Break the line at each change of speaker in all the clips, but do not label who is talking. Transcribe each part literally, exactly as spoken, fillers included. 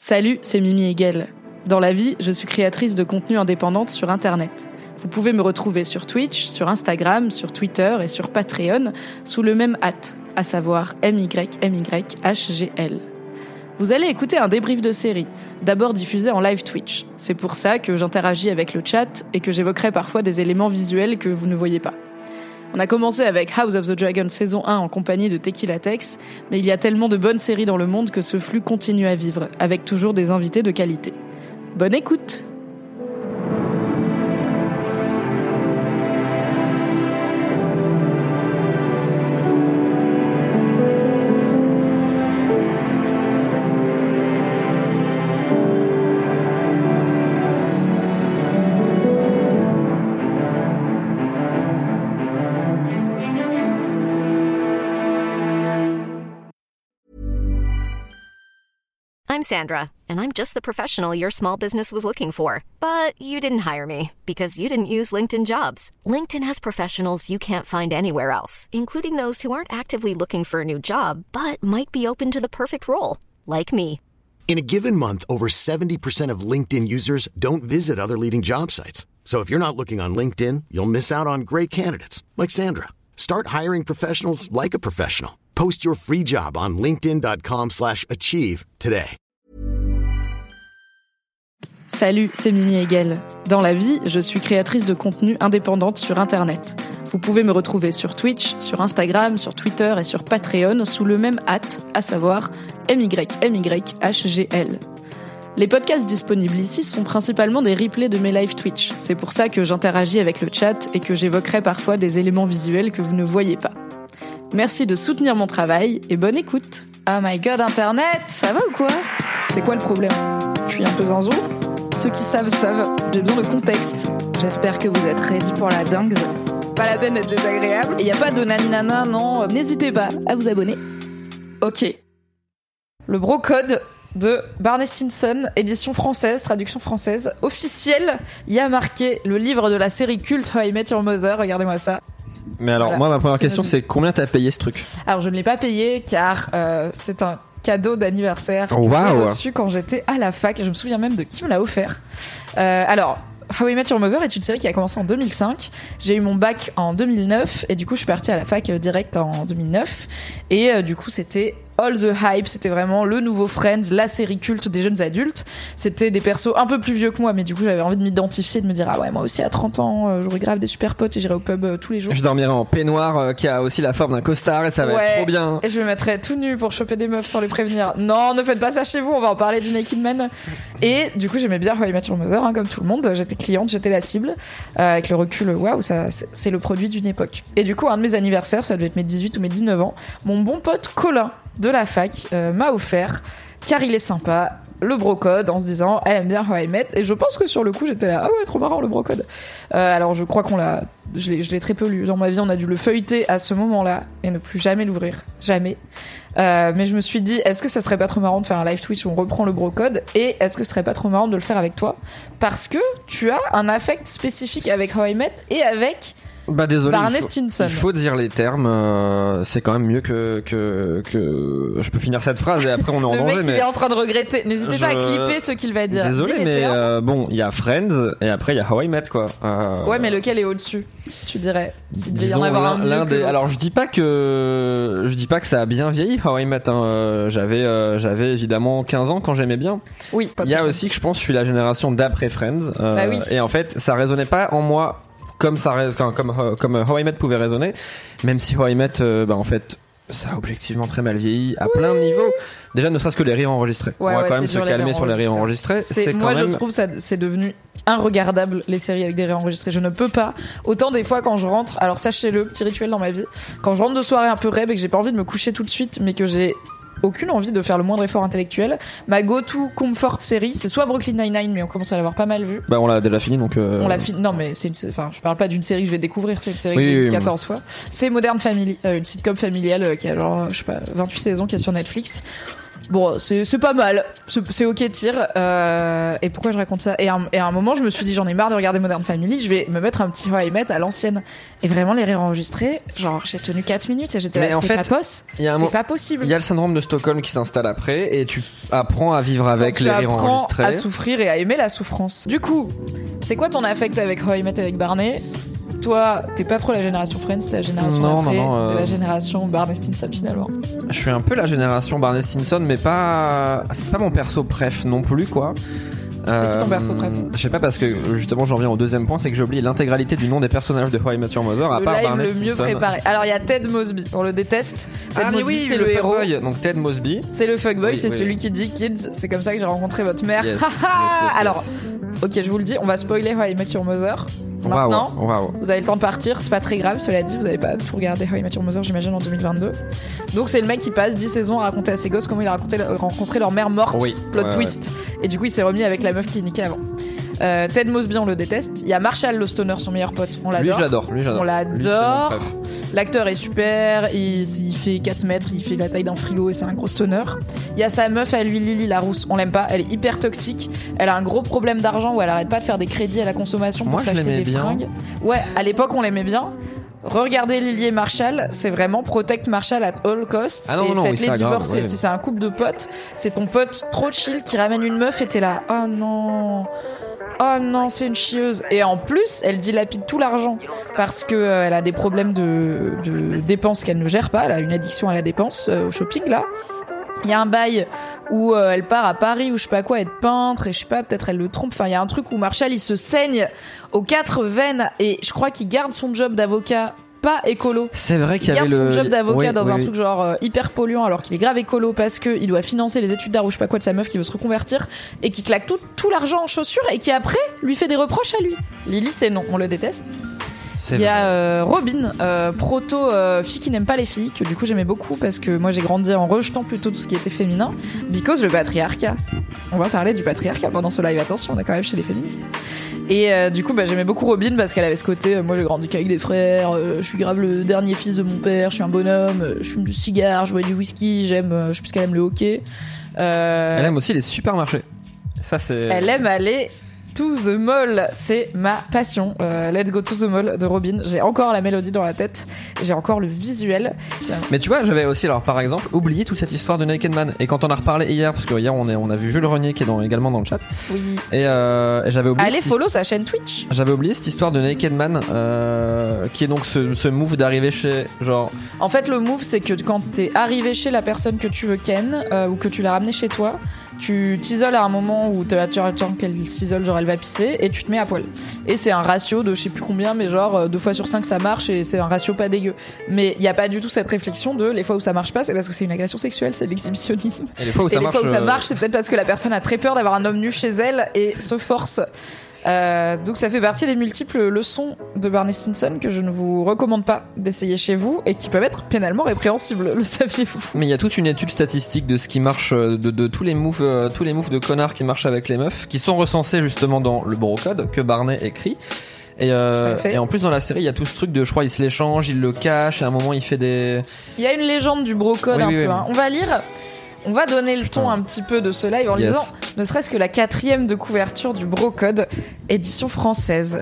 Salut, c'est Mimi Hegel. Dans la vie, je suis créatrice de contenu indépendante sur Internet. Vous pouvez me retrouver sur Twitch, sur Instagram, sur Twitter et sur Patreon sous le même hâte, à savoir M Y M Y H G L. Vous allez écouter un débrief de série, d'abord diffusé en live Twitch. C'est pour ça que j'interagis avec le chat et que j'évoquerai parfois des éléments visuels que vous ne voyez pas. On a commencé avec House of the Dragon saison un en compagnie de Tequila Tex, mais il y a tellement de bonnes séries dans le monde que ce flux continue à vivre, avec toujours des invités de qualité. Bonne écoute!
I'm Sandra, and I'm just the professional your small business was looking for. But you didn't hire me because you didn't use LinkedIn Jobs. LinkedIn has professionals you can't find anywhere else, including those who aren't actively looking for a new job, but might be open to the perfect role, like me.
In a given month, over seventy percent of LinkedIn users don't visit other leading job sites. So if you're not looking on LinkedIn, you'll miss out on great candidates, like Sandra. Start hiring professionals like a professional. Post your free job on linkedin.com slash achieve today.
Salut, c'est Mimi Hegel. Dans la vie, je suis créatrice de contenu indépendante sur Internet. Vous pouvez me retrouver sur Twitch, sur Instagram, sur Twitter et sur Patreon sous le même hâte, à savoir M Y M Y H G L. Les podcasts disponibles ici sont principalement des replays de mes live Twitch. C'est pour ça que j'interagis avec le chat et que j'évoquerai parfois des éléments visuels que vous ne voyez pas. Merci de soutenir mon travail et bonne écoute. Oh my god, Internet, ça va ou quoi ? C'est quoi le problème ? Je suis un peu zinzou ? Ceux qui savent, savent. J'ai besoin de contexte. J'espère que vous êtes ready pour la dingue. Pas la peine d'être désagréable. Et y a pas de naninana, non. N'hésitez pas à vous abonner. Ok. Le brocode de Barney Stinson, édition française, traduction française, officielle. Il y a marqué le livre de la série culte How I Met Your Mother. Regardez-moi ça.
Mais alors, voilà. Moi, ma première question, c'est combien t'as payé ce truc ?
Alors, je ne l'ai pas payé car euh, c'est un cadeau d'anniversaire
oh,
que
wow.
j'ai reçu quand j'étais à la fac. Je me souviens même de qui me l'a offert. Euh, alors, How I Met Your Mother est une série qui a commencé en deux mille cinq. J'ai eu mon bac en deux mille neuf et du coup, je suis partie à la fac euh, direct en deux mille neuf. Et euh, du coup, c'était all the hype. C'était vraiment le nouveau Friends, la série culte des jeunes adultes. C'était des persos un peu plus vieux que moi, mais du coup, j'avais envie de m'identifier, de me dire ah ouais, moi aussi à trente ans, euh, j'aurais grave des super potes et j'irai au pub euh, tous les jours.
Je dormirai en peignoir euh, qui a aussi la forme d'un costard et ça va
ouais.
être trop bien.
Et je me mettrais tout nu pour choper des meufs sans les prévenir. Non, ne faites pas ça chez vous, on va en parler du Naked Man. Et du coup, j'aimais bien How I Met Your Mother, hein, comme tout le monde. J'étais cliente, j'étais la cible. Euh, avec le recul, waouh, ça, c'est, c'est le produit d'une époque. Et du coup, un de mes anniversaires, ça devait être mes dix-huit ou mes dix-neuf ans, mon bon pote Colin de la fac euh, m'a offert, car il est sympa, le brocode en se disant elle aime bien How I Met, et je pense que sur le coup j'étais là ah ouais trop marrant le brocode. Euh, alors je crois qu'on l'a, je l'ai, je l'ai très peu lu dans ma vie, on a dû le feuilleter à ce moment-là et ne plus jamais l'ouvrir, jamais. Euh, mais je me suis dit est-ce que ça serait pas trop marrant de faire un live Twitch où on reprend le brocode, et est-ce que ce serait pas trop marrant de le faire avec toi parce que tu as un affect spécifique avec How I Met et avec
Bah désolé,
Barney
il faut,
Stinson.
Il faut dire les termes, euh, c'est quand même mieux que, que, que... Je peux finir cette phrase et après on est en
le
danger.
mec,
mais
il est en train de regretter. N'hésitez
je...
pas à clipper ce qu'il va dire.
Désolé, mais euh, bon, il y a Friends et après il y a How I Met, quoi. Euh...
Ouais, mais lequel est au-dessus, tu dirais s'il devait y en
Disons
avoir un
l'un, l'un des...
l'autre.
Alors je dis pas que je dis pas que ça a bien vieilli How I Met. Hein. Euh, j'avais euh, j'avais évidemment quinze ans quand j'aimais bien.
Oui.
Il y a aussi que je pense que je suis la génération d'après Friends. Euh,
bah oui.
Et en fait, ça résonnait pas en moi. Comme ça, comme comme comme How I Met pouvait résonner, même si How I Met, euh, bah en fait, ça a objectivement très mal vieilli à oui. plein de niveaux. Déjà, ne serait-ce que les rires enregistrés.
Ouais,
on va
ouais,
quand même se calmer sur les rires enregistrés.
C'est,
c'est
moi,
quand même...
je trouve ça, c'est devenu inregardable les séries avec des rires enregistrés. Je ne peux pas. Autant des fois quand je rentre, alors sachez-le, petit rituel dans ma vie, quand je rentre de soirée un peu rêve et que j'ai pas envie de me coucher tout de suite, mais que j'ai aucune envie de faire le moindre effort intellectuel, ma go-to comfort série, c'est soit Brooklyn Nine-Nine, mais on commence à l'avoir pas mal vu.
Bah on l'a déjà fini, donc euh...
on l'a fini. Non mais c'est une, enfin je parle pas d'une série que je vais découvrir, c'est une série
oui,
que j'ai vue
oui,
quatorze oui. fois. C'est Modern Family, euh, une sitcom familiale euh, qui a genre je sais pas vingt-huit saisons, qui est sur Netflix. Bon, c'est, c'est pas mal. C'est, c'est ok, tire. Euh, et pourquoi je raconte ça et, un, et à un moment, je me suis dit, j'en ai marre de regarder Modern Family, je vais me mettre un petit How I Met à l'ancienne. Et vraiment, les rires enregistrés, genre, j'ai tenu quatre minutes et j'étais
Mais
là,
en
c'est
fait,
pas possible.
il y a un
c'est
mo-
pas possible.
Il y a le syndrome de Stockholm qui s'installe après et tu apprends à vivre avec
Quand tu
les rires
apprends
enregistrés.
à souffrir et à aimer la souffrance. Du coup, c'est quoi ton affect avec How I Met avec Barney? Toi, t'es pas trop la génération Friends, t'es la génération
Non,
après,
non, non,
t'es
euh,
la génération Barney Stinson finalement.
Je suis un peu la génération Barney Stinson, mais pas. C'est pas mon perso préf non plus, quoi.
C'était qui ton perso préf?
Je sais pas, parce que justement j'en viens au deuxième point, c'est que j'ai oublié l'intégralité du nom des personnages de How I Met Your Mother, à
Le
part
live
Barney
le mieux
Stinson.
préparé. Alors il y a Ted Mosby, on le déteste. Ted
Ah mais
Mosby,
oui,
c'est
le,
le, héros.
fuckboy, donc Ted Mosby.
C'est le fuckboy,
Oui,
c'est
oui.
celui qui dit kids, c'est comme ça que j'ai rencontré votre mère.
Yes,
Haha.
yes, yes, yes.
Alors, ok, je vous le dis, on va spoiler How I Met Your Mother. Maintenant,
Waouh, waouh.
vous avez le temps de partir, c'est pas très grave, cela dit, vous n'allez pas tout regarder How I Met Your Mother, j'imagine, en deux mille vingt-deux. Donc c'est le mec qui passe dix saisons à raconter à ses gosses comment il a raconté, rencontré leur mère morte,
Oui,
plot
ouais,
twist. Et du coup, il s'est remis avec la meuf qui niquait avant. Euh, Ted Mosby, on le déteste. Il y a Marshall, le stoner, son meilleur pote, on l'adore.
Lui je l'adore, lui j'adore.
On
Lui, c'est mon
l'adore.
préf.
L'acteur est super, il, il fait quatre mètres, il fait la taille d'un frigo et c'est un gros stoner. Il y a sa meuf à lui, Lily la rousse, on l'aime pas, elle est hyper toxique. Elle a un gros problème d'argent où elle arrête pas de faire des crédits à la consommation pour
Moi, je
s'acheter
l'aimais
des
bien.
fringues. Ouais, à l'époque on l'aimait bien. Regardez Lily et Marshall, c'est vraiment protect Marshall at all costs.
Ah non,
et
non, oui,
faites-les
ça, grave,
divorcer.
ouais.
Si c'est un couple de potes, c'est ton pote trop chill qui ramène une meuf et t'es là, oh non. Oh non, c'est une chieuse. Et en plus, elle dilapide tout l'argent parce que euh, elle a des problèmes de, de dépenses qu'elle ne gère pas. Elle a une addiction à la dépense, euh, au shopping là. Il y a un bail où euh, elle part à Paris ou je sais pas quoi, être peintre et je sais pas, peut-être elle le trompe. Enfin, il y a un truc où Marshall il se saigne aux quatre veines et je crois qu'il garde son job d'avocat. Pas écolo.
C'est vrai qu'il
Il
y avait
garde
le
son job d'avocat
Oui,
dans
oui,
un
oui.
truc genre euh, hyper polluant alors qu'il est grave écolo parce que il doit financer les études d'art ou je sais pas quoi de sa meuf qui veut se reconvertir et qui claque tout, tout l'argent en chaussures et qui après lui fait des reproches à lui. Lily c'est non, on le déteste.
C'est
Il y a
vrai.
euh, Robin, euh, proto euh, fille qui n'aime pas les filles, que du coup j'aimais beaucoup parce que moi j'ai grandi en rejetant plutôt tout ce qui était féminin. Because le patriarcat. On va parler du patriarcat pendant ce live, attention, on est quand même chez les féministes. Et euh, du coup bah, j'aimais beaucoup Robin parce qu'elle avait ce côté, euh, moi j'ai grandi qu'avec des frères, euh, je suis grave le dernier fils de mon père, je suis un bonhomme, euh, je fume du cigare, je bois du whisky, j'aime, euh, je sais plus qu'elle aime le hockey. Euh,
Elle aime aussi les supermarchés. Ça c'est.
elle aime aller to the mall, c'est ma passion. Euh, let's go to the mall de Robin. J'ai encore la mélodie dans la tête, j'ai encore le visuel.
Mais tu vois, j'avais aussi, alors par exemple, oublié toute cette histoire de Naked Man. Et quand on a reparlé hier, parce que hier on, est, on a vu Jules Renier qui est dans, également dans le chat.
Oui.
Et, euh, et j'avais oublié.
Allez
cette
follow sa chaîne Twitch.
J'avais oublié cette histoire de Naked Man, euh, qui est donc ce, ce move d'arriver chez, genre.
En fait, le move, c'est que quand t'es arrivé chez la personne que tu veux ken, euh, ou que tu l'as ramené chez toi, tu t'isoles à un moment où tu attends qu'elle s'isole, genre elle va pisser, et tu te mets à poil. Et c'est un ratio de je sais plus combien, mais genre deux fois sur cinq ça marche, et c'est un ratio pas dégueu. Mais il y a pas du tout cette réflexion de les fois où ça marche pas, c'est parce que c'est une agression sexuelle, c'est de l'exhibitionnisme.
Et les fois où
Et
ça
les
marche.
fois où ça
euh,
marche, c'est peut-être parce que la personne a très peur d'avoir un homme nu chez elle et se force. Euh, donc ça fait partie des multiples leçons de Barney Stinson que je ne vous recommande pas d'essayer chez vous et qui peuvent être pénalement répréhensibles, le saviez-vous?
Mais il y a toute une étude statistique de ce qui marche, de, de tous les moves, euh, tous les moves de connards qui marchent avec les meufs, qui sont recensés justement dans le bro code que Barney écrit. Et, euh,
Tout à fait.
et en plus dans la série il y a tout ce truc de je crois il se l'échange, il le cache et à un moment il fait des.
Il y a une légende du bro code
Oui,
un
oui,
peu.
oui.
Hein. On va lire. On va donner le ton
Putain.
un petit peu de ce live en
Yes.
lisant ne serait-ce que la quatrième de couverture du Bro Code, édition française.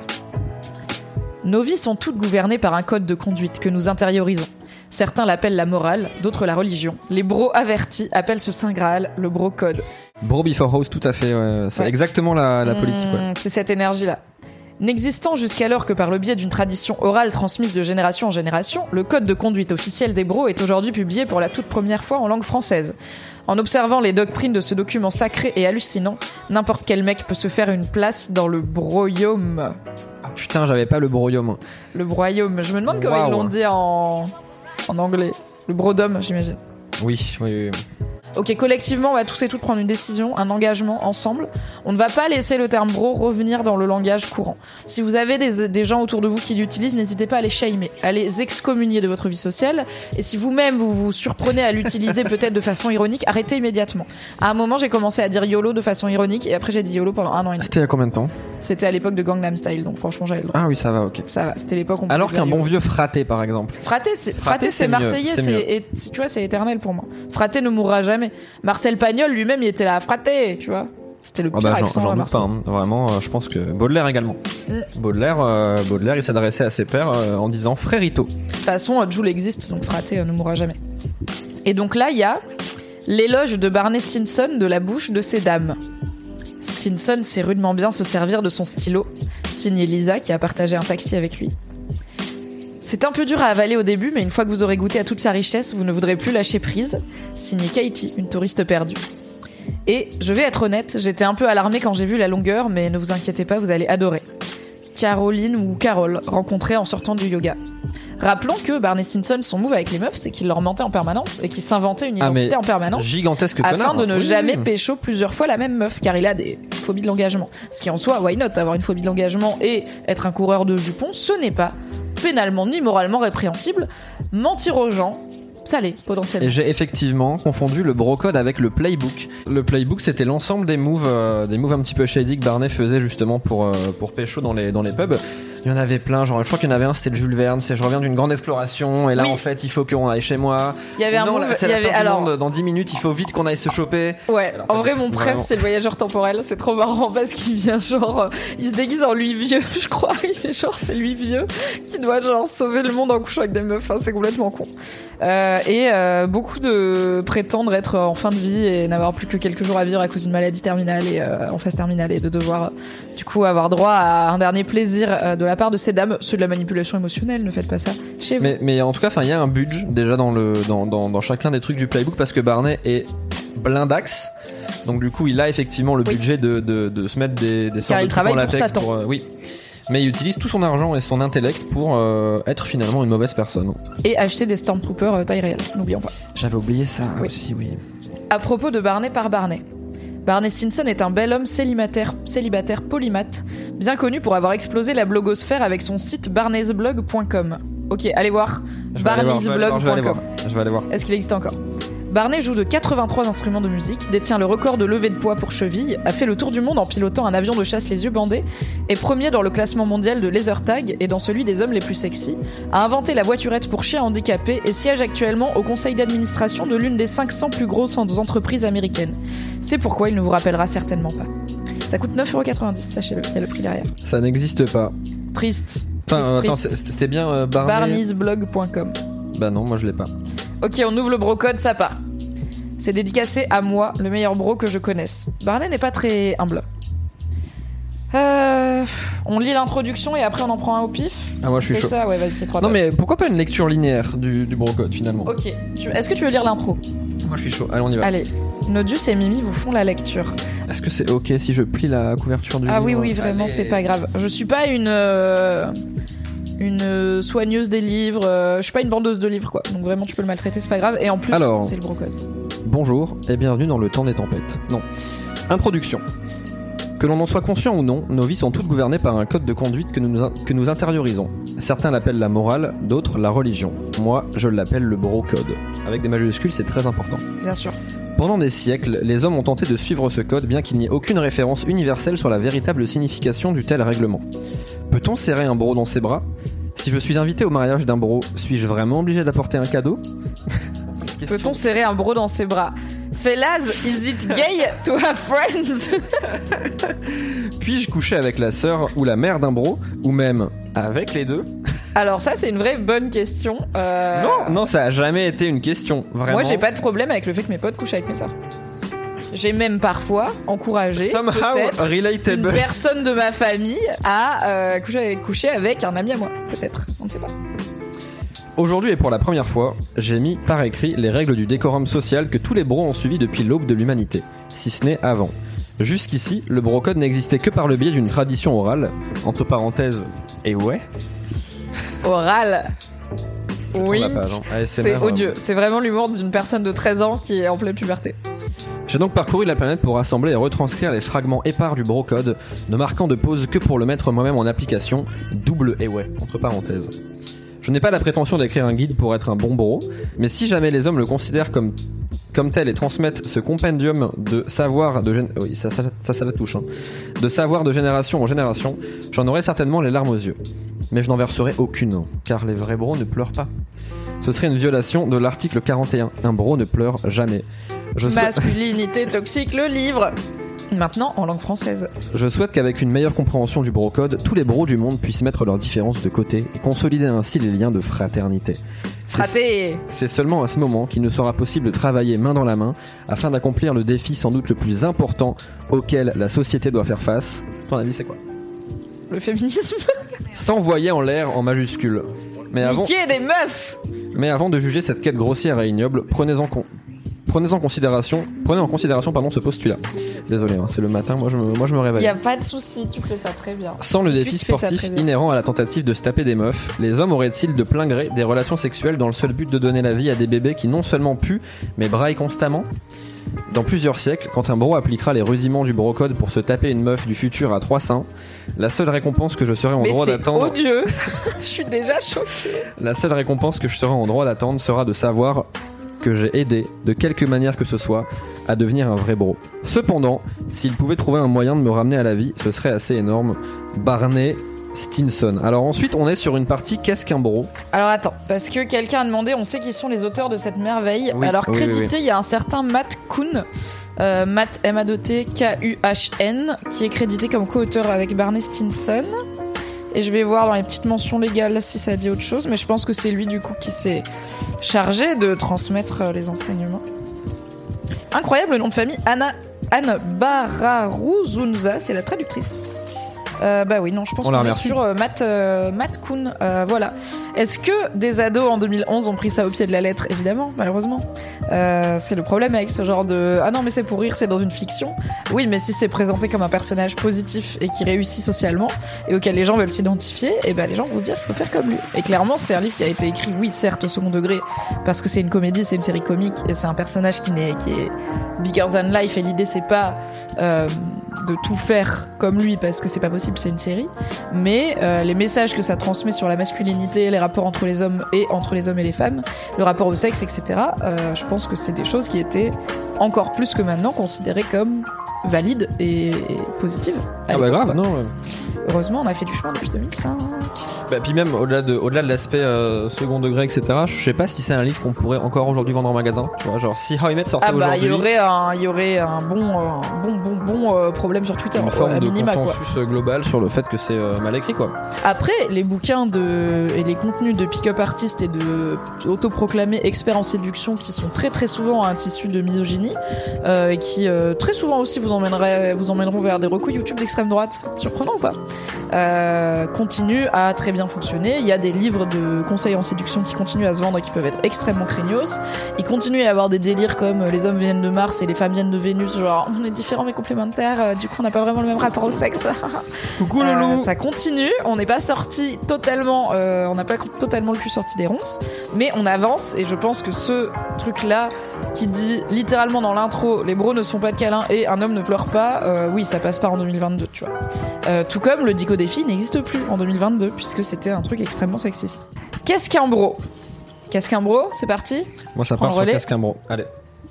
Nos vies sont toutes gouvernées par un code de conduite que nous intériorisons. Certains l'appellent la morale, d'autres la religion. Les bros avertis appellent ce saint graal le Bro Code.
Bro before house, tout à fait. Ouais. C'est
Ouais.
exactement la, la politique. Ouais.
Mmh, c'est cette énergie-là. N'existant jusqu'alors que par le biais d'une tradition orale transmise de génération en génération, le code de conduite officiel des bros est aujourd'hui publié pour la toute première fois en langue française. En observant les doctrines de ce document sacré et hallucinant, n'importe quel mec peut se faire une place dans le broyaume.
Ah putain, j'avais pas le broyaume.
Le broyaume. Je me demande comment
Waouh.
ils l'ont dit en, en anglais. Le brodome, j'imagine.
Oui, oui, oui.
Ok, collectivement, on va tous et toutes prendre une décision, un engagement ensemble. On ne va pas laisser le terme bro revenir dans le langage courant. Si vous avez des, des gens autour de vous qui l'utilisent, n'hésitez pas à les shamer, à les excommunier de votre vie sociale. Et si vous-même, vous vous surprenez à l'utiliser peut-être de façon ironique, arrêtez immédiatement. À un moment, j'ai commencé à dire YOLO de façon ironique et après j'ai dit YOLO pendant un an et demi.
C'était il y a combien de temps?
C'était à l'époque de Gangnam Style, donc franchement, j'avais le droit.
Ah oui, ça va, ok.
Ça va, c'était l'époque où on
Alors
pouvait
qu'un
dire
bon
YOLO.
vieux fraté, par exemple.
Fraté, c'est,
Fraté,
fraté,
c'est
c'est
mieux,
marseillais,
c'est
c'est,
mieux.
et, tu vois, c'est éternel pour moi. Fraté ne mourra jamais. Marcel Pagnol lui-même, il était là, Fraté, tu vois. C'était le pire
ah bah,
accent
j'en, j'en
Marcel.
doute pas, hein. Vraiment, euh, je pense que Baudelaire également. Mm. Baudelaire, euh, Baudelaire, il s'adressait à ses pairs euh, en disant frérito.
De toute façon, euh, Joule existe, donc Fraté euh, ne mourra jamais. Et donc là, il y a l'éloge de Barney Stinson de la bouche de ces dames. Stinson sait rudement bien se servir de son stylo, signé Lisa qui a partagé un taxi avec lui. C'est un peu dur à avaler au début, mais une fois que vous aurez goûté à toute sa richesse, vous ne voudrez plus lâcher prise. Signé Katie, une touriste perdue. Et je vais être honnête, j'étais un peu alarmée quand j'ai vu la longueur, mais ne vous inquiétez pas, vous allez adorer. Caroline ou Carole, rencontrée en sortant du yoga. Rappelons que Barney Stinson, son move avec les meufs, c'est qu'il leur mentait en permanence et qu'il s'inventait une identité
ah,
en permanence.
Gigantesque
afin
connard,
de ne
oui,
jamais
oui.
pécho plusieurs fois la même meuf, car il a des phobies de l'engagement. Ce qui en soi, why not, avoir une phobie de l'engagement et être un coureur de jupons, ce n'est pas pénalement ni moralement répréhensible. Mentir aux gens, ça l'est, potentiellement.
Et j'ai effectivement confondu le brocode avec le playbook. Le playbook, c'était l'ensemble des moves, euh, des moves un petit peu shady que Barney faisait justement pour, euh, pour pécho dans les, dans les pubs. Il y en avait plein, genre je crois qu'il y en avait un, c'était le Jules Verne, c'est je reviens d'une grande exploration et là
oui.
en fait il faut qu'on aille chez moi.
Il y avait un
non,
move,
là, c'est
il y
la
avait
fin du
alors
monde, dans dix minutes il faut vite qu'on aille se choper.
Ouais,
alors,
en vrai mon préf
vraiment.
c'est le voyageur temporel, c'est trop marrant parce qu'il vient genre euh, il se déguise en lui vieux, je crois, il fait genre c'est lui vieux qui doit genre sauver le monde en couchant avec des meufs, hein, c'est complètement con. Euh, et euh, beaucoup de prétendre être en fin de vie et n'avoir plus que quelques jours à vivre à cause d'une maladie terminale et euh, en phase terminale et de devoir euh, du coup avoir droit à un dernier plaisir euh, de la part de ces dames. C'est de la manipulation émotionnelle, ne faites pas ça chez vous.
Mais, mais en tout cas, il y a un budget déjà dans, le, dans, dans, dans chacun des trucs du playbook parce que Barney est blindax. Donc du coup, il a effectivement le
oui.
budget de, de, de se mettre des, des sortes
car
de
il
trucs en
travaille
latex.
pour Satan.
Pour, euh, oui. Mais il utilise tout son argent et son intellect pour euh, être finalement une mauvaise personne.
Et acheter des Stormtroopers euh, taille réelle, n'oublions pas.
J'avais oublié ça
oui.
aussi, oui.
À propos de Barney par Barney. Barney Stinson est un bel homme célibataire, célibataire polymathe, bien connu pour avoir explosé la blogosphère avec son site barneysblog point com. Ok, allez voir. barneysblog point com.
Je vais aller voir.
Est-ce qu'il existe encore ? Barney joue de quatre-vingt-trois instruments de musique, détient le record de levée de poids pour cheville, a fait le tour du monde en pilotant un avion de chasse les yeux bandés, est premier dans le classement mondial de laser tag et dans celui des hommes les plus sexy, a inventé la voiturette pour chiens handicapés et siège actuellement au conseil d'administration de l'une des cinq cents plus grosses entreprises américaines. C'est pourquoi il ne vous rappellera certainement pas. Ça coûte neuf euros quatre-vingt-dix, sachez-le, il y a le prix derrière.
Ça n'existe pas.
Triste.
Enfin,
triste,
euh, attends,
triste.
c'était bien euh, Barney...
barneysblog point com.
Bah non, moi je l'ai pas.
Ok, on ouvre le brocode, ça part. C'est dédicacé à moi, le meilleur bro que je connaisse. Barney n'est pas très humble. Euh, on lit l'introduction et après on en prend un au pif.
Ah moi je suis
C'est
chaud.
ça, ouais, vas-y, c'est trois
Non
pages.
mais pourquoi pas une lecture linéaire du, du brocode finalement.
Ok, tu- est-ce que tu veux lire l'intro ?
Moi je suis chaud, allez on y va.
Allez, Nodus et Mimi vous font la lecture.
Est-ce que c'est ok si je plie la couverture du
Ah
livre ?
oui, oui, vraiment,
Allez.
c'est pas grave. Je suis pas une... euh, une soigneuse des livres, euh, je suis pas une vendeuse de livres quoi, donc vraiment tu peux le maltraiter, c'est pas grave, et en plus
Alors,
c'est le brocode.
Bonjour et bienvenue dans le temps des tempêtes. Non. Introduction. Que l'on en soit conscient ou non, nos vies sont toutes gouvernées par un code de conduite que nous, que nous intériorisons. Certains l'appellent la morale, d'autres la religion. Moi, je l'appelle le brocode. Avec des majuscules, c'est très important.
Bien sûr.
Pendant des siècles, les hommes ont tenté de suivre ce code bien qu'il n'y ait aucune référence universelle sur la véritable signification du tel règlement. Peut-on serrer un bro dans ses bras ? Si je suis invité au mariage d'un bro, suis-je vraiment obligé d'apporter un cadeau ?
Peut-on serrer un bro dans ses bras ? Fellas, is it gay to have friends ?
Puis-je coucher avec la sœur ou la mère d'un bro, ou même avec les deux ?
Alors ça c'est une vraie bonne question. Euh...
Non, non, ça a jamais été une question, vraiment.
Moi j'ai pas de problème avec le fait que mes potes couchent avec mes sœurs. J'ai même parfois encouragé
Somehow
peut-être une
relatable.
personne de ma famille à euh, coucher, avec, coucher avec un ami à moi, peut-être, on ne sait pas.
Aujourd'hui et pour la première fois, j'ai mis par écrit les règles du décorum social que tous les bros ont suivi depuis l'aube de l'humanité, si ce n'est avant. Jusqu'ici, le brocode n'existait que par le biais d'une tradition orale, entre parenthèses, et ouais.
Oral. Oui,
La page, hein. A S M R,
c'est odieux. C'est vraiment l'humour d'une personne de treize ans qui est en pleine puberté.
J'ai donc parcouru la planète pour rassembler et retranscrire les fragments épars du brocode, ne marquant de pause que pour le mettre moi-même en application, double et ouais, entre parenthèses. Je n'ai pas la prétention d'écrire un guide pour être un bon bro, mais si jamais les hommes le considèrent comme, comme tel et transmettent ce compendium de savoir de gén... oui, ça, ça, ça, ça la touche, hein. de savoir de génération en génération, j'en aurai certainement les larmes aux yeux. Mais je n'en verserai aucune, car les vrais bros ne pleurent pas. Ce serait une violation de l'article quarante et un. Un bro ne pleure jamais. Je souhaite...
Masculinité toxique, le livre. Maintenant en langue française.
Je souhaite qu'avec une meilleure compréhension du brocode, tous les bros du monde puissent mettre leurs différences de côté et consolider ainsi les liens de fraternité.
Fraté.
C'est seulement à ce moment qu'il nous sera possible de travailler main dans la main afin d'accomplir le défi sans doute le plus important auquel la société doit faire face. Ton avis, c'est quoi ?
Le féminisme.
S'envoyer en l'air en majuscule. Mais avant...
Niquer des meufs.
Mais avant de juger cette quête grossière et ignoble, prenez-en con... Prenez en considération, prenez en considération pardon, ce postulat. Désolé, hein, c'est le matin, moi je me, moi je me réveille.
Y a pas de souci, tu fais ça très bien.
Sans le défi sportif inhérent à la tentative de se taper des meufs, les hommes auraient-ils de plein gré des relations sexuelles dans le seul but de donner la vie à des bébés qui non seulement puent, mais braillent constamment ? Dans plusieurs siècles, quand un bro appliquera les rudiments du brocode pour se taper une meuf du futur à trois seins, la seule récompense que je serai en
mais
droit
c'est
d'attendre...
odieux. Je suis déjà choquée.
La seule récompense que je serai en droit d'attendre sera de savoir que j'ai aidé, de quelque manière que ce soit, à devenir un vrai bro. Cependant, s'il pouvait trouver un moyen de me ramener à la vie, ce serait assez énorme. Barney Stinson. Alors ensuite, on est sur une partie qu'est-ce qu'un bro ?
Alors attends, parce que quelqu'un a demandé, on sait qui sont les auteurs de cette merveille.
Oui,
Alors
oui,
crédité, il
oui, oui.
y a un certain Matt Kuhn, euh, Matt M A D T K U H N, qui est crédité comme co-auteur avec Barney Stinson. Et je vais voir dans les petites mentions légales si ça dit autre chose, mais je pense que c'est lui du coup qui s'est chargé de transmettre les enseignements. Incroyable le nom de famille, Anna, Anne Bararuzunza, c'est la traductrice. Euh, bah oui, non, je pense
on
qu'on est
remercie.
sur euh, Matt, euh, Matt Kuhn. Euh, voilà. Est-ce que des ados en deux mille onze ont pris ça au pied de la lettre ? Évidemment, malheureusement. Euh, c'est le problème avec ce genre de... Ah non, mais c'est pour rire, c'est dans une fiction. Oui, mais si c'est présenté comme un personnage positif et qui réussit socialement et auquel les gens veulent s'identifier, et ben les gens vont se dire qu'il faut faire comme lui. Et clairement, c'est un livre qui a été écrit, oui, certes, au second degré, parce que c'est une comédie, c'est une série comique et c'est un personnage qui, n'est, qui est bigger than life et l'idée, c'est pas... Euh, de tout faire comme lui parce que c'est pas possible, c'est une série, mais euh, les messages que ça transmet sur la masculinité, les rapports entre les hommes et entre les hommes et les femmes, le rapport au sexe, et cetera, euh, je pense que c'est des choses qui étaient encore plus que maintenant considérées comme valides et, et positives.
Ah bah grave, non ouais.
Heureusement, on a fait du chemin depuis deux mille cinq.
Bah, puis même au-delà de, au-delà de l'aspect euh, second degré, et cetera, je sais pas si c'est un livre qu'on pourrait encore aujourd'hui vendre en magasin. Tu vois, genre si How I Met sortait
ah bah,
aujourd'hui.
Il y aurait un, il y aurait un bon, un bon, bon, bon euh, problème sur Twitter.
Une forme
à
de
minima,
consensus
quoi.
global sur le fait que c'est euh, mal écrit, quoi.
Après, les bouquins de, et les contenus de pick-up artistes et de autoproclamés experts en séduction qui sont très très souvent un tissu de misogynie euh, et qui euh, très souvent aussi vous, emmèneraient, vous emmèneront vers des recos YouTube d'extrême droite. Surprenant ou pas ? Euh, continue à très bien fonctionner. Il y a des livres de conseils en séduction qui continuent à se vendre et qui peuvent être extrêmement craignos. Il continue à y avoir des délires comme les hommes viennent de Mars et les femmes viennent de Vénus, genre on est différents mais complémentaires, euh, du coup on n'a pas vraiment le même rapport au sexe.
Coucou
euh,
loulou.
Ça continue, on n'est pas sorti totalement, euh, on n'a pas totalement le cul sorti des ronces, mais on avance et je pense que ce truc-là qui dit littéralement dans l'intro les bros ne se font pas de câlins et un homme ne pleure pas, euh, oui ça passe pas en deux mille vingt-deux, tu vois. Euh, tout comme le dico défi n'existe plus en deux mille vingt-deux puisque c'était un truc extrêmement sexiste. Qu'est-ce qu'un bro ? Qu'est-ce qu'un bro ? C'est parti ?
Moi ça
Prends
part
le
sur
relais.
qu'est-ce qu'un bro. Allez.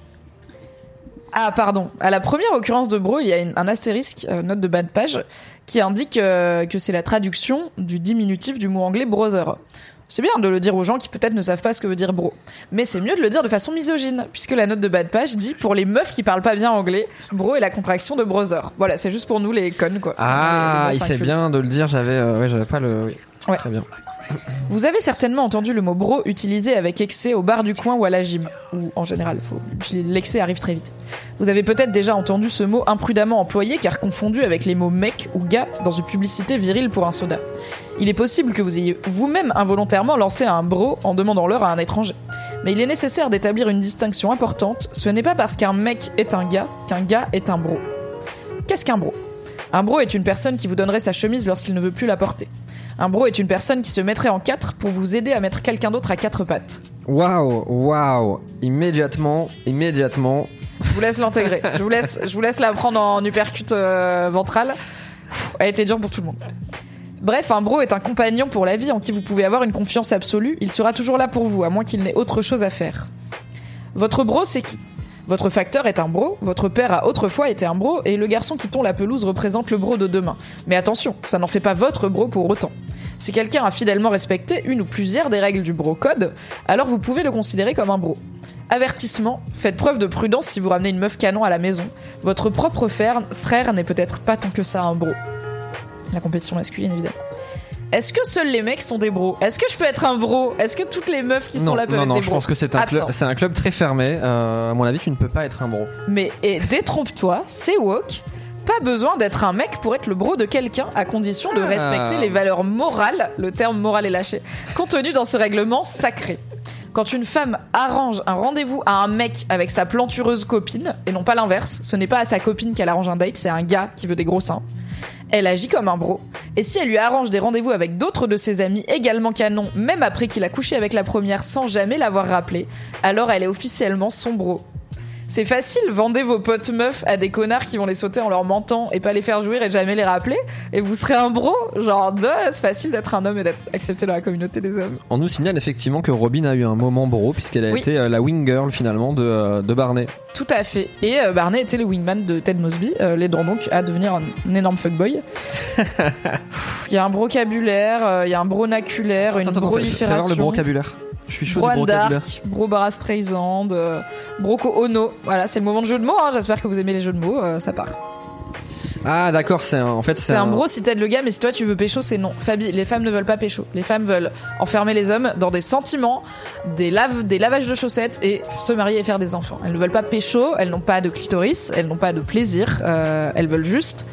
Ah pardon, à la première occurrence de bro, il y a une, un astérisque, euh, note de bas de page, qui indique euh, que c'est la traduction du diminutif du mot anglais brother. C'est bien de le dire aux gens qui peut-être ne savent pas ce que veut dire bro. Mais c'est mieux de le dire de façon misogyne, puisque la note de bas de page dit pour les meufs qui parlent pas bien anglais, bro est la contraction de brother. Voilà, c'est juste pour nous les connes quoi.
Ah,
les
il
meufs
fait
incultes.
bien de le dire, j'avais euh, ouais, j'avais pas le oui.
Ouais.
Très bien.
Vous avez certainement entendu le mot bro utilisé avec excès au bar du coin ou à la gym, ou en général, faut, l'excès arrive très vite. Vous avez peut-être déjà entendu ce mot imprudemment employé car confondu avec les mots mec ou gars dans une publicité virile pour un soda. Il est possible que vous ayez vous-même involontairement lancé un bro en demandant l'heure à un étranger. Mais il est nécessaire d'établir une distinction importante, ce n'est pas parce qu'un mec est un gars qu'un gars est un bro. Qu'est-ce qu'un bro ? Un bro est une personne qui vous donnerait sa chemise lorsqu'il ne veut plus la porter. Un bro est une personne qui se mettrait en quatre pour vous aider à mettre quelqu'un d'autre à quatre pattes.
Waouh, waouh. Immédiatement, immédiatement.
Je vous laisse l'intégrer. Je vous laisse, je vous laisse la prendre en uppercut euh, ventral. Elle était dure pour tout le monde. Bref, un bro est un compagnon pour la vie en qui vous pouvez avoir une confiance absolue. Il sera toujours là pour vous, à moins qu'il n'ait autre chose à faire. Votre bro, c'est qui ? Votre facteur est un bro, votre père a autrefois été un bro, et le garçon qui tond la pelouse représente le bro de demain. Mais attention, ça n'en fait pas votre bro pour autant. Si quelqu'un a fidèlement respecté une ou plusieurs des règles du bro code, alors vous pouvez le considérer comme un bro. Avertissement, faites preuve de prudence si vous ramenez une meuf canon à la maison. Votre propre frère, frère n'est peut-être pas tant que ça un bro. La compétition masculine, évidemment. Est-ce que seuls les mecs sont des bros ? Est-ce que je peux être un bro ? Est-ce que toutes les meufs qui
non,
sont là peuvent
non,
être
non,
des
je
bros ?
pense que c'est un, club, c'est un club très fermé. Euh, à mon avis, tu ne peux pas être un bro.
Mais et détrompe-toi, c'est woke. Pas besoin d'être un mec pour être le bro de quelqu'un, à condition de respecter
Ah.
les valeurs morales, le terme moral est lâché, contenues dans ce règlement sacré. Quand une femme arrange un rendez-vous à un mec avec sa plantureuse copine, et non pas l'inverse, ce n'est pas à sa copine qu'elle arrange un date, c'est un gars qui veut des gros seins, elle agit comme un bro. Et si elle lui arrange des rendez-vous avec d'autres de ses amis également canons, même après qu'il a couché avec la première sans jamais l'avoir rappelé, alors elle est officiellement son bro. C'est facile, vendez vos potes meufs à des connards qui vont les sauter en leur mentant et pas les faire jouir et jamais les rappeler, et vous serez un bro. Genre, deux, c'est facile d'être un homme et d'être accepté dans la communauté des hommes.
On nous signale effectivement que Robin a eu un moment bro, puisqu'elle a
Oui.
été euh, la wing girl finalement de, euh, de Barney.
Tout à fait. Et euh, Barney était le wingman de Ted Mosby, euh, l'aidant donc à devenir un, un énorme fuckboy. Il y a un brocabulaire, il euh, y a un bronaculaire, une
Attends, attends, fais- fais voir
prolifération.
le vocabulaire. Je suis chaud du
Bro
vocabulaire.
Dark, Bro Bara Streisand, euh, Broco Ono. Voilà, c'est le moment de jeu de mots. Hein. J'espère que vous aimez les jeux de mots. Euh, ça part.
Ah d'accord, c'est un, en fait c'est,
C'est un bro si t'aides le gars, mais si toi tu veux pécho, c'est non. Fabi, les femmes ne veulent pas pécho. Les femmes veulent enfermer les hommes dans des sentiments, des, lave, des lavages de chaussettes et se marier et faire des enfants. Elles ne veulent pas pécho, elles n'ont pas de clitoris, elles n'ont pas de plaisir, euh, elles veulent juste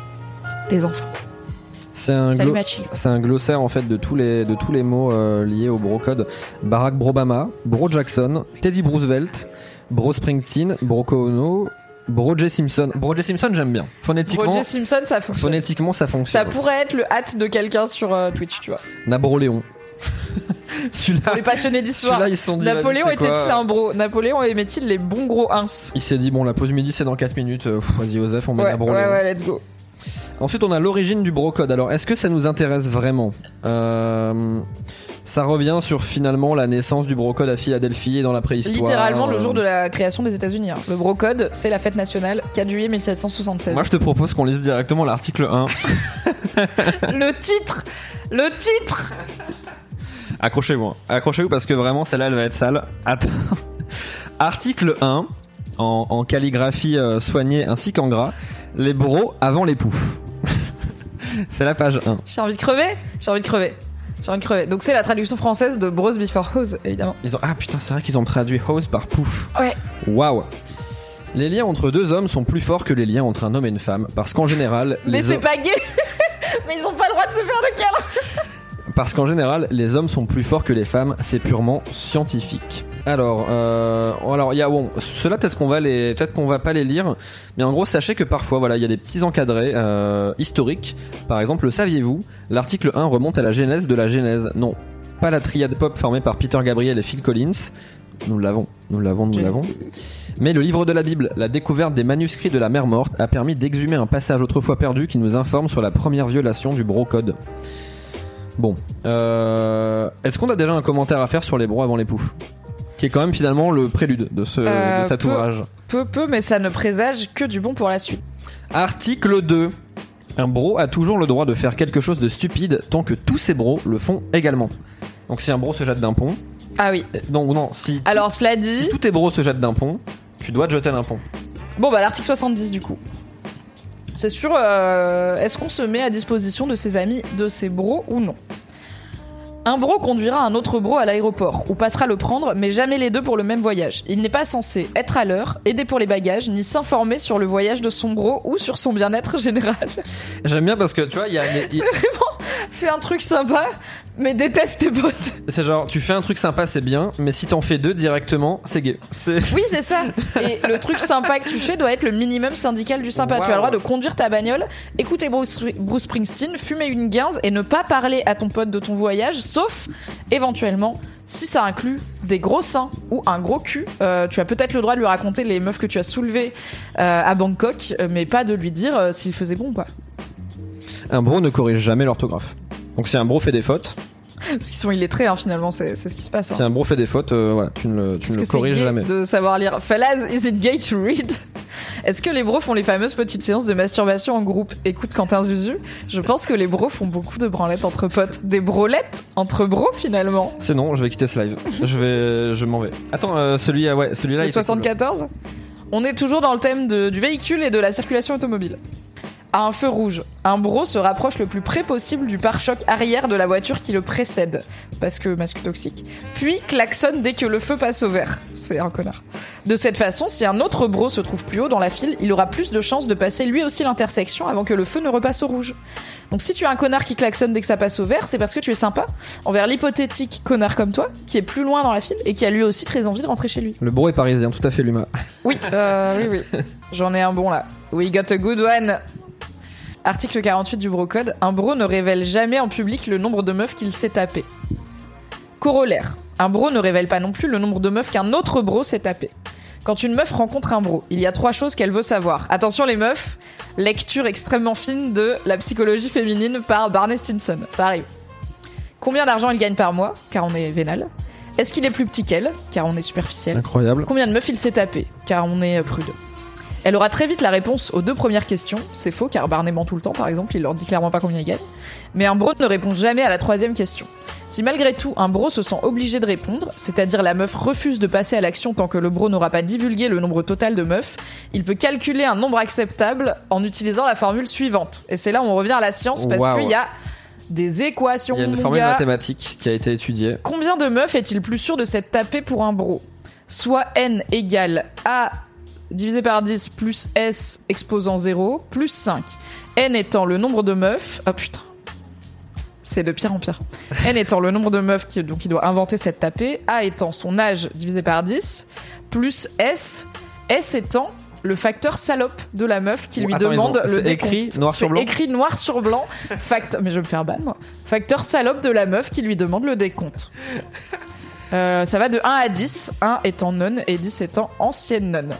des enfants.
C'est un,
Salut
glo-
Mathilde.
c'est un glossaire en fait de tous les, de tous les mots euh, liés au bro code. Barack Obama, Bro Jackson, Teddy Roosevelt, Bro Springsteen, Bro Ono, Bro J Simpson. Bro J Simpson j'aime bien. Phonétiquement,
Roger Simpson, ça fonctionne.
phonétiquement ça
Ça
fonctionne.
pourrait être le hâte de quelqu'un sur euh, Twitch, tu vois.
Napoléon. Celui-là,
Pour les passionnés d'histoire.
celui-là ils se sont dit,
Napoléon
vas-y, c'est
était-il
quoi
un bro ? Napoléon aimait-il les bons gros ins ?
Il s'est dit bon la pause midi c'est dans quatre minutes. euh, pff, vas-y Osef on met
Ouais,
Napoléon.
ouais, ouais, let's go.
Ensuite, on a l'origine du brocode. Alors, est-ce que ça nous intéresse vraiment ? euh, Ça revient sur finalement la naissance du brocode à Philadelphie et dans la préhistoire.
Littéralement le
Euh,
jour de la création des États-Unis. Hein. Le brocode, c'est la fête nationale, quatre juillet mille sept cent soixante-seize.
Moi, je te propose qu'on lise directement l'article un.
Le titre Le titre
Accrochez-vous. hein. Accrochez-vous parce que vraiment, celle-là, elle va être sale. Attends. Article un, en, en calligraphie euh, soignée ainsi qu'en gras. Les bros avant les poufs. C'est la page un.
J'ai envie de crever J'ai envie de crever. J'ai envie de crever. Donc c'est la traduction française de Bros Before Hose, évidemment.
Ils ont... Ah putain, c'est vrai qu'ils ont traduit hose par pouf.
Ouais.
Waouh. Les liens entre deux hommes sont plus forts que les liens entre un homme et une femme, parce qu'en général,
Mais
les
c'est
hommes...
pas gay Mais ils ont pas le droit de se faire de câlin.
parce qu'en général, les hommes sont plus forts que les femmes. C'est purement scientifique. Alors, euh, alors il y a bon, ceux-là peut-être qu'on va les, peut-être qu'on va pas les lire, mais en gros sachez que parfois voilà il y a des petits encadrés euh, historiques. Par exemple, le saviez-vous ? L'article un remonte à la genèse de la genèse. Non, pas la triade pop formée par Peter Gabriel et Phil Collins. Nous l'avons, nous l'avons, nous l'avons. Mais le livre de la Bible, la découverte des manuscrits de la mer morte, a permis d'exhumer un passage autrefois perdu qui nous informe sur la première violation du brocode. Bon, euh, est-ce qu'on a déjà un commentaire à faire sur les bros avant les poufs ? Qui est quand même finalement le prélude de, ce,
Euh,
de cet
peu.
ouvrage.
Peu, peu, mais ça ne présage que du bon pour la suite.
Article deux. Un bro a toujours le droit de faire quelque chose de stupide tant que tous ses bros le font également. Donc si un bro se jette d'un pont...
Ah oui.
Non, non, si,
Alors cela
si
dit...
tous tes bros se jettent d'un pont, tu dois te jeter d'un pont.
Bon bah l'article soixante-dix du coup. C'est sûr, euh, est-ce qu'on se met à disposition de ses amis, de ses bros ou non ? Un bro conduira un autre bro à l'aéroport, ou passera le prendre, mais jamais les deux pour le même voyage. Il n'est pas censé être à l'heure, aider pour les bagages, ni s'informer sur le voyage de son bro ou sur son bien-être général.
J'aime bien parce que tu vois, il y a... il y a-
C'est vraiment, fais un truc sympa, mais déteste tes potes.
c'est genre, tu fais un truc sympa, c'est bien, mais si t'en fais deux directement, c'est gay. C'est...
Oui, c'est ça. Et le truc sympa que tu fais doit être le minimum syndical du sympa.
Wow.
Tu as le droit de conduire ta bagnole, écouter Bruce, Bruce Springsteen, fumer une guinze et ne pas parler à ton pote de ton voyage, sauf éventuellement si ça inclut des gros seins ou un gros cul. Euh, tu as peut-être le droit de lui raconter les meufs que tu as soulevées euh, à Bangkok, mais pas de lui dire euh, s'il faisait bon ou pas.
Un bro ne corrige jamais l'orthographe. Donc si un bro fait des fautes,
Parce qu'ils sont illettrés, hein, finalement, c'est, c'est ce qui se passe. Hein.
Si un bro fait des fautes, euh, voilà, tu ne le, tu ne le corriges jamais.
De savoir lire. Fellas, is it gay to read? Est-ce que les bros font les fameuses petites séances de masturbation en groupe? Écoute, Quentin Zuzu, je pense que les bros font beaucoup de branlettes entre potes. Des brolettes entre bros, finalement.
C'est non, je vais quitter ce live. je vais, je m'en vais. Attends, euh, celui, ah ouais, celui-là.
Le soixante-quatorze. On est toujours dans le thème de, du véhicule et de la circulation automobile. À un feu rouge, un bro se rapproche le plus près possible du pare-choc arrière de la voiture qui le précède, parce que masque toxique, puis klaxonne dès que le feu passe au vert. C'est un connard. De cette façon, si un autre bro se trouve plus haut dans la file, il aura plus de chances de passer lui aussi l'intersection avant que le feu ne repasse au rouge. Donc si tu as un connard qui klaxonne dès que ça passe au vert, c'est parce que tu es sympa envers l'hypothétique connard comme toi, qui est plus loin dans la file et qui a lui aussi très envie de rentrer chez lui.
Le bro est parisien, tout à fait l'humain.
Oui, euh, oui, oui. J'en ai un bon là. We got a good one. Article quarante-huit du Brocode, un bro ne révèle jamais en public le nombre de meufs qu'il s'est tapé. Corollaire, un bro ne révèle pas non plus le nombre de meufs qu'un autre bro s'est tapé. Quand une meuf rencontre un bro, il y a trois choses qu'elle veut savoir. Attention les meufs, lecture extrêmement fine de La psychologie féminine par Barney Stinson, ça arrive. Combien d'argent il gagne par mois, car on est vénal. Est-ce qu'il est plus petit qu'elle, car on est superficiel.
Incroyable.
Combien de meufs il s'est tapé, car on est prude. Elle aura très vite la réponse aux deux premières questions. C'est faux, car Barney ment tout le temps, par exemple, il leur dit clairement pas combien il gagne. Mais un bro ne répond jamais à la troisième question. Si malgré tout, un bro se sent obligé de répondre, c'est-à-dire la meuf refuse de passer à l'action tant que le bro n'aura pas divulgué le nombre total de meufs, il peut calculer un nombre acceptable en utilisant la formule suivante. Et c'est là où on revient à la science, parce
wow.
qu'il y a des équations.
Il y a une formule mathématique qui a été étudiée.
Combien de meufs est-il plus sûr de s'être tapé pour un bro? Soit n égale a divisé par dix plus S exposant zéro plus cinq. N étant le nombre de meufs... Oh putain. C'est de pire en pire. N étant le nombre de meufs qui, donc, il doit inventer cette tapée. A étant son âge divisé par dix. Plus S. S étant le facteur salope de la meuf qui lui
Attends,
demande
ont...
le
décompte. Écrit noir sur blanc.
C'est écrit noir sur blanc. Fact... Mais je vais me faire ban, moi. Facteur salope de la meuf qui lui demande le décompte. Euh, ça va de un à dix. un étant nonne et dix étant ancienne nonne.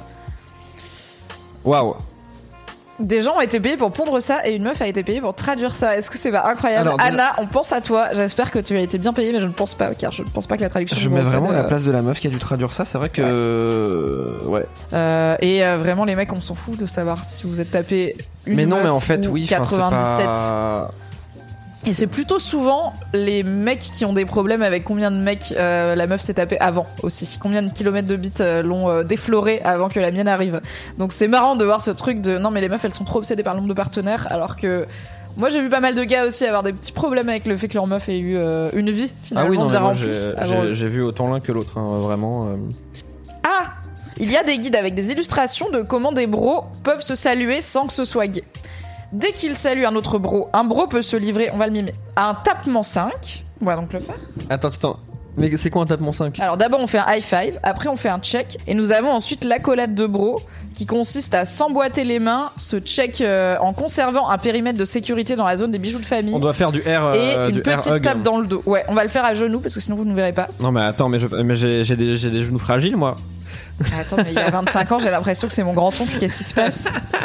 Waouh.
Des gens ont été payés pour pondre ça et une meuf a été payée pour traduire ça. Est-ce que c'est pas incroyable? Alors, Anna, on pense à toi. J'espère que tu as été bien payée, mais je ne pense pas, car je ne pense pas que la traduction...
Je mets vraiment de... la place de la meuf qui a dû traduire ça. C'est vrai que... Ouais. ouais.
Euh, et euh, vraiment, les mecs, on s'en fout de savoir si vous êtes tapé une
mais non,
meuf
mais en fait,
ou
oui,
quatre-vingt-dix-sept.
Pas...
Et c'est plutôt souvent les mecs qui ont des problèmes avec combien de mecs euh, la meuf s'est tapée avant aussi. Combien de kilomètres de bite euh, l'ont euh, défloré avant que la mienne arrive. Donc c'est marrant de voir ce truc de non mais les meufs elles sont trop obsédées par le nombre de partenaires, alors que moi j'ai vu pas mal de gars aussi avoir des petits problèmes avec le fait que leur meuf ait eu euh, une vie finalement
ah oui, non,
bien
moi,
remplie.
J'ai,
avant...
j'ai, j'ai vu autant l'un que l'autre, hein, vraiment. Euh...
Ah, il y a des guides avec des illustrations de comment des bros peuvent se saluer sans que ce soit gay. Dès qu'il salue un autre bro, un bro peut se livrer, on va le mimer, à un tapement cinq. On va donc le faire.
Attends, attends. Mais c'est quoi un tapement cinq?
Alors d'abord on fait un high five, après on fait un check, et nous avons ensuite l'accolade de bro, qui consiste à s'emboîter les mains, se check euh, en conservant un périmètre de sécurité dans la zone des bijoux de famille.
On doit faire du R euh,
et une
du
petite
R-hug.
tape dans le dos. Ouais, on va le faire à genoux, parce que sinon vous ne verrez pas.
Non mais attends, mais, je, mais j'ai, j'ai, des, j'ai des genoux fragiles moi.
Attends, mais il a vingt-cinq ans, j'ai l'impression que c'est mon grand-oncle, qu'est-ce qui se passe?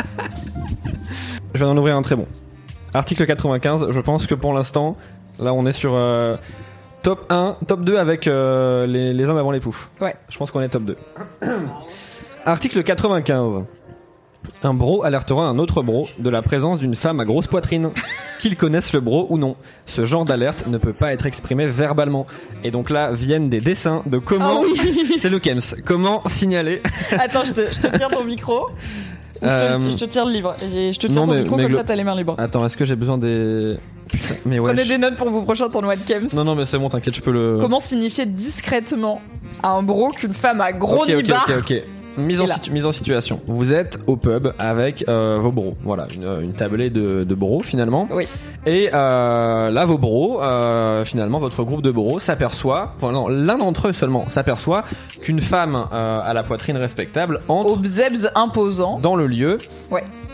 Je viens d'en ouvrir un très bon. Article quatre-vingt-quinze, je pense que pour l'instant, là on est sur euh, top un, top deux avec euh, les, les hommes avant les poufs.
Ouais.
Je pense qu'on est top deux. Article quatre-vingt-quinze. Un bro alertera un autre bro de la présence d'une femme à grosse poitrine. Qu'ils connaissent le bro ou non. Ce genre d'alerte ne peut pas être exprimé verbalement. Et donc là viennent des dessins de comment...
Oh oui.
C'est le Kems. Comment signaler...
Attends, je te, je te tiens ton micro. Ou euh... je, te, je te tire le livre. Je te tiens non, ton mais, micro mais comme glo... ça t'as les mains libres.
Attends, est-ce que j'ai besoin des... Putain, mais ouais,
Prenez
je...
des notes pour vos prochains tournois de Kems.
Non, non, mais c'est bon, t'inquiète, je peux le...
Comment signifier discrètement à un bro qu'une femme a gros
okay,
nibar.
Ok, ok, ok. Mise en, situ- mise en situation. Vous êtes au pub avec euh, vos bros. Voilà, une, une tablée de, de bros finalement.
Oui.
Et euh, là, vos bros, euh, finalement, votre groupe de bros s'aperçoit, enfin non, l'un d'entre eux seulement s'aperçoit qu'une femme euh, à la poitrine respectable entre
au bzebz imposant
dans le lieu.
Ouais.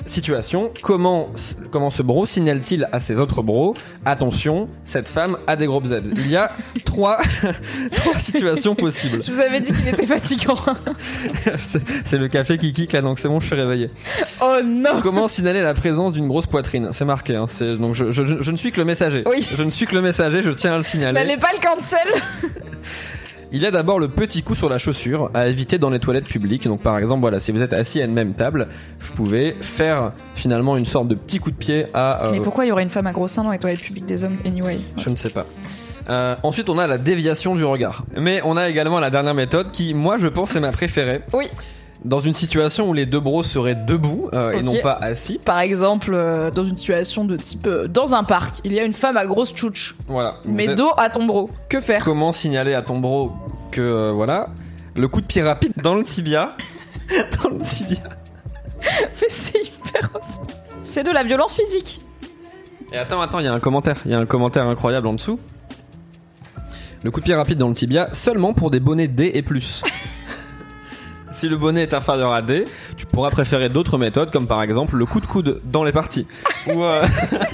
situation, comment, comment ce bro signale-t-il à ses autres bros, attention, cette femme a des gros bzebs. Il y a trois, trois situations possibles.
Je vous avais dit qu'il était fatigant.
c'est, c'est le café qui kick là, donc c'est bon, je suis réveillé.
Oh non.
Comment signaler la présence d'une grosse poitrine? C'est marqué, hein, c'est, donc je, je, je, je ne suis que le messager.
Oui.
Je ne suis que le messager, je tiens à le signaler.
N'allez pas le cancel.
Il y a d'abord le petit coup sur la chaussure à éviter dans les toilettes publiques. Donc par exemple, voilà, si vous êtes assis à une même table, vous pouvez faire finalement une sorte de petit coup de pied à... Euh...
Mais pourquoi il y aurait une femme à gros seins dans les toilettes publiques des hommes anyway?
Je ne sais pas. Euh, ensuite, on a la déviation du regard. Mais on a également la dernière méthode qui, moi, je pense, est ma préférée.
Oui.
Dans une situation où les deux bros seraient debout euh,
okay.
et non pas assis.
Par exemple, euh, dans une situation de type euh, dans un parc, il y a une femme à grosse tchouch.
Voilà.
Mais
êtes...
dos à ton bro. Que faire?
Comment signaler à ton bro que euh, voilà, le coup de pied rapide dans le tibia, dans le tibia.
Mais c'est hyper. C'est de la violence physique.
Et attends, attends, il y a un commentaire, il y a un commentaire incroyable en dessous. Le coup de pied rapide dans le tibia seulement pour des bonnets D et plus. Si le bonnet est inférieur à D, tu pourras préférer d'autres méthodes, comme par exemple le coup de coude dans les parties. Ou euh...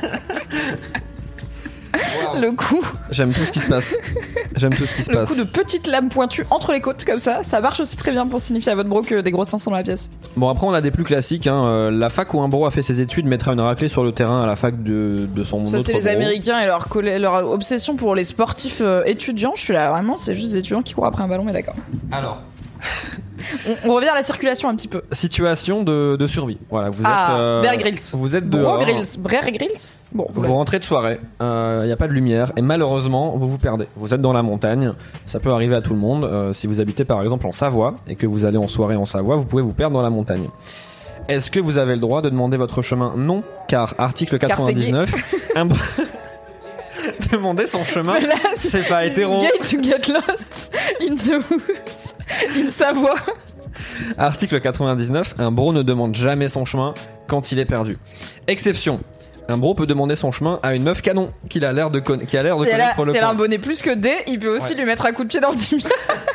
wow.
Le coup.
J'aime tout ce qui se passe. J'aime tout ce qui se
le
passe.
Le coup de petite lame pointue entre les côtes, comme ça, ça marche aussi très bien pour signifier à votre bro que des gros seins sont dans la pièce.
Bon, après on a des plus classiques. Hein. Euh, la fac où un bro a fait ses études mettra une raclée sur le terrain à la fac de, de son
ça,
autre
c'est les
bro.
Américains et leur, leur obsession pour les sportifs euh, étudiants. Je suis là, vraiment, c'est juste des étudiants qui courent après un ballon, mais d'accord.
Alors...
On, on revient à la circulation un petit peu.
Situation de, de survie. Voilà, vous
ah,
êtes. Euh,
Bear Grylls.
Vous êtes dehors.
Grills. Bear Grylls. Bon.
Vous, vous rentrez de soirée. Il euh, n'y a pas de lumière et malheureusement vous vous perdez. Vous êtes dans la montagne. Ça peut arriver à tout le monde. Euh, si vous habitez par exemple en Savoie et que vous allez en soirée en Savoie, vous pouvez vous perdre dans la montagne. Est-ce que vous avez le droit de demander votre chemin? Non, car article quatre-vingt-dix-neuf. un... Demander son chemin, c'est pas hétéro.
Gay to get lost in the woods in Savoie.
Article quatre-vingt-dix-neuf, un bro ne demande jamais son chemin quand il est perdu. Exception, un bro peut demander son chemin à une meuf canon qui a l'air de, con- qui a l'air de
si
connaître
a,
le
si elle
point.
a un bonnet plus que D, il peut aussi ouais. lui mettre un coup de pied dans le tibia.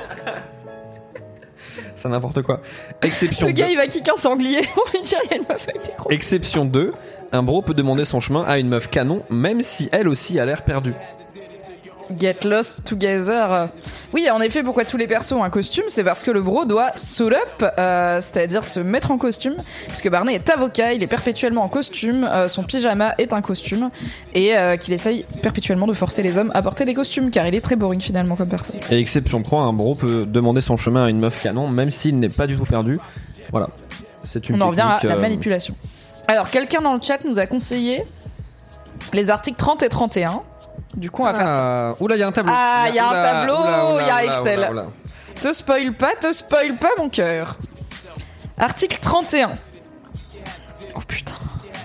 C'est n'importe quoi. Exception
le gars
deux.
Il va kicker un sanglier pour lui dire il y a une meuf avec des gros.
Exception deux, un bro peut demander son chemin à une meuf canon même si elle aussi a l'air perdue.
Get lost together. Oui, en effet, pourquoi tous les persos ont un costume? C'est parce que le bro doit suit up, euh, c'est-à-dire se mettre en costume. Parce que Barney est avocat, il est perpétuellement en costume, euh, son pyjama est un costume, et euh, qu'il essaye perpétuellement de forcer les hommes à porter des costumes, car il est très boring finalement comme personne.
Et exception trois, un bro peut demander son chemin à une meuf canon, même s'il n'est pas du tout perdu. Voilà. C'est une
On en revient à
euh...
la manipulation. Alors, quelqu'un dans le chat nous a conseillé les articles trente et trente et un. Du coup, on va
ah,
faire ça.
Oula, il y a un tableau.
Ah, il y a
oula,
un tableau, il y a Excel.
Oula, oula.
Te spoil pas, te spoil pas, mon cœur. Article trente et un. Oh putain.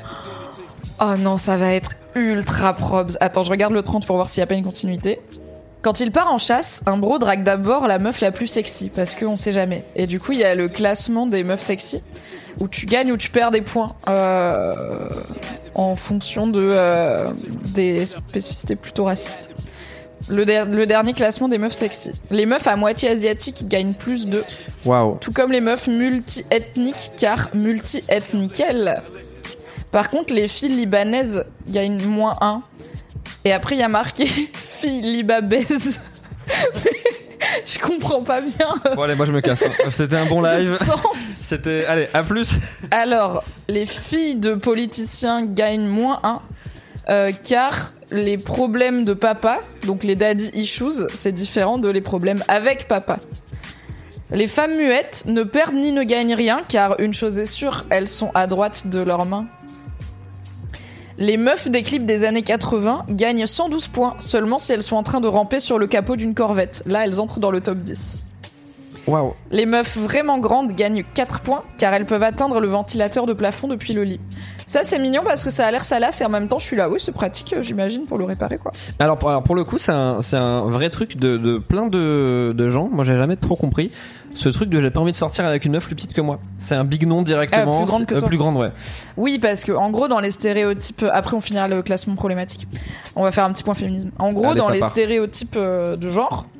Oh non, ça va être ultra probs. Attends, je regarde le trente pour voir s'il n'y a pas une continuité. Quand il part en chasse, un bro drague d'abord la meuf la plus sexy, parce qu'on sait jamais. Et du coup, il y a le classement des meufs sexy, où tu gagnes ou tu perds des points euh, en fonction de euh, des spécificités plutôt racistes. Le, der- le dernier classement des meufs sexy. Les meufs à moitié asiatiques gagnent plus de.
Waouh.
Tout comme les meufs multi-ethniques, car multi-ethniquelles. Par contre, les filles libanaises gagnent moins un. Et après, il y a marqué filles libabaises. Je comprends pas bien.
Bon allez, moi je me casse. C'était un bon live.
Sens.
C'était allez, à plus.
Alors, les filles de politiciens gagnent moins un, euh, car les problèmes de papa, donc les daddy issues, c'est différent de les problèmes avec papa. Les femmes muettes ne perdent ni ne gagnent rien, car une chose est sûre, elles sont à droite de leurs mains. Les meufs des clips des années quatre-vingts gagnent cent douze points, seulement si elles sont en train de ramper sur le capot d'une Corvette. Là, elles entrent dans le top dix.
Waouh.
Les meufs vraiment grandes gagnent quatre points, car elles peuvent atteindre le ventilateur de plafond depuis le lit. Ça, c'est mignon parce que ça a l'air salace et en même temps, je suis là, oui, c'est pratique, j'imagine, pour le réparer, quoi.
Alors, pour, alors pour le coup, c'est un, c'est un vrai truc de, de plein de, de gens. Moi, j'ai jamais trop compris. Ce truc de j'ai pas envie de sortir avec une meuf plus petite que moi. C'est un big non directement.
Euh, plus grande que
euh,
toi.
Plus grande, ouais.
Oui, parce que en gros, dans les stéréotypes, après on finira le classement problématique. On va faire un petit point féminisme. En gros,
Allez,
dans
ça
les
part.
stéréotypes euh, de genre,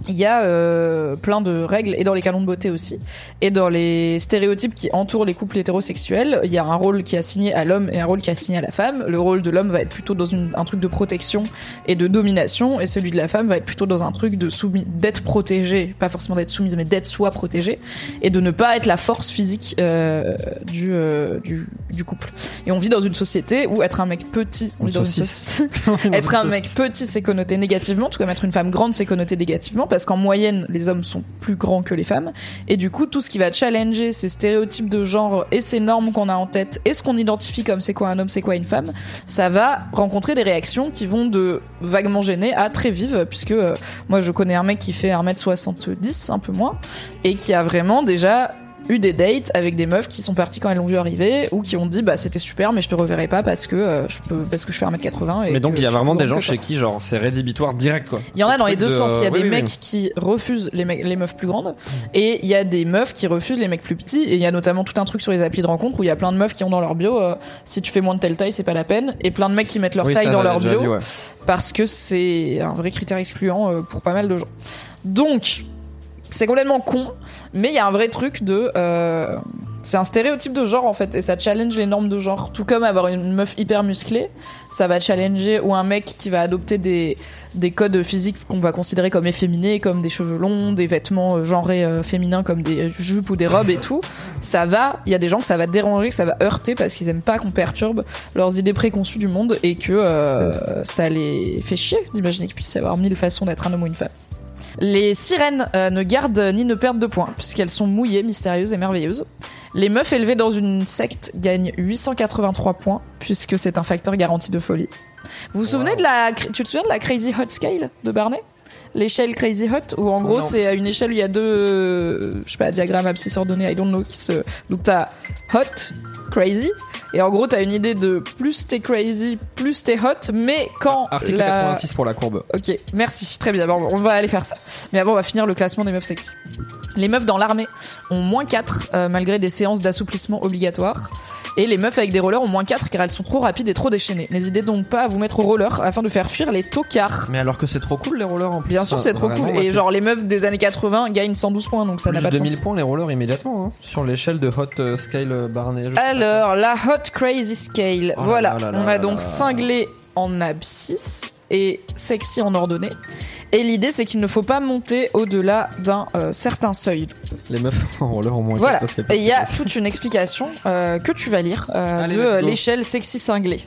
il y a euh, plein de règles, et dans les canons de beauté aussi, et dans les stéréotypes qui entourent les couples hétérosexuels. Il y a un rôle qui est assigné à l'homme et un rôle qui est assigné à la femme. Le rôle de l'homme va être plutôt dans une, un truc de protection et de domination, et celui de la femme va être plutôt dans un truc de soumis, d'être protégée, pas forcément d'être soumise, mais d'être soi protégée, et de ne pas être la force physique euh, du, euh, du, du couple. Et on vit dans une société où être un mec petit, on vit dans une société, être un mec petit c'est connoté négativement, tout comme être une femme grande c'est connoté négativement, parce qu'en moyenne les hommes sont plus grands que les femmes, et du coup tout ce qui va challenger ces stéréotypes de genre et ces normes qu'on a en tête et ce qu'on identifie comme c'est quoi un homme, c'est quoi une femme, ça va rencontrer des réactions qui vont de vaguement gênées à très vives, puisque euh, moi je connais un mec qui fait un mètre soixante-dix, un peu moins, et qui a vraiment déjà eu des dates avec des meufs qui sont parties quand elles l'ont vu arriver, ou qui ont dit bah c'était super mais je te reverrai pas parce que euh, je peux parce que je fais un mètre quatre-vingts. Et
mais donc il y a vraiment des gens
que
chez qui genre c'est rédhibitoire direct quoi.
Il y en a dans les deux
de...
sens, il y a
oui,
des
oui,
mecs
oui.
qui refusent les, me- les meufs plus grandes, et il y a des meufs qui refusent les mecs plus petits, et il y a notamment tout un truc sur les applis de rencontre où il y a plein de meufs qui ont dans leur bio euh, si tu fais moins de telle taille c'est pas la peine, et plein de mecs qui mettent leur
Oui,
taille
ça,
dans
j'avais
leur
déjà
bio
vu, ouais.
parce que c'est un vrai critère excluant euh, pour pas mal de gens. Donc c'est complètement con, mais il y a un vrai truc de euh, c'est un stéréotype de genre en fait, et ça challenge les normes de genre, tout comme avoir une meuf hyper musclée ça va challenger, ou un mec qui va adopter des, des codes physiques qu'on va considérer comme efféminés, comme des cheveux longs, des vêtements genrés euh, féminins comme des jupes ou des robes et tout. Ça va, il y a des gens que ça va déranger, que ça va heurter parce qu'ils aiment pas qu'on perturbe leurs idées préconçues du monde, et que euh, ça les fait chier d'imaginer qu'il puisse y avoir mille façons d'être un homme ou une femme. Les sirènes euh, ne gardent ni ne perdent de points, puisqu'elles sont mouillées, mystérieuses et merveilleuses. Les meufs élevées dans une secte gagnent huit cent quatre-vingt-trois points, puisque c'est un facteur garanti de folie. Vous vous souvenez wow. de la... Tu te souviens de la Crazy Hot Scale de Barney ? L'échelle Crazy Hot, où en gros non. c'est une échelle où il y a deux, euh, je sais pas, diagrammes abscisses ordonnés, I don't know, qui se... Donc t'as Hot, Crazy, et en gros t'as une idée de plus t'es crazy, plus t'es hot, mais quand
article
la...
quatre-vingt-six pour la courbe.
Ok, merci, très bien, bon, on va aller faire ça. Mais avant on va finir le classement des meufs sexy. Les meufs dans l'armée ont moins quatre euh, malgré des séances d'assouplissement obligatoires. Et les meufs avec des rollers ont moins quatre car elles sont trop rapides et trop déchaînées. N'hésitez donc pas à vous mettre au roller afin de faire fuir les tocards.
Mais alors que c'est trop cool les rollers en plus.
Bien sûr, c'est trop cool. Et genre les meufs des années quatre-vingts gagnent cent douze points, donc ça n'a pas de sens.
deux mille points les rollers immédiatement hein, sur l'échelle de Hot euh, Scale euh, Barney.
Alors la Hot Crazy Scale,
oh
voilà.
Là là là
on
là
a
là
donc
là.
cinglé en abscisse et sexy en ordonnée. Et l'idée c'est qu'il ne faut pas monter au-delà d'un euh, certain seuil.
Les meufs en roller au moins.
Voilà. Et il y a toute une explication euh, que tu vas lire euh,
Allez,
de
let's go.
l'échelle sexy cinglée.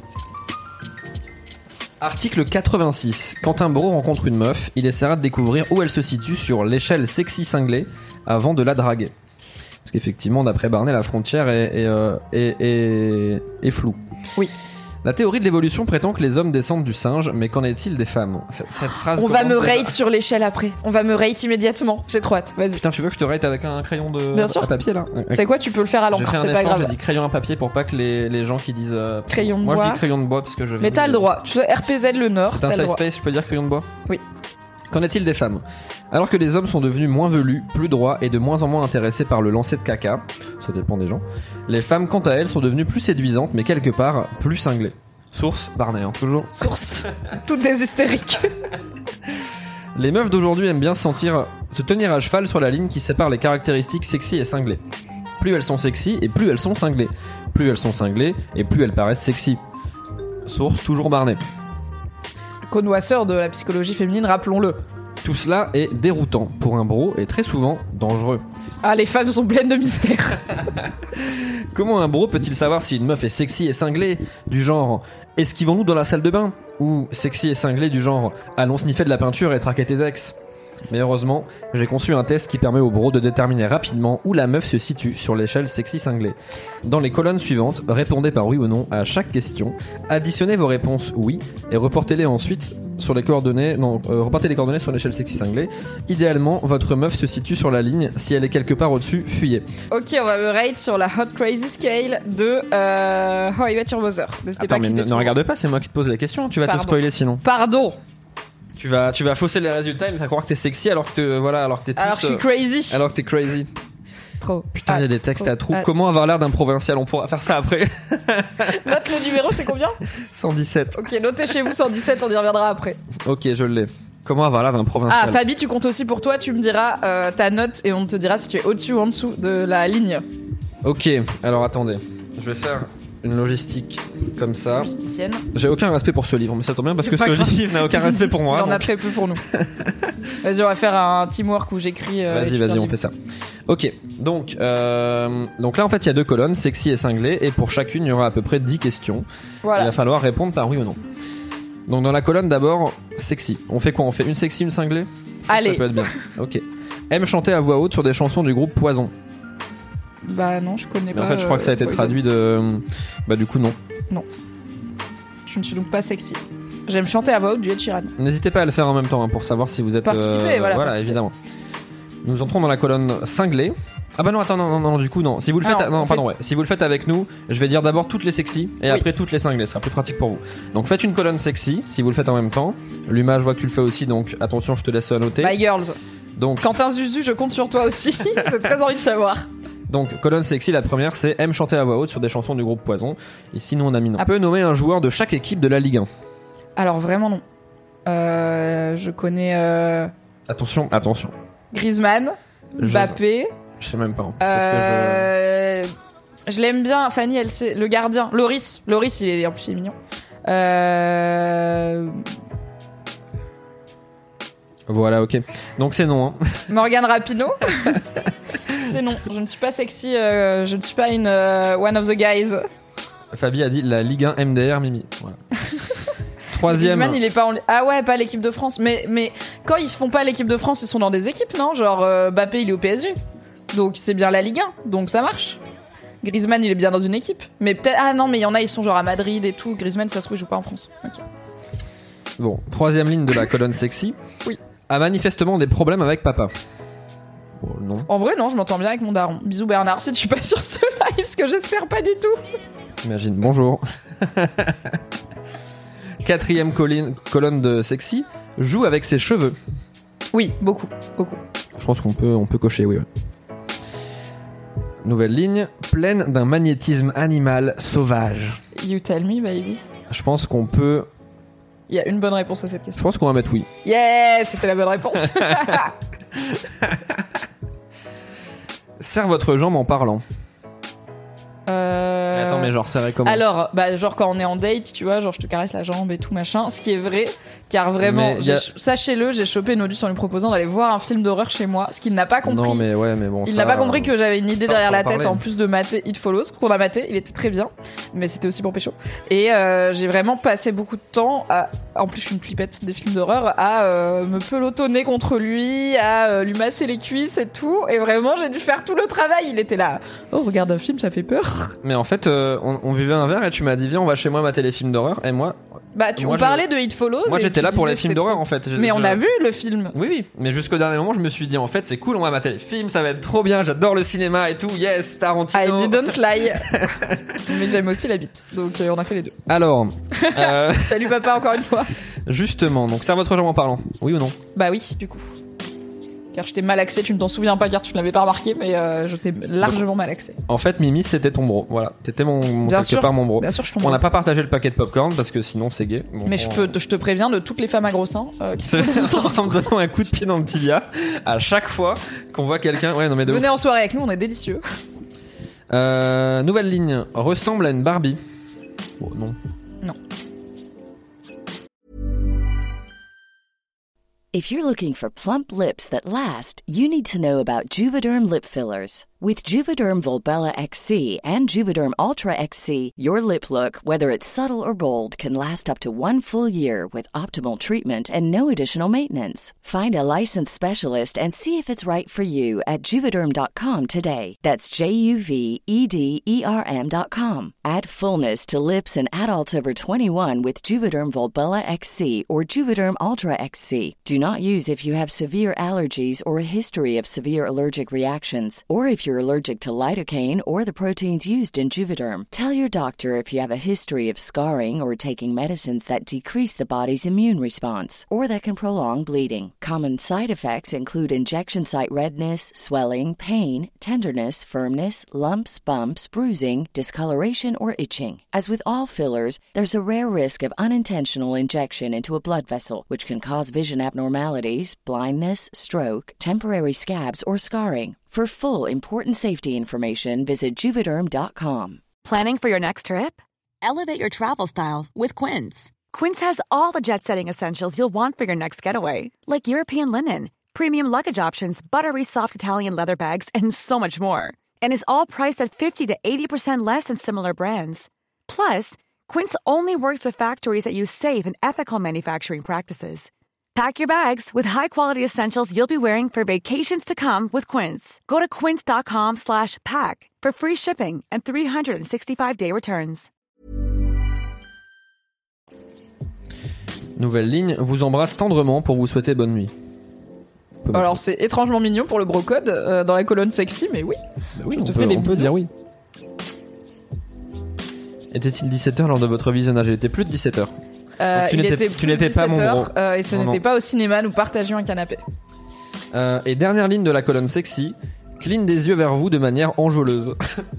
Article quatre-vingt-six. Quand un bro rencontre une meuf, il essaiera de découvrir où elle se situe sur l'échelle sexy cinglée avant de la draguer. Parce qu'effectivement, d'après Barney, la frontière est, est, euh, est, est, est floue.
Oui.
La théorie de l'évolution prétend que les hommes descendent du singe, mais qu'en est-il des femmes ? Cette, cette phrase.
On va me
déjà...
rate sur l'échelle après. On va me rate immédiatement. J'ai trop hâte. Vas-y.
Putain, tu veux que je te rate avec un crayon de
Bien sûr.
à papier là ?
Tu sais quoi, tu peux le faire à l'encre, c'est pas grave.
J'ai dit crayon à papier pour pas que les, les gens qui disent euh,
crayon de
moi
bois.
je dis crayon de bois parce que je.
Mais t'as le droit. Tu veux R P Z le Nord.
C'est un safe space, je peux dire crayon de bois ?
Oui.
Qu'en est-il des femmes ? Alors que les hommes sont devenus moins velus, plus droits et de moins en moins intéressés par le lancer de caca, ça dépend des gens, les femmes quant à elles sont devenues plus séduisantes mais quelque part plus cinglées. Source, Barney, hein, toujours.
Source, toutes des hystériques.
Les meufs d'aujourd'hui aiment bien se sentir, se tenir à cheval sur la ligne qui sépare les caractéristiques sexy et cinglées. Plus elles sont sexy et plus elles sont cinglées. Plus elles sont cinglées et plus elles paraissent sexy. Source, toujours Barney.
Connoisseur de la psychologie féminine, rappelons-le.
Tout cela est déroutant pour un bro et très souvent dangereux.
Ah, les femmes sont pleines de mystères.
Comment un bro peut-il savoir si une meuf est sexy et cinglée du genre esquivons-nous dans la salle de bain, ou sexy et cinglée du genre allons sniffer de la peinture et traquer tes ex? Mais heureusement, j'ai conçu un test qui permet au bro de déterminer rapidement où la meuf se situe sur l'échelle sexy cinglée. Dans les colonnes suivantes, répondez par oui ou non à chaque question, additionnez vos réponses oui et reportez-les ensuite sur les coordonnées, non, euh, reportez les coordonnées sur l'échelle sexy cinglée. Idéalement, votre meuf se situe sur la ligne. Si elle est quelque part au-dessus, fuyez.
Ok, on va me rate sur la Hot Crazy Scale de euh, How I Met Your Mother.
Attends, pas mais ne, ne regarde pas, c'est moi qui te pose la question. Tu vas
Pardon.
te spoiler sinon.
Pardon.
Tu vas, tu vas fausser les résultats et me faire croire que t'es sexy alors que t'es, voilà, alors que t'es plus,
alors que je suis crazy.
Alors que t'es crazy.
Trop.
Putain, il y a des textes à trous. Comment avoir l'air d'un provincial? On pourra faire ça après.
Note le numéro, c'est combien?
cent dix-sept.
Ok, notez chez vous cent dix-sept, on y reviendra après.
Ok, je l'ai. Comment avoir l'air d'un provincial?
Ah, Fabi, tu comptes aussi pour toi, tu me diras euh, ta note et on te dira si tu es au-dessus ou en dessous de la ligne.
Ok, alors attendez. Je vais faire une logistique comme ça.
Logisticienne.
J'ai aucun respect pour ce livre, mais ça tombe bien parce
C'est
que
pas
ce
grave.
livre n'a aucun respect pour moi.
Il en
donc...
a très peu pour nous. Vas-y, on va faire un teamwork où j'écris. Euh,
Vas-y, vas-y, on fait ça. Ok, donc, euh, donc là en fait il y a deux colonnes, sexy et cinglé, et pour chacune il y aura à peu près dix questions.
Voilà.
Il va falloir répondre par oui ou non. Donc dans la colonne d'abord, sexy. On fait quoi? On fait une sexy, une cinglée?
Allez.
Ça peut être bien. Ok. Aime chanter à voix haute sur des chansons du groupe Poison.
Bah non, je connais
Mais
pas.
en fait je crois que ça a été
euh,
traduit de... Bah du coup non.
Non. Je ne suis donc pas sexy. J'aime chanter à voix haute du Ed Sheeran.
N'hésitez pas à le faire en même temps hein, pour savoir si vous êtes...
Participer, voilà, participer.
Évidemment. Nous entrons dans la colonne cinglée. Ah bah non, attends, non, non, non, du coup non. Si vous le faites,
Alors,
non,
on
pardon,
fait-
ouais. Si vous le faites avec nous, je vais dire d'abord toutes les sexy et
Oui.
après toutes les cinglées. Ce sera plus pratique pour vous. Donc faites une colonne sexy si vous le faites en même temps. Luma, je vois que tu le fais aussi, donc attention, je te laisse noter.
My girls.
Donc,
Quentin Zuzu, je compte sur toi aussi. J'ai très envie de savoir.
donc colonne sexy, la première c'est aime chanter à voix haute sur des chansons du groupe Poison. Ici, nous on a mis non. On peut nommer un joueur de chaque équipe de la Ligue un.
Alors vraiment non. Euh, je connais euh,
Attention, attention.
Griezmann,
Je-
Mbappé.
Je sais même pas. hein, parce que
Euh, je... l'aime bien. Fanny, elle sait. Le gardien, Loris. Loris, il est en plus il est mignon. Euh...
je- Voilà, ok. Donc c'est non. Hein.
Morgan Rapinoe. C'est non. Je ne suis pas sexy. euh, je ne suis pas une euh, one of the guys.
Fabi a dit la Ligue un M D R Mimi. Voilà. Troisième.
Griezmann, il est pas en... Ah ouais, pas l'équipe de France. Mais mais quand ils font pas l'équipe de France, ils sont dans des équipes, non? Genre euh, Mbappé, il est au P S G. Donc c'est bien la Ligue un. Donc ça marche. Griezmann, il est bien dans une équipe. Mais peut-être ah non, mais il y en a, ils sont genre à Madrid et tout. Griezmann, ça se trouve, il joue pas en France. Ok.
Bon, troisième ligne de la colonne sexy.
Oui.
A manifestement des problèmes avec papa. Bon, non.
En vrai, non, je m'entends bien avec mon daron. Bisous Bernard, si tu passes sur ce live, ce que j'espère pas du tout.
Imagine. Bonjour. Quatrième colline- colonne de sexy. Joue avec ses cheveux.
Oui, beaucoup, beaucoup.
Je pense qu'on peut, on peut cocher, oui. ouais. Nouvelle ligne. Pleine d'un magnétisme animal sauvage.
You tell me, baby.
Je pense qu'on peut.
Il y a une bonne réponse à cette
Je
question.
pense qu'on va mettre oui.
Yeah, c'était la bonne réponse.
Serre votre jambe en parlant.
euh...
Mais attends, mais genre serrer comment?
Alors, bah, genre quand on est en date, tu vois, genre je te caresse la jambe et tout machin, ce qui est vrai, car vraiment,
Mais
j'ai
y a-
ch- sachez-le, j'ai chopé Nodus en lui proposant d'aller voir un film d'horreur chez moi, ce qu'il n'a pas compris.
Non, mais ouais, mais bon.
Il
ça,
n'a pas compris que j'avais une idée
ça,
derrière
on
la
peut en
tête
parler.
en plus de mater It Follows, qu'on a maté, il était très bien, mais c'était aussi pour pécho. Et euh, j'ai vraiment passé beaucoup de temps, à, en plus je suis une flipette des films d'horreur, à euh, me pelotonner contre lui, à euh, lui masser les cuisses et tout, et vraiment j'ai dû faire tout le travail. Il était là, oh regarde un film, ça fait peur.
Mais en fait, euh, on, on buvait un verre et tu m'as dit viens, on va chez moi mater les films d'horreur. Et moi,
Bah tu
Moi,
on
je-
parlait de It Follows.
moi
et
j'étais
tu
là pour
disais
les films
c'était
d'horreur
trop-
en fait. J'ai-
Mais on
je-
a vu le film.
Oui, oui, mais jusqu'au dernier moment, je me suis dit en fait, c'est cool, on va mater les films, ça va être trop bien, j'adore le cinéma et tout, yes,
I
Tarantino.
didn't lie. Mais j'aime aussi la bite. Donc euh, on a fait les deux.
Alors, euh,
Salut papa encore une fois.
justement, donc serre votre jambe en parlant, oui ou non?
Bah oui, du coup. Car je t'ai malaxé, tu ne t'en souviens pas car tu ne l'avais pas remarqué, mais euh, je t'ai largement malaxé.
En fait, Mimi, c'était ton bro, voilà, t'étais mon, mon
Bien
quelque
sûr.
part mon bro.
Bien sûr, je tombe.
On n'a pas partagé le paquet de popcorn parce que sinon c'est gay. Bon,
Mais je
on-
peux, je te préviens de toutes les femmes à gros seins euh, qui sont
en me donnant un coup de pied dans le tibia à chaque fois qu'on voit quelqu'un. Ouais, non mais de ouf.
Venez en soirée avec nous, on est délicieux.
Euh, nouvelle ligne, ressemble à une Barbie. Bon, non.
If you're looking for plump lips that last, you need to know about Juvederm lip fillers. With Juvederm Volbella X C and Juvederm Ultra X C, your lip look, whether it's subtle or bold, can last up to one full year with optimal treatment and no additional maintenance. Find a licensed specialist and see if it's right for you at juvederm dot com today. That's J U V E D E R M dot com. Add fullness to lips in adults over twenty-one with Juvederm Volbella X C or Juvederm Ultra X C. Do not use if you have severe allergies or a history of severe allergic reactions, or if you're you're allergic to lidocaine or the proteins used in Juvederm. Tell your doctor if you have a history of scarring or taking medicines that decrease the body's immune response or that can prolong bleeding. Common side effects include injection site redness, swelling, pain, tenderness, firmness, lumps, bumps, bruising, discoloration, or itching. As with all fillers, there's a rare risk of unintentional injection into a blood vessel, which can cause vision abnormalities, blindness, stroke, temporary scabs, or scarring. For full, important safety information, visit Juvederm dot com.
Planning for your next trip? Elevate your travel style with Quince. Quince has all the jet-setting essentials you'll want for your next getaway, like European linen, premium luggage options, buttery soft Italian leather bags, and so much more. And is all priced at fifty to eighty percent less than similar brands. Plus, Quince only works with factories that use safe and ethical manufacturing practices. Pack your bags with high-quality essentials you'll be wearing for vacations to come with Quince. Go to quince.com slash pack for free shipping and three sixty-five day returns.
Nouvelle ligne, vous embrasse tendrement pour vous souhaiter bonne nuit.
Alors c'est étrangement mignon pour le brocode euh, dans la colonne sexy, mais oui.
Bah oui,
je
on
te
peut,
fais des
on peut
bisous.
dire oui. Était-il dix-sept heures lors de votre visionnage? Il était plus de dix-sept heures.
Euh,
tu
il
n'étais,
était
tu
plus
n'étais
de
pas mon
dix-sept
gros.
heures euh, et ce
non,
n'était
non.
pas au cinéma, nous partagions un canapé.
Euh, et dernière ligne de la colonne sexy, cligne des yeux vers vous de manière enjôleuse.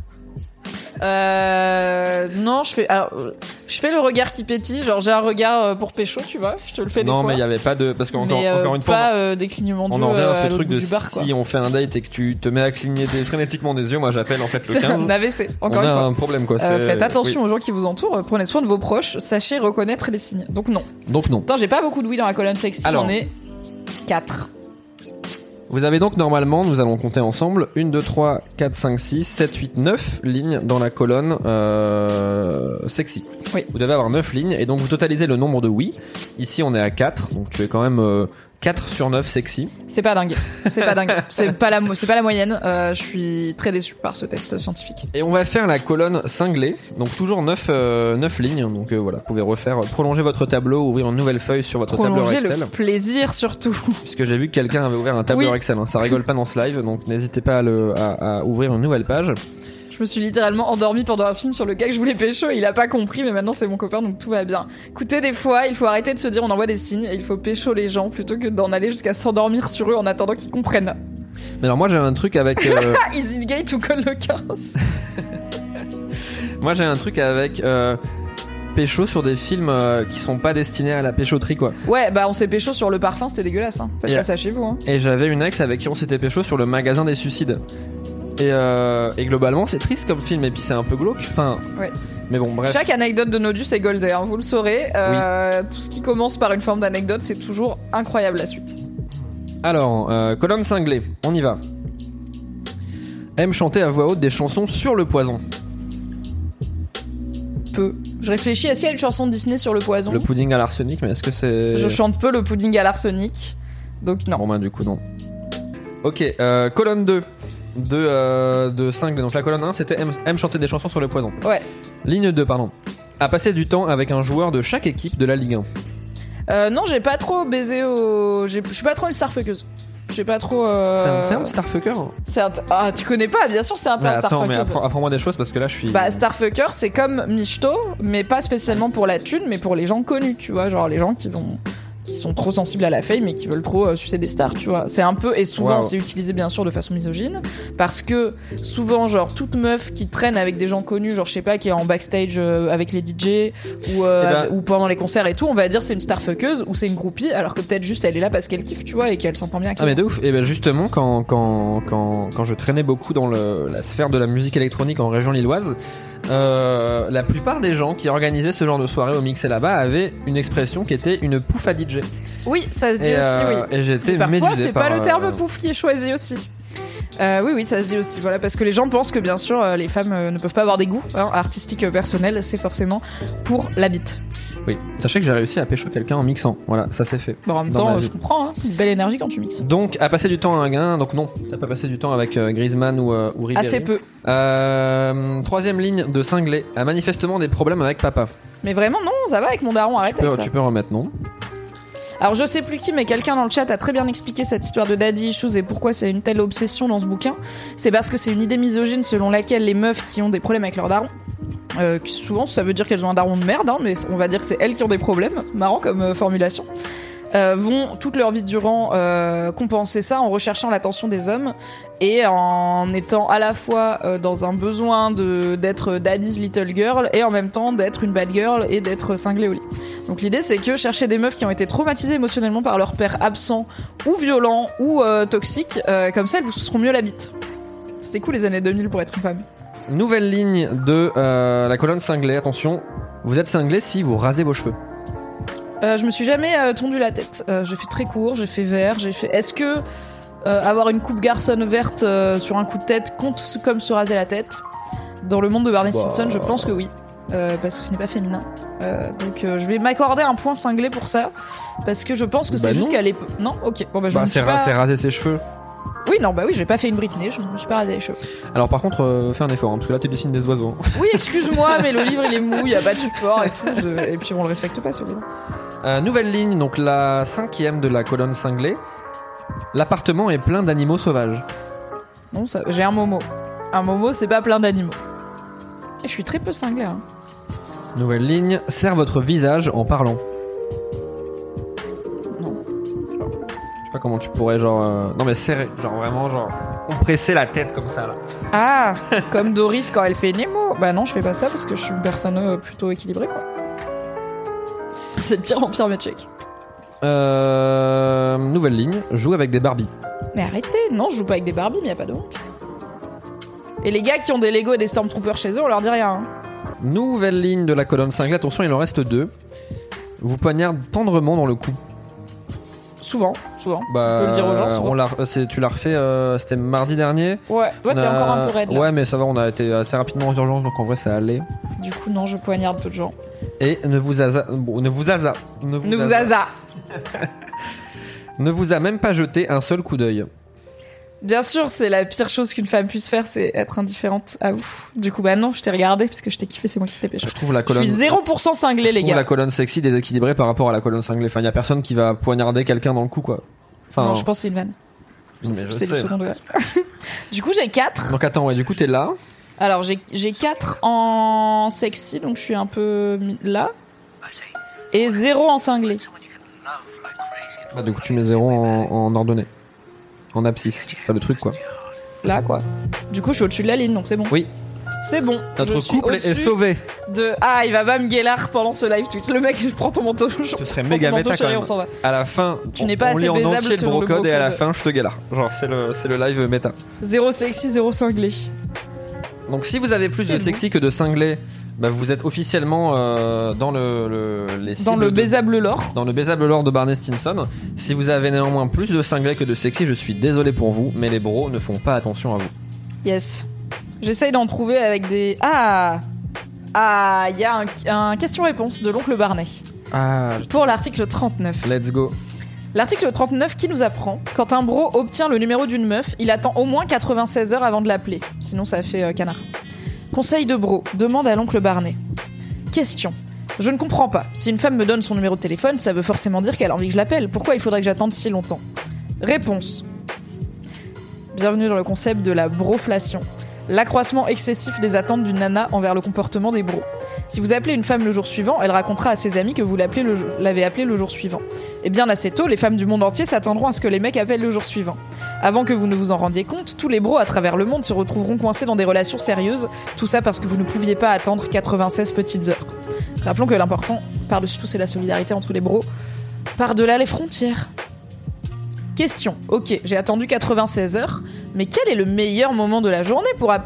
Euh, non, je fais, alors, je fais le regard qui pétille, genre j'ai un regard euh, pour pécho, tu vois, je te le fais des
Non,
fois.
mais il y avait pas de, parce qu'encore,
mais, euh,
encore une fois,
pas euh, des clignements
on
d'yeux
en revient
euh,
à ce
à l'autre
truc
bout
de
du bar, quoi.
si on fait un date et que tu te mets à clignoter frénétiquement des yeux, moi j'appelle en fait le
C'est
quinze.
un A V C, encore
on
une
a
fois.
un problème quoi.
Euh,
c'est...
faites attention
oui.
aux gens qui vous entourent, euh, prenez soin de vos proches, sachez reconnaître les signes. Donc non.
Donc non.
Attends, j'ai pas beaucoup de oui dans la colonne sexy,
Alors.
j'en ai quatre.
Vous avez donc normalement, nous allons compter ensemble, un, deux, trois, quatre, cinq, six, sept, huit, neuf lignes dans la colonne euh, sexy.
Oui.
Vous devez avoir neuf lignes et donc vous totalisez le nombre de oui. Ici on est à quatre, donc tu es quand même euh, quatre sur neuf sexy.
C'est pas dingue, c'est pas dingue, c'est pas la, mo- c'est pas la moyenne. Euh, je suis très déçu par ce test scientifique.
Et on va faire la colonne cinglée, donc toujours neuf, euh, neuf lignes. Donc euh, voilà, vous pouvez refaire, euh, prolonger votre tableau, ouvrir une nouvelle feuille sur votre tableur
Prolonger
Excel.
le plaisir surtout.
Puisque j'ai vu que quelqu'un avait ouvert un tableur
Oui.
Excel, hein. Ça rigole pas dans ce live, donc n'hésitez pas à, le, à, à ouvrir une nouvelle page.
Je me suis littéralement endormie pendant un film sur le gars que je voulais pécho et il a pas compris, mais maintenant c'est mon copain donc tout va bien. Écoutez, des fois il faut arrêter de se dire on envoie des signes et il faut pécho les gens plutôt que d'en aller jusqu'à s'endormir sur eux en attendant qu'ils comprennent.
Mais alors moi j'ai un truc avec... Euh...
Ah, Easy Gate ou colle le quinze.
moi j'ai un truc avec... Euh... pécho sur des films euh, qui sont pas destinés à la péchoterie quoi.
Ouais, bah on s'est pécho sur le parfum, c'était dégueulasse. Hein. Faites
Et-
pas ça chez vous. Hein.
Et j'avais une ex avec qui on s'était pécho sur le magasin des suicides. Et, euh, et globalement c'est triste comme film et puis c'est un peu glauque. Enfin,
Ouais.
mais bon bref.
Chaque anecdote de Nodus est goldée, hein, vous le saurez. Euh, Tout ce qui commence par une forme d'anecdote, c'est toujours incroyable la suite.
Alors, euh, colonne cinglée, on y va. Aime chanter à voix haute des chansons sur le poison.
Peu. Je réfléchis, est-ce qu'il y a une chanson de Disney sur le poison?
Le pudding à l'arsenic, mais est-ce que c'est...
Je chante peu le pudding à l'arsenic. Donc non.
Bon bah du coup non. Ok, euh, colonne deux de, euh, de cinglée. Donc la colonne un c'était aime, aime chanter des chansons sur le poison.
Ouais.
Ligne deux, pardon. A passer du temps avec un joueur de chaque équipe de la Ligue un.
Euh, non, j'ai pas trop baisé au... j'ai- Je suis pas trop une starfuckeuse. J'ai pas trop... euh,
C'est un terme, Starfucker?
C'est un t- Ah, tu connais pas, bien sûr c'est un
Mais
terme
attends, mais
starfuckeuse.
apprends- apprends-moi des choses parce que là je suis...
Bah, Starfucker, c'est comme Michto, mais pas spécialement pour la thune, mais pour les gens connus, tu vois, genre les gens qui vont, qui sont trop sensibles à la fame et qui veulent trop euh, sucer des stars, tu vois. C'est un peu, et souvent
Wow.
c'est utilisé bien sûr de façon misogyne, parce que souvent, genre, toute meuf qui traîne avec des gens connus, genre, je sais pas, qui est en backstage euh, avec les D J, ou, euh,
Eh ben-
ou pendant les concerts et tout, on va dire c'est une starfuckeuse, ou c'est une groupie, alors que peut-être juste elle est là parce qu'elle kiffe, tu vois, et qu'elle s'entend bien avec
Ah
les
mais
gens.
de ouf. Et ben justement quand quand quand quand je traînais beaucoup dans le la sphère de la musique électronique en région lilloise, euh, la plupart des gens qui organisaient ce genre de soirée au Mixé là-bas avaient une expression qui était une pouffe à D J.
Oui, ça se dit
Et,
aussi,
euh,
oui.
et j'étais
Et parfois,
médusé
c'est
par,
pas le terme
euh,
pouf qui est choisi aussi. Euh, oui, oui, ça se dit aussi. Voilà, parce que les gens pensent que bien sûr, euh, les femmes euh, ne peuvent pas avoir des goûts hein, artistiques euh, personnels. C'est forcément pour la bite.
Oui. Sachez que j'ai réussi à pécho quelqu'un en mixant. Voilà, ça s'est fait.
Bon, en même
Dans
temps,
ma
euh,
vie.
je comprends. Hein, une belle énergie quand tu mixes.
Donc, à passer du temps à un gain. Donc non, t'as pas passé du temps avec euh, Griezmann ou, euh, ou Ribéry.
Assez peu.
Euh, troisième ligne de cinglé. A manifestement des problèmes avec papa.
Mais vraiment, non, ça va avec mon daron. Arrête
Tu peux,
avec ça.
tu peux remettre non.
Alors je sais plus qui, mais quelqu'un dans le chat a très bien expliqué cette histoire de daddy issues et pourquoi c'est une telle obsession dans ce bouquin. C'est parce que c'est une idée misogyne selon laquelle les meufs qui ont des problèmes avec leur daron, euh, souvent ça veut dire qu'elles ont un daron de merde, hein, mais on va dire que c'est elles qui ont des problèmes, marrant comme euh, formulation, euh, vont toute leur vie durant euh, compenser ça en recherchant l'attention des hommes et en étant à la fois euh, dans un besoin de, d'être daddy's little girl et en même temps d'être une bad girl et d'être cinglée au lit. Donc l'idée c'est que chercher des meufs qui ont été traumatisées émotionnellement par leur père absent ou violent ou euh, toxique, euh, comme ça elles vous seront mieux la bite. C'était cool les années deux mille pour être une femme.
Nouvelle ligne de euh, la colonne cinglée. Attention, vous êtes cinglé si vous rasez vos cheveux.
Euh, je me suis jamais euh, tondu la tête. Euh, j'ai fait très court, j'ai fait vert, j'ai fait. Est-ce que euh, avoir une coupe garçonne verte euh, sur un coup de tête compte comme se raser la tête ? Dans le monde de Barney Stinson, bah... je pense que oui, euh, parce que ce n'est pas féminin. Euh, donc euh, je vais m'accorder un point cinglé pour ça, parce que je pense que bah c'est non. juste qu'à l'époque. Non, ok. Bon bah je
bah,
me
c'est,
suis
ra-
pas...
c'est raser ses cheveux.
Oui, non, bah oui, j'ai pas fait une Britney, je me suis pas rasé les cheveux.
Alors par contre, euh, fais un effort, hein, parce que là tu dessines des oiseaux.
Oui, excuse-moi, mais le livre il est mou, il y a pas de support et tout, je... et puis on le respecte pas ce livre.
Euh, nouvelle ligne, donc la cinquième de la colonne cinglée. L'appartement est plein d'animaux sauvages.
Non, ça... j'ai un momo. Un momo, c'est pas plein d'animaux. Et je suis très peu cinglée. Hein.
Nouvelle ligne, serre votre visage en parlant. Pas comment tu pourrais genre euh... non mais serrer, genre vraiment genre compresser la tête comme ça là.
Ah, comme Doris quand elle fait Nemo. Bah non, je fais pas ça parce que je suis une personne euh, plutôt équilibrée quoi. C'est de pire en pire mes checks.
Euh... Nouvelle ligne, joue avec des Barbies.
Mais arrêtez, non, je joue pas avec des Barbies, mais y a pas de honte. Et les gars qui ont des Lego et des Stormtroopers chez eux, on leur dit rien. Hein.
Nouvelle ligne de la colonne cinglée, attention, il en reste deux. Vous poignarde tendrement dans le cou.
Souvent, souvent.
Bah,
on peut le dire aux gens, souvent.
On l'a, c'est, tu l'as refait, euh, c'était mardi dernier.
Ouais, ouais, t'es
a...
encore un peu raide là.
Ouais, mais ça va, on a été assez rapidement en urgence, donc en vrai ça allait.
Du coup, non, je poignarde peu de gens.
Et ne vous asa, bon, ne vous asa, ne vous
ne
asa,
vous asa.
ne vous a même pas jeté un seul coup d'œil.
Bien sûr, c'est la pire chose qu'une femme puisse faire, c'est être indifférente à vous. Du coup, bah non, je t'ai regardé parce que je t'ai kiffé, c'est moi qui t'ai pécho.
Je trouve la colonne.
Je suis zéro pour cent cinglé, les gars.
Je trouve la colonne sexy déséquilibrée par rapport à la colonne cinglée. Enfin, y a personne qui va poignarder quelqu'un dans le cou, quoi. Enfin,
non, je pense que c'est une vanne.
Mais
c'est
je
c'est
sais.
le second degré. Du coup, j'ai quatre.
Donc attends, ouais, du coup, t'es là.
Alors, j'ai, j'ai quatre en sexy, donc je suis un peu là. Et zéro en cinglé.
Bah, du coup, tu mets zéro en, en ordonnée. En abscisse. Enfin, le truc, quoi.
Là, quoi. Du coup, je suis au-dessus de la ligne, donc c'est bon.
Oui.
C'est bon.
Notre couple est sauvé.
De ah, il va pas me guélar pendant ce live tweet. Le mec, je prends ton manteau.
Ce serait méga
manteau,
méta
chérie,
quand
on s'en va.
À la fin,
tu n'es
on,
pas
on
assez
lit en
baisable
entier le
selon le
brocode et à la
brocode.
fin, je te guélare. Genre, c'est le, c'est le live méta.
Zéro sexy, zéro cinglé.
Donc, si vous avez plus
c'est
de
bon.
sexy que de cinglé, bah, vous êtes officiellement euh, dans le, le les
dans le
de,
baisable lore.
Dans le baisable lore de Barney Stinson. Si vous avez néanmoins plus de cinglé que de sexy, je suis désolé pour vous, mais les bros ne font pas attention à vous.
Yes. J'essaye d'en trouver avec des ah ah il y a un, un question-réponse de l'oncle Barney.
Ah.
Pour l'article trente-neuf.
Let's go.
L'article trente-neuf qui nous apprend quand un bro obtient le numéro d'une meuf, il attend au moins quatre-vingt-seize heures avant de l'appeler. Sinon ça fait euh, canard. Conseil de bro, demande à l'oncle Barney. Question. Je ne comprends pas. Si une femme me donne son numéro de téléphone, ça veut forcément dire qu'elle a envie que je l'appelle. Pourquoi il faudrait que j'attende si longtemps ? Réponse. Bienvenue dans le concept de la broflation. L'accroissement excessif des attentes d'une nana envers le comportement des bros. Si vous appelez une femme le jour suivant, elle racontera à ses amis que vous l'appelez le, l'avez appelée le jour suivant. Et bien assez tôt, les femmes du monde entier s'attendront à ce que les mecs appellent le jour suivant. Avant que vous ne vous en rendiez compte, tous les bros à travers le monde se retrouveront coincés dans des relations sérieuses, tout ça parce que vous ne pouviez pas attendre quatre-vingt-seize petites heures. Rappelons que l'important, par-dessus tout, c'est la solidarité entre les bros, par-delà les frontières. Question. Ok, j'ai attendu quatre-vingt-seize heures, mais quel est le meilleur moment de la journée pour appeler ?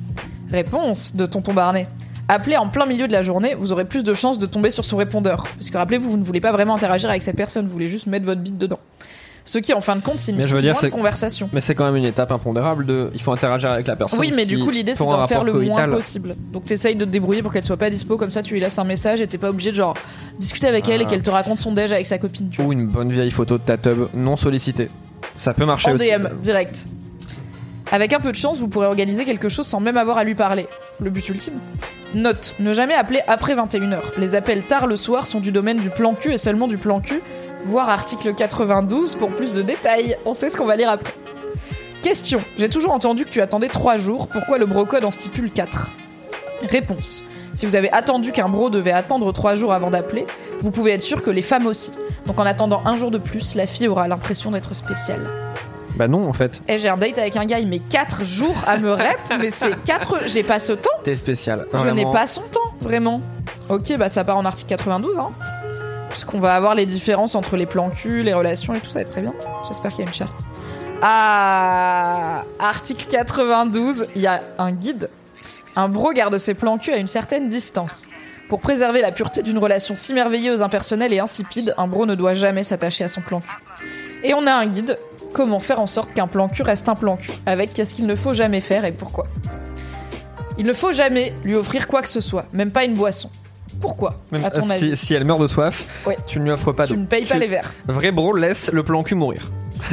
Réponse de tonton Barney. Appelez en plein milieu de la journée, vous aurez plus de chances de tomber sur son répondeur. Parce que rappelez-vous, vous ne voulez pas vraiment interagir avec cette personne, vous voulez juste mettre votre bite dedans. Ce qui, en fin de compte, signifie
je veux dire,
moins
c'est...
de conversation.
Mais c'est quand même une étape impondérable de... Il faut interagir avec la personne.
Oui, mais
si
du coup, l'idée, c'est
pour
d'en faire le
coïtal.
moins possible. Donc t'essayes de te débrouiller pour qu'elle soit pas dispo, comme ça tu lui laisses un message et t'es pas obligé de genre discuter avec
ah.
elle et qu'elle te raconte son déj avec sa copine. Tu vois.
Ou une bonne vieille photo de ta tub non sollicitée. Ça peut marcher
en
aussi.
D M, direct. Avec un peu de chance, vous pourrez organiser quelque chose sans même avoir à lui parler. Le but ultime. Note, ne jamais appeler après vingt et une heures. Les appels tard le soir sont du domaine du plan cul et seulement du plan cul. Voir article quatre-vingt-douze pour plus de détails. On sait ce qu'on va lire après. Question. J'ai toujours entendu que tu attendais trois jours. Pourquoi le brocode en stipule quatre ? Réponse. Si vous avez attendu qu'un bro devait attendre trois jours avant d'appeler, vous pouvez être sûr que les femmes aussi. Donc en attendant un jour de plus, la fille aura l'impression d'être spéciale.
Bah non, en fait.
Et j'ai un date avec un gars, il met quatre jours à me rep, mais c'est quatre... J'ai pas ce temps.
T'es spécial.
Je
Vraiment.
n'ai pas son temps, vraiment. Ok, bah ça part en article quatre-vingt-douze, hein. Puisqu'on va avoir les différences entre les plans cul, les relations et tout ça, va être très bien. J'espère qu'il y a une charte. Ah, article quatre-vingt-douze, il y a un guide. Un bro garde ses plans cul à une certaine distance. Pour préserver la pureté d'une relation si merveilleuse, impersonnelle et insipide, un bro ne doit jamais s'attacher à son plan cul. Et on a un guide. Comment faire en sorte qu'un plan cul reste un plan cul, avec qu'est-ce qu'il ne faut jamais faire et pourquoi. Il ne faut jamais lui offrir quoi que ce soit, même pas une boisson. Pourquoi,
Même,
à ton
si,
avis
si elle meurt de soif,
ouais.
tu ne lui offres pas d'eau.
Tu ne payes pas
tu...
les verres.
Vrai bro, laisse le plan cul mourir.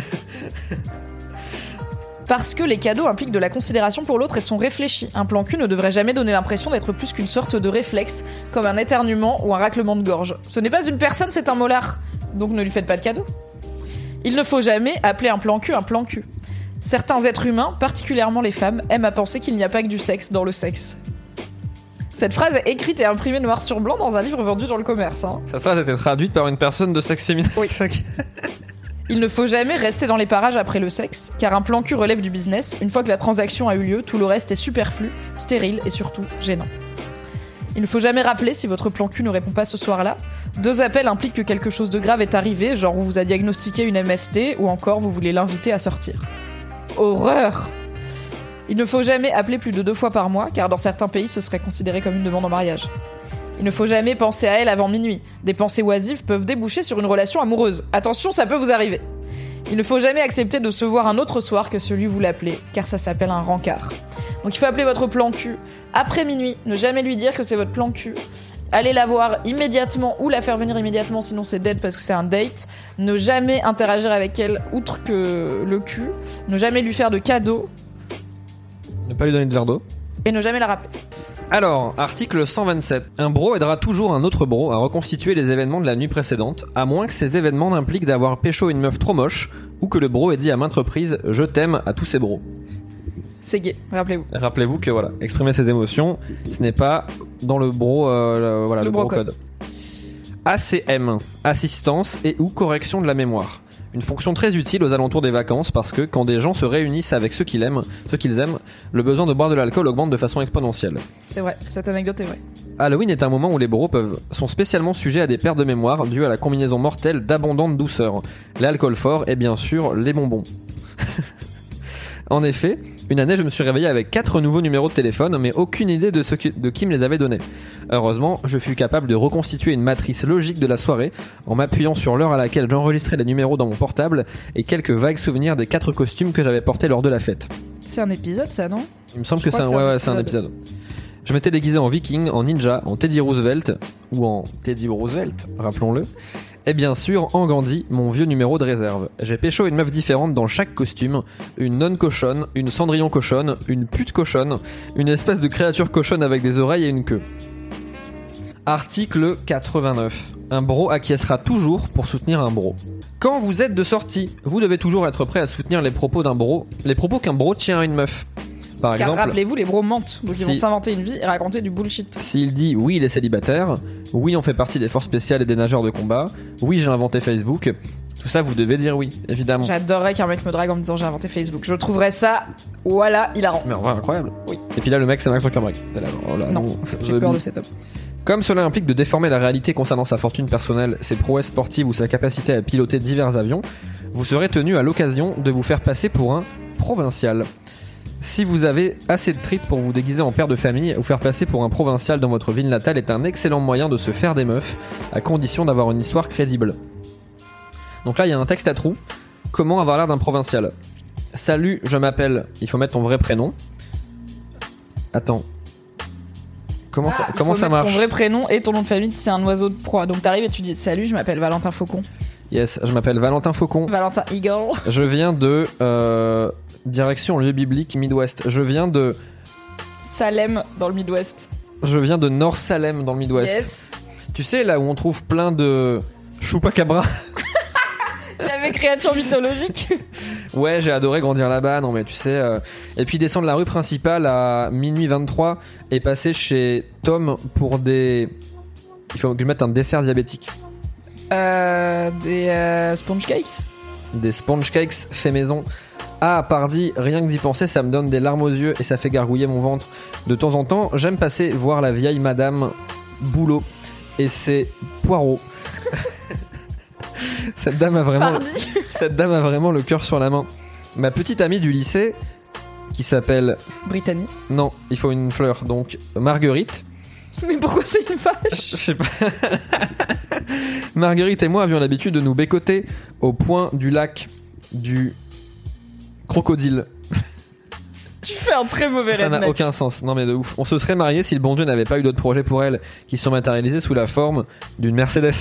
Parce que les cadeaux impliquent de la considération pour l'autre et sont réfléchis. Un plan cul ne devrait jamais donner l'impression d'être plus qu'une sorte de réflexe, comme un éternuement ou un raclement de gorge. Ce n'est pas une personne, c'est un molar. Donc ne lui faites pas de cadeaux. Il ne faut jamais appeler un plan cul un plan cul. Certains êtres humains, particulièrement les femmes, aiment à penser qu'il n'y a pas que du sexe dans le sexe. Cette phrase est écrite et imprimée noir sur blanc dans un livre vendu dans le commerce. Hein.
Cette phrase a été traduite par une personne de sexe féminin.
Oui. Il ne faut jamais rester dans les parages après le sexe, car un plan cul relève du business. Une fois que la transaction a eu lieu, tout le reste est superflu, stérile et surtout gênant. Il ne faut jamais rappeler si votre plan cul ne répond pas ce soir-là. Deux appels impliquent que quelque chose de grave est arrivé, genre on vous a diagnostiqué une M S T, ou encore vous voulez l'inviter à sortir. Horreur ! Il ne faut jamais appeler plus de deux fois par mois, car dans certains pays ce serait considéré comme une demande en mariage. Il ne faut jamais penser à elle avant minuit. Des pensées oisives peuvent déboucher sur une relation amoureuse. Attention, ça peut vous arriver. Il ne faut jamais accepter de se voir un autre soir que celui où vous l'appelez, car ça s'appelle un rencard. Donc il faut appeler votre plan cul après minuit, ne jamais lui dire que c'est votre plan cul. Allez la voir immédiatement ou la faire venir immédiatement, sinon c'est dead parce que c'est un date. Ne jamais interagir avec elle outre que le cul. Ne jamais lui faire de cadeaux.
Ne pas lui donner de verre d'eau.
Et ne jamais la rappeler.
Alors, article cent vingt-sept. Un bro aidera toujours un autre bro à reconstituer les événements de la nuit précédente, à moins que ces événements n'impliquent d'avoir pécho une meuf trop moche, ou que le bro ait dit à maintes reprises « je t'aime » à tous ses bros.
C'est gay, rappelez-vous.
Rappelez-vous que voilà, exprimer ses émotions, ce n'est pas dans le bro, euh, le, voilà,
le,
le
bro
bro code.
code.
A C M, assistance et ou correction de la mémoire. Une fonction très utile aux alentours des vacances parce que quand des gens se réunissent avec ceux qu'ils aiment, ceux qu'ils aiment, le besoin de boire de l'alcool augmente de façon exponentielle.
C'est vrai, cette anecdote est vraie.
Halloween est un moment où les bros peuvent, sont spécialement sujets à des pertes de mémoire dues à la combinaison mortelle d'abondante douceur, l'alcool fort et bien sûr les bonbons. En effet, une année je me suis réveillé avec quatre nouveaux numéros de téléphone mais aucune idée de, ce qui, de qui me les avait donnés. Heureusement, je fus capable de reconstituer une matrice logique de la soirée en m'appuyant sur l'heure à laquelle j'enregistrais les numéros dans mon portable et quelques vagues souvenirs des quatre costumes que j'avais portés lors de la fête.
C'est un épisode ça, non ?
Il me semble
Je
que
crois
c'est un,
que c'est
ouais,
un
ouais, c'est un épisode. Je m'étais déguisé en viking, en ninja, en Teddy Roosevelt, ou en Teddy Roosevelt, rappelons-le, et bien sûr en Gandhi, mon vieux numéro de réserve. J'ai pécho une meuf différente dans chaque costume, une nonne cochonne, une cendrillon cochonne, une pute cochonne, une espèce de créature cochonne avec des oreilles et une queue. Article quatre-vingt-neuf. Un bro acquiescera toujours pour soutenir un bro. Quand vous êtes de sortie, vous devez toujours être prêt à soutenir les propos d'un bro, les propos qu'un bro tient à une meuf. Par
Car
exemple,
rappelez-vous, les bros mentent. Donc
si-
ils vont s'inventer une vie et raconter du bullshit.
s'il dit oui il est célibataire, oui on fait partie des forces spéciales et des nageurs de combat, oui j'ai inventé Facebook, tout ça vous devez dire oui, évidemment.
J'adorerais qu'un mec me drague en me disant j'ai inventé Facebook. Je trouverais ça, voilà, hilarant.
Mais en vrai incroyable.
Oui.
Et puis là le mec c'est Mark Zuckerberg. T'es là, oh là,
Non, j'ai
The
peur
Bee.
de cet homme.
Comme cela implique de déformer la réalité concernant sa fortune personnelle, ses prouesses sportives ou sa capacité à piloter divers avions, vous serez tenu à l'occasion de vous faire passer pour un provincial. Si vous avez assez de tripes pour vous déguiser en père de famille, vous faire passer pour un provincial dans votre ville natale est un excellent moyen de se faire des meufs, à condition d'avoir une histoire crédible. Donc là il y a un texte à trous. Comment avoir l'air d'un provincial ? Salut, je m'appelle... Il faut mettre ton vrai prénom. Attends. Comment ça,
Ah, il
comment
faut
ça
mettre
marche ?
Ton vrai prénom et ton nom de famille, c'est un oiseau de proie. Donc t'arrives et tu dis salut, je m'appelle Valentin Faucon.
Yes, je m'appelle Valentin Faucon.
Valentin Eagle.
Je viens de... Euh, direction lieu biblique Midwest. Je viens de...
Salem dans le Midwest.
Je viens de North Salem dans le Midwest.
Yes.
Tu sais, là où on trouve plein de chupacabra.
Il y avait créature mythologique.
Ouais, j'ai adoré grandir là-bas, non mais tu sais. Euh... Et puis descendre la rue principale à minuit vingt-trois et passer chez Tom pour des. Il faut que je mette un dessert diabétique.
Euh, des euh, sponge cakes.
Des sponge cakes fait maison. Ah, pardi, rien que d'y penser, ça me donne des larmes aux yeux et ça fait gargouiller mon ventre. De temps en temps, j'aime passer voir la vieille madame Boulot et ses poireaux. Cette dame a vraiment, le... cette dame a vraiment le cœur sur la main. Ma petite amie du lycée, qui s'appelle
Brittany.
Non, il faut une fleur, donc Marguerite.
Mais pourquoi c'est une vache?
Je sais pas. Marguerite et moi avions l'habitude de nous bécoter au point du lac du crocodile.
Tu fais un très mauvais redneck.
Ça n'a aucun sens. Non mais de ouf. On se serait mariés si le bon Dieu n'avait pas eu d'autres projets pour elle qui se sont matérialisés sous la forme d'une Mercedes.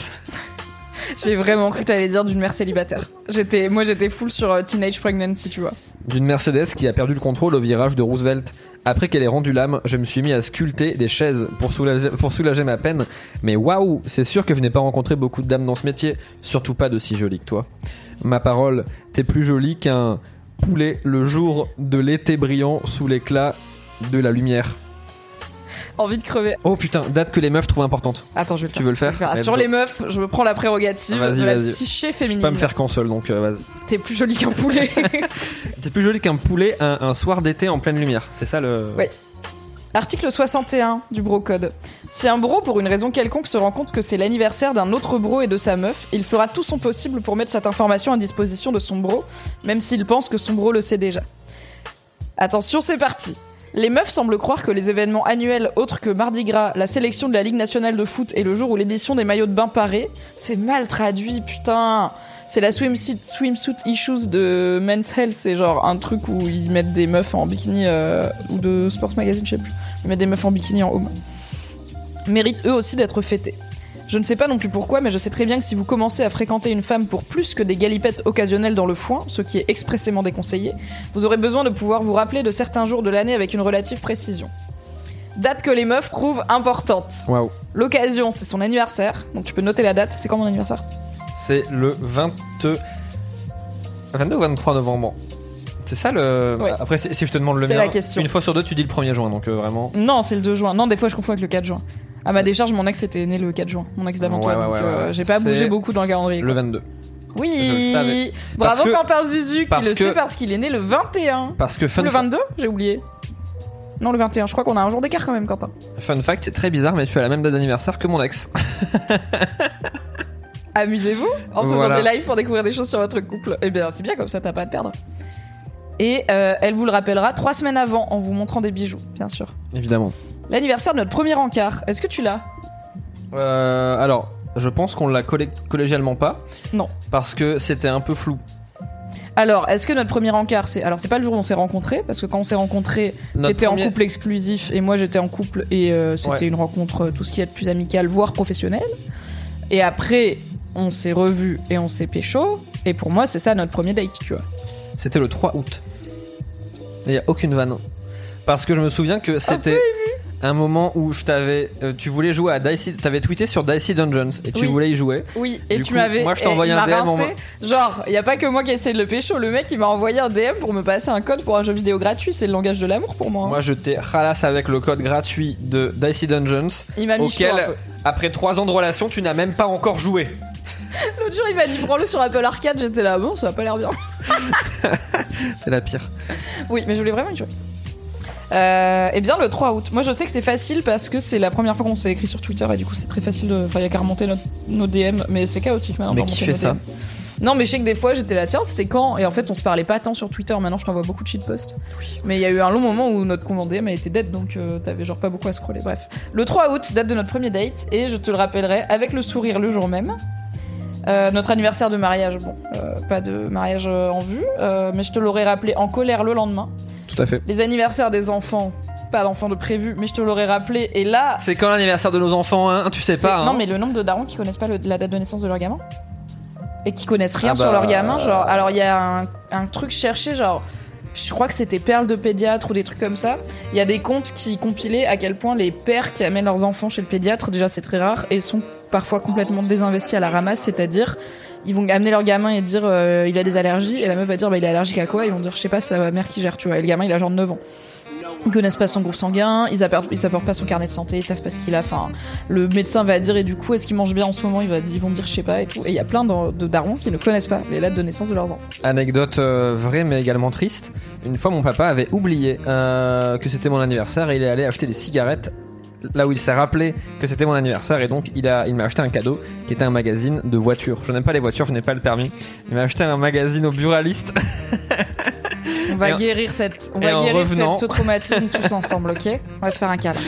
J'ai vraiment cru que t'allais dire d'une mère célibataire. J'étais, moi j'étais full sur euh, Teenage Pregnancy, tu vois.
D'une Mercedes qui a perdu le contrôle au virage de Roosevelt. Après qu'elle ait rendu l'âme, je me suis mis à sculpter des chaises pour soulager, pour soulager ma peine. Mais waouh, c'est sûr que je n'ai pas rencontré beaucoup de dames dans ce métier. Surtout pas de si jolies que toi. Ma parole, t'es plus jolie qu'un poulet le jour de l'été brillant sous l'éclat de la lumière.
Envie de crever.
Oh putain, date que les meufs trouvent importante.
Attends, je vais le
Tu
faire.
veux le faire,
le faire. Ah, sur les meufs, je me prends la prérogative
vas-y,
de la
vas-y.
psyché
Je
féminine.
peux pas me faire console, donc euh, vas-y.
T'es plus jolie qu'un poulet.
T'es plus jolie qu'un poulet un, un soir d'été en pleine lumière. C'est ça le...
Oui. Article soixante et un du Bro Code. Si un bro, pour une raison quelconque, se rend compte que c'est l'anniversaire d'un autre bro et de sa meuf, il fera tout son possible pour mettre cette information à disposition de son bro, même s'il pense que son bro le sait déjà. Attention, c'est parti. Les meufs semblent croire que les événements annuels autres que Mardi Gras, la sélection de la Ligue nationale de foot et le jour où l'édition des maillots de bain paraît, c'est mal traduit, putain. C'est la swimsuit, swimsuit issues de Men's Health, c'est genre un truc où ils mettent des meufs en bikini, euh, ou de Sports Magazine, je sais plus. Ils mettent des meufs en bikini en home. Méritent eux aussi d'être fêtés. Je ne sais pas non plus pourquoi, mais je sais très bien que si vous commencez à fréquenter une femme pour plus que des galipettes occasionnelles dans le foin, ce qui est expressément déconseillé, vous aurez besoin de pouvoir vous rappeler de certains jours de l'année avec une relative précision. Date que les meufs trouvent importante.
Waouh.
L'occasion, c'est son anniversaire, donc tu peux noter la date. C'est quand mon anniversaire ?
C'est le vingt... vingt-deux ou vingt-trois novembre. C'est ça le...
Ouais.
Après, si si je te demande le
C'est
mien,
la question.
une fois sur deux, tu dis le premier juin, donc euh, vraiment...
Non, c'est le deux juin. Non, des fois je confonds avec le quatre juin. À ma décharge, mon ex était né le quatre juin. Mon ex d'avant
Ouais,
toi,
ouais,
donc
ouais,
euh,
ouais.
j'ai pas
C'est
bougé beaucoup dans le calendrier.
Le
quoi.
vingt-deux.
Oui,
Je le savais.
Bravo
Parce que-
Quentin Zuzu qui
parce
le
que-
sait parce qu'il est né le vingt et un.
Parce que fun,
Le
fa-
vingt-deux, j'ai oublié. Non, le vingt et un. Je crois qu'on a un jour d'écart quand même, Quentin.
fun fact, c'est très bizarre, mais tu as la même date d'anniversaire que mon ex.
Amusez-vous en faisant
Voilà.
des lives pour découvrir des choses sur votre couple. Eh bien, c'est bien comme ça, t'as pas à te perdre. Et euh, elle vous le rappellera trois semaines avant en vous montrant des bijoux, bien sûr.
Évidemment.
L'anniversaire de notre premier encart. Est-ce que tu l'as ?
Euh, alors, je pense qu'on l'a collé- collégialement pas.
Non.
Parce que c'était un peu flou.
Alors, est-ce que notre premier encart, c'est... Alors, c'est pas le jour où on s'est rencontrés, parce que quand on s'est rencontrés,
Notre
t'étais
premier-
en couple exclusif et moi j'étais en couple et euh, c'était
Ouais.
une rencontre, euh, tout ce qui est de plus amical, voire professionnel. Et après, on s'est revus et on s'est pécho. Et pour moi, c'est ça notre premier date, tu vois.
C'était le trois août. Il n'y a aucune vanne. Parce que je me souviens que c'était un moment où je t'avais, euh, tu voulais jouer à Dicey, t'avais tweeté sur Dicey Dungeons et tu
Oui.
voulais y jouer.
Oui, et
Du
tu
coup,
m'avais.
moi, je t'ai
et
envoyé
il
un
m'a
D M en
rincé. Genre, il y a pas que moi qui ai essayé de le pécho. Le mec, il m'a envoyé un D M pour me passer un code pour un jeu vidéo gratuit. C'est le langage de l'amour pour moi. hein.
Moi, je t'ai ralasse avec le code gratuit de Dicey Dungeons,
il m'a mis chaud un
auquel,
peu.
après trois ans de relation, tu n'as même pas encore joué.
L'autre jour, il m'a dit prends-le sur Apple Arcade. J'étais là, bon, ça a pas l'air bien.
C'est la pire.
Oui, mais je voulais vraiment y jouer. Euh, eh bien, le trois août. Moi, je sais que c'est facile parce que c'est la première fois qu'on s'est écrit sur Twitter et du coup, c'est très facile de. Enfin, il y a qu'à remonter notre- nos D M, mais c'est chaotique maintenant.
Mais
de
qui
remonter
fait
nos
ça
D M. Non, mais je sais que des fois, j'étais là, tiens, c'était quand ? Et en fait, on se parlait pas tant sur Twitter. Maintenant, je t'envoie beaucoup de shitposts. Mais il y a eu un long moment où notre compte en D M a été dead, donc euh, t'avais genre pas beaucoup à scroller. Bref. Le trois août, date de notre premier date, et je te le rappellerai avec le sourire le jour même. Euh, notre anniversaire de mariage, bon, euh, pas de mariage euh, en vue, euh, mais je te l'aurais rappelé en colère le lendemain.
Tout à fait.
Les anniversaires des enfants, pas d'enfants de prévu, mais je te l'aurais rappelé. Et là,
C'est quand l'anniversaire de nos enfants, hein tu sais
c'est-
pas. Hein
non, mais le nombre de darons qui connaissent pas le- la date de naissance de leur gamin et qui connaissent rien
Ah
sur
bah,
leur gamin. Genre,
euh,
alors il y a un, un truc cherché, genre, je crois que c'était Perle de pédiatre ou des trucs comme ça. Il y a des comptes qui compilaient à quel point les pères qui amènent leurs enfants chez le pédiatre, déjà c'est très rare, et sont parfois complètement désinvestis à la ramasse, c'est-à-dire ils vont amener leur gamin et dire euh, il a des allergies, et la meuf va dire bah il est allergique à quoi, ils vont dire je sais pas, c'est sa mère qui gère, tu vois, et le gamin il a genre neuf ans. Ils connaissent pas son groupe sanguin, ils apportent, ils apportent pas son carnet de santé, ils savent pas ce qu'il a. Enfin, le médecin va dire et du coup, est-ce qu'il mange bien en ce moment, ils, va, ils vont dire je sais pas et tout. Et il y a plein de, de darons qui ne connaissent pas les dates de naissance de leurs enfants.
Anecdote euh, vraie mais également triste. Une fois, mon papa avait oublié euh, que c'était mon anniversaire et il est allé acheter des cigarettes là où il s'est rappelé que c'était mon anniversaire, et donc il a, il m'a acheté un cadeau qui était un magazine de voitures. Je n'aime pas les voitures, je n'ai pas le permis. Il m'a acheté un magazine au Buraliste.
On va
et
guérir cette, on
et
va
en
guérir
revenant...
cette, ce traumatisme tous ensemble, ok? On va se faire un câlin.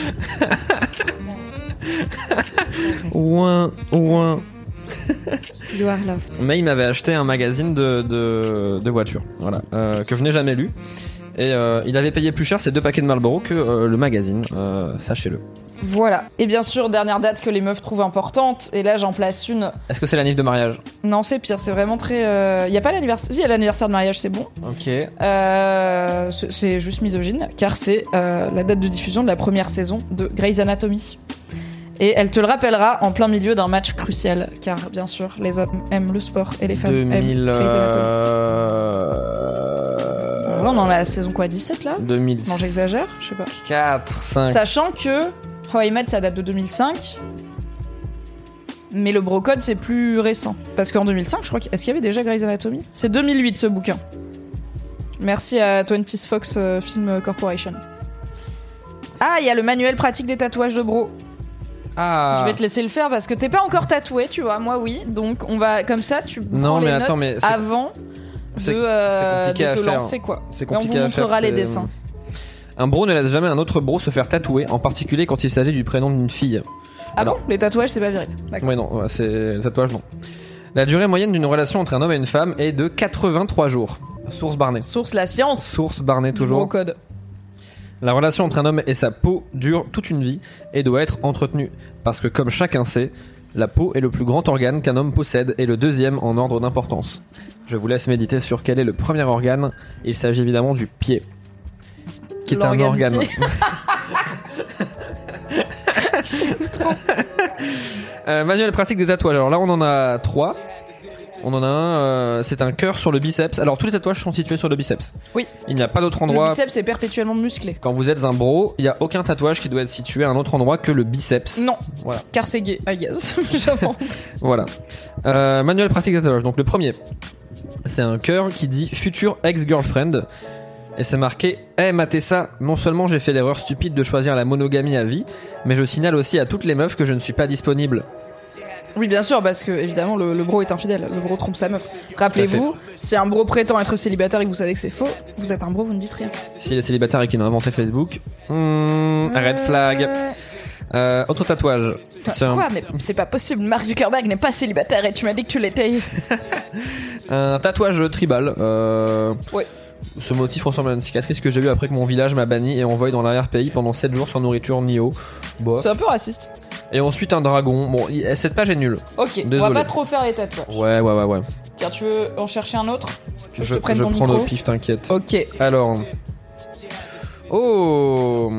Ouin, ouin.
You are loved.
Mais il m'avait acheté un magazine de, de, de voitures, voilà, euh, que je n'ai jamais lu. Et euh, il avait payé plus cher ces deux paquets de Marlboro que euh, le magazine, euh, sachez-le.
Voilà. Et bien sûr, dernière date que les meufs trouvent importante, et là j'en place une.
Est-ce que c'est l'anniv de mariage?
Non, c'est pire, c'est vraiment très... Il euh... y a pas l'anniversaire... Si, il y a l'anniversaire de mariage, c'est bon.
Ok.
Euh, c'est juste misogyne, car c'est euh, la date de diffusion de la première saison de Grey's Anatomy. Et elle te le rappellera en plein milieu d'un match crucial, car bien sûr, les hommes aiment le sport et les femmes
deux mille...
aiment Grey's Anatomy.
Euh...
Ouais, on en a la saison quoi, dix-sept là?
deux mille...
Non, j'exagère, je sais pas.
quatre, cinq...
Sachant que How I Met, ça date de deux mille cinq, mais le Bro Code, c'est plus récent. Parce qu'en deux mille cinq, je crois qu'il... Est-ce qu'il y avait déjà Grey's Anatomy? C'est deux mille huit, ce bouquin. Merci à twentieth Fox euh, Film Corporation. Ah, il y a le manuel pratique des tatouages de Bro.
Ah.
Je vais te laisser le faire parce que t'es pas encore tatoué, tu vois, moi oui. Donc on va, comme ça, tu
non,
prends
mais
les
attends,
notes
mais c'est...
avant
c'est...
de, euh,
c'est compliqué
de te
à faire.
lancer, quoi.
C'est
Et
compliqué
on vous
à faire.
montrera les
c'est...
dessins.
Un bro ne laisse jamais un autre bro se faire tatouer, en particulier quand il s'agit du prénom d'une fille.
Ah
Alors...
bon? Les tatouages, c'est pas viril. D'accord.
Oui, non, c'est... les tatouages, non. La durée moyenne d'une relation entre un homme et une femme est de quatre-vingt-trois jours. Source Barnet.
Source la science.
Source Barnet,
Du
toujours.
Bro Code.
La relation entre un homme et sa peau dure toute une vie et doit être entretenue. Parce que, comme chacun sait, la peau est le plus grand organe qu'un homme possède et le deuxième en ordre d'importance. Je vous laisse méditer sur quel est le premier organe. Il s'agit évidemment du pied. Qui est un organe.
Je t'aime trop.
euh, manuel pratique des tatouages. Alors là, on en a trois. On en a un, euh, c'est un cœur sur le biceps. Alors tous les tatouages sont situés sur le biceps.
Oui.
Il n'y a pas d'autre endroit.
Le biceps est perpétuellement musclé.
Quand vous êtes un bro, il n'y a aucun tatouage qui doit être situé à un autre endroit que le biceps.
Non.
Voilà.
Car c'est gay, I guess. J'invente.
Voilà. Euh, manuel pratique des tatouages. Donc le premier, c'est un cœur qui dit future ex-girlfriend. Et c'est marqué hey, matez ça, non seulement j'ai fait l'erreur stupide de choisir la monogamie à vie, mais je signale aussi à toutes les meufs que je ne suis pas disponible.
Oui, bien sûr, parce que évidemment le, le bro est infidèle, le bro trompe sa meuf. Rappelez-vous, si un bro prétend être célibataire et que vous savez que c'est faux, vous êtes un bro, vous ne dites rien.
S'il est célibataire et qu'il a inventé Facebook, hmm, red flag. Euh, autre tatouage.
C'est Quoi un... Mais c'est pas possible, Mark Zuckerberg n'est pas célibataire et tu m'as dit que tu l'étais.
Un tatouage tribal. Euh...
Ouais.
Ce motif ressemble à une cicatrice que j'ai eue après que mon village m'a banni et envoyé dans l'arrière-pays pendant sept jours sans nourriture ni eau. Bof.
C'est un peu raciste.
Et ensuite un dragon. Bon, cette page est nulle.
Ok,
Désolé.
on va pas trop faire les tatouages.
Ouais, ouais, ouais, ouais.
Tiens, tu veux en chercher un autre? Je,
Je,
te prenne
je
ton
prends
micro.
le pif, t'inquiète.
Ok.
Alors. Oh.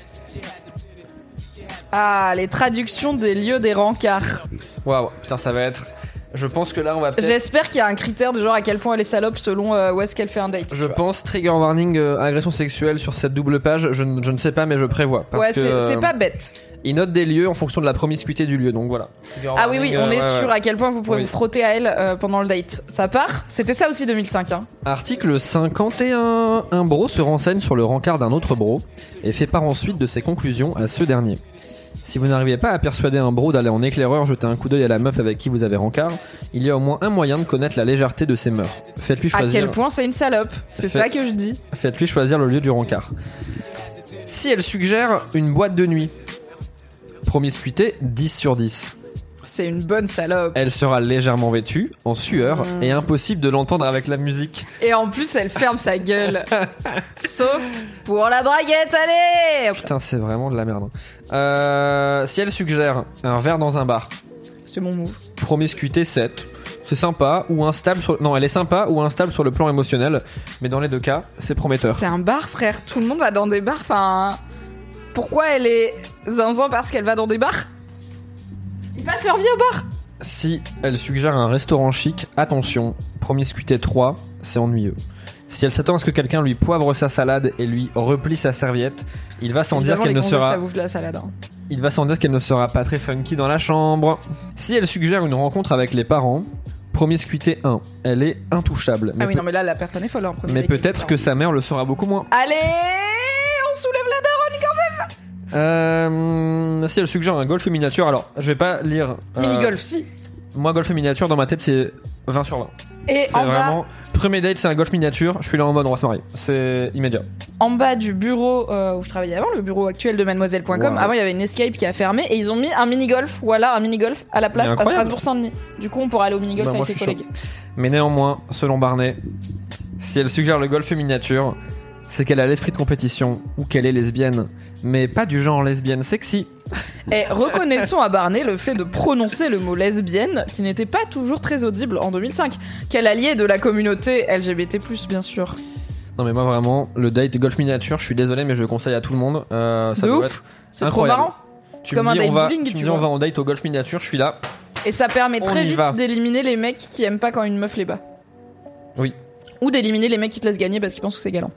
Ah, les traductions des lieux des rencarts.
Waouh, putain, ça va être. Je pense que là, on va peut-être.
J'espère qu'il y a un critère de genre à quel point elle est salope selon euh, où est-ce qu'elle fait un date.
Je pense trigger warning euh, agression sexuelle sur cette double page. Je, ne- je ne sais pas, mais je prévois. Parce
Ouais,
que,
c'est
euh,
c'est pas bête.
Il note des lieux en fonction de la promiscuité du lieu, donc voilà. Trigger
Ah oui,
warning,
oui, on
euh,
est
ouais,
sûr
ouais.
à quel point vous pouvez
Oui.
vous frotter à elle euh, pendant le date. Ça part. C'était ça aussi deux mille cinq. Hein.
Article cinquante et un. Un bro se renseigne sur le rencard d'un autre bro et fait part ensuite de ses conclusions à ce dernier. Si vous n'arrivez pas à persuader un bro d'aller en éclaireur jeter un coup d'œil à la meuf avec qui vous avez rencard, il y a au moins un moyen de connaître la légèreté de ses mœurs. Faites-lui
À
choisir.
quel point c'est une salope. C'est
Fait-
ça que je dis.
Faites-lui choisir le lieu du rencard. Si elle suggère une boîte de nuit, promiscuité dix sur dix.
C'est une bonne salope.
Elle sera légèrement vêtue, en sueur,
Mmh.
et impossible de l'entendre avec la musique.
Et en plus, elle ferme sa gueule. Sauf pour la braguette, allez.
Putain, c'est vraiment de la merde. Euh, si elle suggère un verre dans un bar,
C'est mon move.
promiscuité sept. C'est sympa ou instable sur... Non, elle est sympa ou instable sur le plan émotionnel, mais dans les deux cas, c'est prometteur.
C'est un bar, frère. Tout le monde va dans des bars. Enfin, pourquoi elle est zinzin parce qu'elle va dans des bars? Ils passent leur vie au bar.
Si elle suggère un restaurant chic, attention, promiscuité trois, c'est ennuyeux. Si elle s'attend à ce que quelqu'un lui poivre sa salade et lui replie sa serviette, il va sans dire qu'elle ne sera...
ça bouffe la salade, hein.
Il va sans dire qu'elle ne sera pas très funky dans la chambre. Si elle suggère une rencontre avec les parents, promiscuité un, elle est intouchable.
Ah oui, non, mais là, la personne est folle. Hein,
mais peut-être que sa mère le sera beaucoup moins.
Allez, on soulève la daronne quand même.
Euh, si elle suggère un golf miniature, alors je vais pas lire. Euh,
Mini-golf, si.
Moi, golf miniature, dans ma tête, c'est vingt sur vingt.
Et
c'est
en
vraiment.
Bas,
premier date, c'est un golf miniature. Je suis là en mode on va se marier. C'est immédiat.
En bas du bureau euh, où je travaillais avant, le bureau actuel de mademoiselle point com,
Wow.
avant il y avait une Escape qui a fermé et ils ont mis un mini-golf, voilà, un mini-golf à la place à Strasbourg-Saint-Denis. Du coup, on pourra aller au mini-golf
bah,
avec
moi,
les
je suis
collègues.
chaud. Mais néanmoins, selon Barney, si elle suggère le golf miniature, c'est qu'elle a l'esprit de compétition ou qu'elle est lesbienne. Mais pas du genre lesbienne sexy.
Et reconnaissons à Barney le fait de prononcer le mot lesbienne, qui n'était pas toujours très audible en deux mille cinq. Quel allié de la communauté L G B T plus, bien sûr.
Non mais moi vraiment, le date golf miniature, je suis désolé mais je le conseille à tout le monde. Euh, ça
de
doit
ouf,
être
c'est trop
incroyable.
marrant.
Tu
Comme
me
un
dis,
date
on va,
bowling,
tu
tu
me dis
vois.
on va en date au golf miniature, je suis là.
Et ça permet
On
très
y
vite
va.
d'éliminer les mecs qui aiment pas quand une meuf les bat.
Oui.
Ou d'éliminer les mecs qui te laissent gagner parce qu'ils pensent que c'est galant.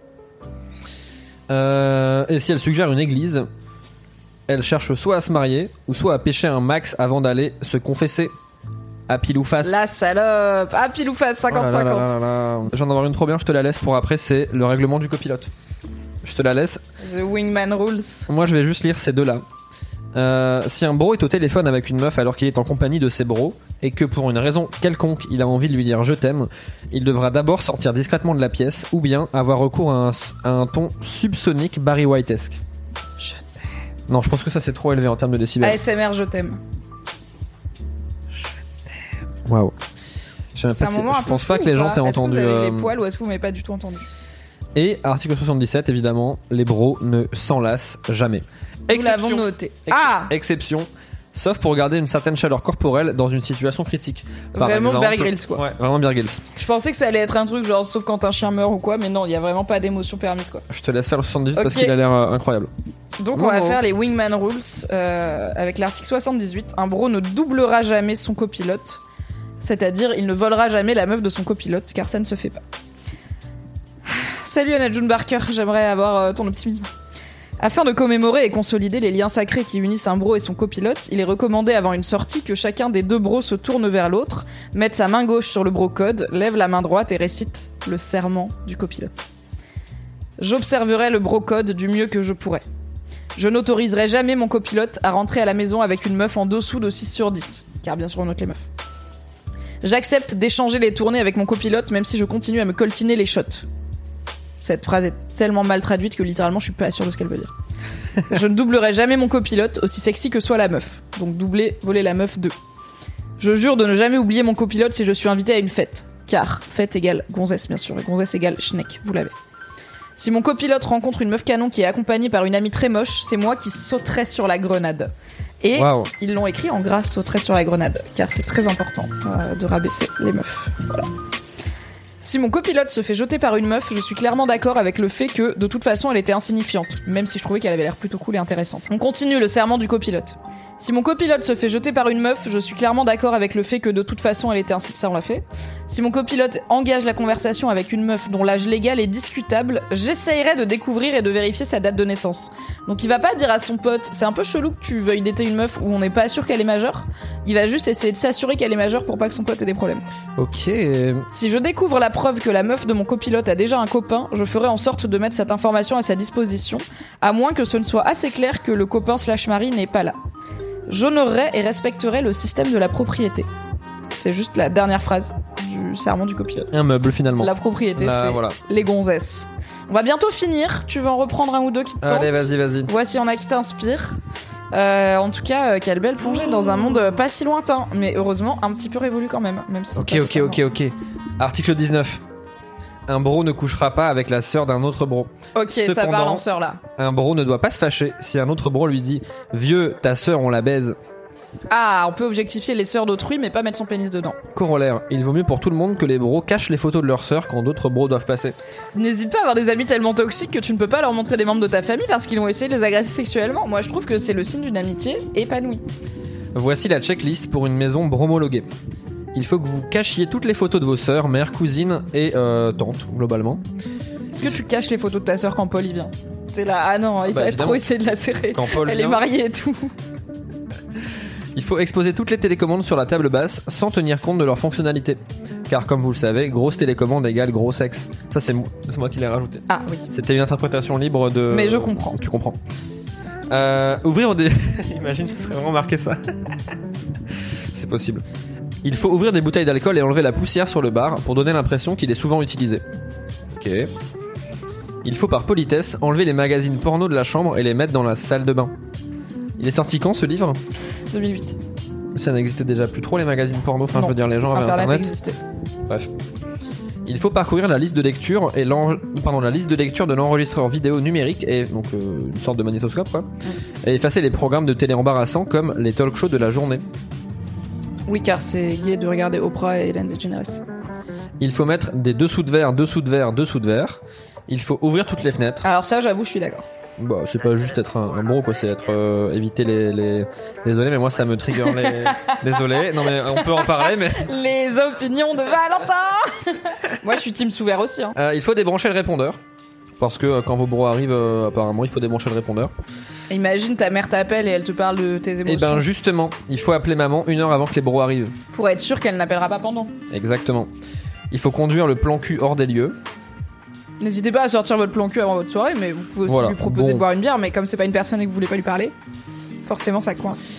Euh, et si elle suggère une église, elle cherche soit à se marier ou soit à pêcher un max avant d'aller se confesser. À pile ou face.
La salope. Ah, pile ou face, cinquante cinquante.
Oh là là là là là. J'en avoir une trop bien, je te la laisse pour après, c'est le règlement du copilote. Je te la laisse.
The Wingman Rules.
Moi je vais juste lire ces deux-là. Euh, si un bro est au téléphone avec une meuf alors qu'il est en compagnie de ses bros et que pour une raison quelconque il a envie de lui dire je t'aime, il devra d'abord sortir discrètement de la pièce ou bien avoir recours à un, à un ton subsonique Barry White-esque.
Je t'aime.
Non, je pense que ça c'est trop élevé en termes de décibels.
A S M R, je t'aime.
Waouh. Je sais même
C'est
pas
un
si-
moment un
je
peu
pense
fou
pas que
ou
les gens t'aient
Est-ce que
entendu.
vous avez
euh,
les poils ou est-ce que vous m'avez pas du tout entendu?
Et article soixante-dix-sept évidemment, les bros ne s'enlacent jamais.
Nous l'avons noté.
Ex-
Ah,
Exception, sauf pour garder une certaine chaleur corporelle dans une situation critique. Par
Vraiment
exemple-
Bear Grylls, quoi.
Ouais, vraiment Bear Grylls.
je pensais que ça allait être un truc genre sauf quand un chien meurt ou quoi, mais non, il y a vraiment pas d'émotion permise, quoi.
Je te laisse faire le soixante-dix-huit parce
Ok.
qu'il a l'air euh, incroyable.
Donc on
Wow.
va faire les Wingman Rules euh, avec l'article soixante-dix-huit. Un bro ne doublera jamais son copilote, c'est-à-dire il ne volera jamais la meuf de son copilote, car ça ne se fait pas. Salut Anna June Barker, j'aimerais avoir euh, ton optimisme. Afin de commémorer et consolider les liens sacrés qui unissent un bro et son copilote, il est recommandé avant une sortie que chacun des deux bros se tourne vers l'autre, mette sa main gauche sur le bro code, lève la main droite et récite le serment du copilote. J'observerai le bro code du mieux que je pourrai. Je n'autoriserai jamais mon copilote à rentrer à la maison avec une meuf en dessous de six sur dix, car bien sûr on note les meufs. J'accepte d'échanger les tournées avec mon copilote même si je continue à me coltiner les shots. Cette phrase est tellement mal traduite que littéralement je suis pas sûre de ce qu'elle veut dire. Je ne doublerai jamais mon copilote, aussi sexy que soit la meuf. Donc doubler, voler la meuf deux. Je jure de ne jamais oublier mon copilote si je suis invité à une fête. Car fête égale gonzesse bien sûr, et gonzesse égale schneck, vous l'avez. Si mon copilote rencontre une meuf canon qui est accompagnée par une amie très moche, c'est moi qui sauterai sur la grenade. Et
Waouh.
ils l'ont écrit en gras, sauterai sur la grenade, car c'est très important euh, de rabaisser les meufs. Voilà. Si mon copilote se fait jeter par une meuf, je suis clairement d'accord avec le fait que, de toute façon, elle était insignifiante, même si je trouvais qu'elle avait l'air plutôt cool et intéressante. On continue le serment du copilote. Si mon copilote se fait jeter par une meuf, je suis clairement d'accord avec le fait que, de toute façon, elle était insignifiante. Ça, on l'a fait. Si mon copilote engage la conversation avec une meuf dont l'âge légal est discutable, j'essayerai de découvrir et de vérifier sa date de naissance. Donc il va pas dire à son pote, c'est un peu chelou que tu veuilles dater une meuf où on n'est pas sûr qu'elle est majeure. Il va juste essayer de s'assurer qu'elle est majeure pour pas que son pote ait des problèmes.
Ok.
Si je découvre la preuve que la meuf de mon copilote a déjà un copain, je ferai en sorte de mettre cette information à sa disposition, à moins que ce ne soit assez clair que le copain slash mari n'est pas là. J'honorerai et respecterai le système de la propriété. C'est juste la dernière phrase du serment du copilote.
Un meuble finalement.
La propriété,
Là,
c'est
voilà.
les gonzesses. On va bientôt finir. Tu veux en reprendre un ou deux qui te tentent?
Allez, vas-y, vas-y.
Voici en a qui t'inspire. Euh, en tout cas, euh, quelle belle plongée dans un monde euh, pas si lointain, mais heureusement un petit peu révolu quand même. même si c'est
Ok,
pas
ok,
totalement.
ok, ok. Article dix-neuf. Un bro ne couchera pas avec la sœur d'un autre bro.
Ok, ça
Cependant,
parle en sœur là.
Un bro ne doit pas se fâcher si un autre bro lui dit « Vieux, ta sœur, on la baise ».
Ah, on peut objectifier les sœurs d'autrui, mais pas mettre son pénis dedans.
Corollaire, il vaut mieux pour tout le monde que les bros cachent les photos de leur sœur quand d'autres bros doivent passer.
N'hésite pas à avoir des amis tellement toxiques que tu ne peux pas leur montrer des membres de ta famille parce qu'ils vont essayer de les agresser sexuellement. Moi, je trouve que c'est le signe d'une amitié épanouie.
Voici la checklist pour une maison bromologuée. Il faut que vous cachiez toutes les photos de vos sœurs, mères, cousines et euh, tantes, globalement.
Est-ce que tu caches les photos de ta sœur quand Paul y vient ? T'es là, ah non, il
bah,
va
évidemment.
trop essayer de la serrer.
Quand Paul
Elle
vient,
est mariée et tout.
il faut exposer toutes les télécommandes sur la table basse sans tenir compte de leur fonctionnalité. Car comme vous le savez, grosse télécommande égale gros sexe. Ça c'est moi, c'est moi qui l'ai rajouté.
Ah oui.
C'était une interprétation libre de...
Mais je comprends.
Tu comprends. Euh, ouvrir des... Imagine, ce serait vraiment marqué ça. C'est possible. Il faut ouvrir des bouteilles d'alcool et enlever la poussière sur le bar pour donner l'impression qu'il est souvent utilisé. Ok. Il faut par politesse enlever les magazines porno de la chambre et les mettre dans la salle de bain. Il est sorti quand ce livre ?
deux mille huit.
Ça n'existait déjà plus trop les magazines porno, enfin
Non.
je veux dire les gens avaient
Internet,
internet.
existait.
Bref. Il faut parcourir la liste de lecture et l'en... pardon, la liste de lecture de l'enregistreur vidéo numérique et donc euh, une sorte de magnétoscope quoi. Et effacer les programmes de télé embarrassants comme les talk shows de la journée.
Oui, car c'est gay de regarder Oprah et Ellen DeGeneres.
Il faut mettre des dessous de verre, dessous de verre, dessous de verre. Il faut ouvrir toutes les fenêtres.
Alors ça, j'avoue, je suis d'accord.
Bah, c'est pas juste être un, un bro quoi, c'est être euh, éviter les, les désolé mais moi ça me trigger les désolé. Non mais on peut en parler mais
Les opinions de Valentin. Moi, je suis team sous verre aussi. Hein.
euh, il faut débrancher le répondeur parce que euh, quand vos bros arrivent euh, apparemment il faut débrancher le répondeur.
Imagine ta mère t'appelle et elle te parle de tes émotions.
Et ben justement, il faut appeler maman une heure avant que les bros arrivent.
Pour être sûr qu'elle n'appellera pas pendant.
Exactement. Il faut conduire le plan cul hors des lieux.
N'hésitez pas à sortir votre plan cul avant votre soirée, mais vous pouvez aussi
Voilà.
lui proposer
Bon.
de boire une bière, mais comme c'est pas une personne et que vous voulez pas lui parler, forcément ça coince.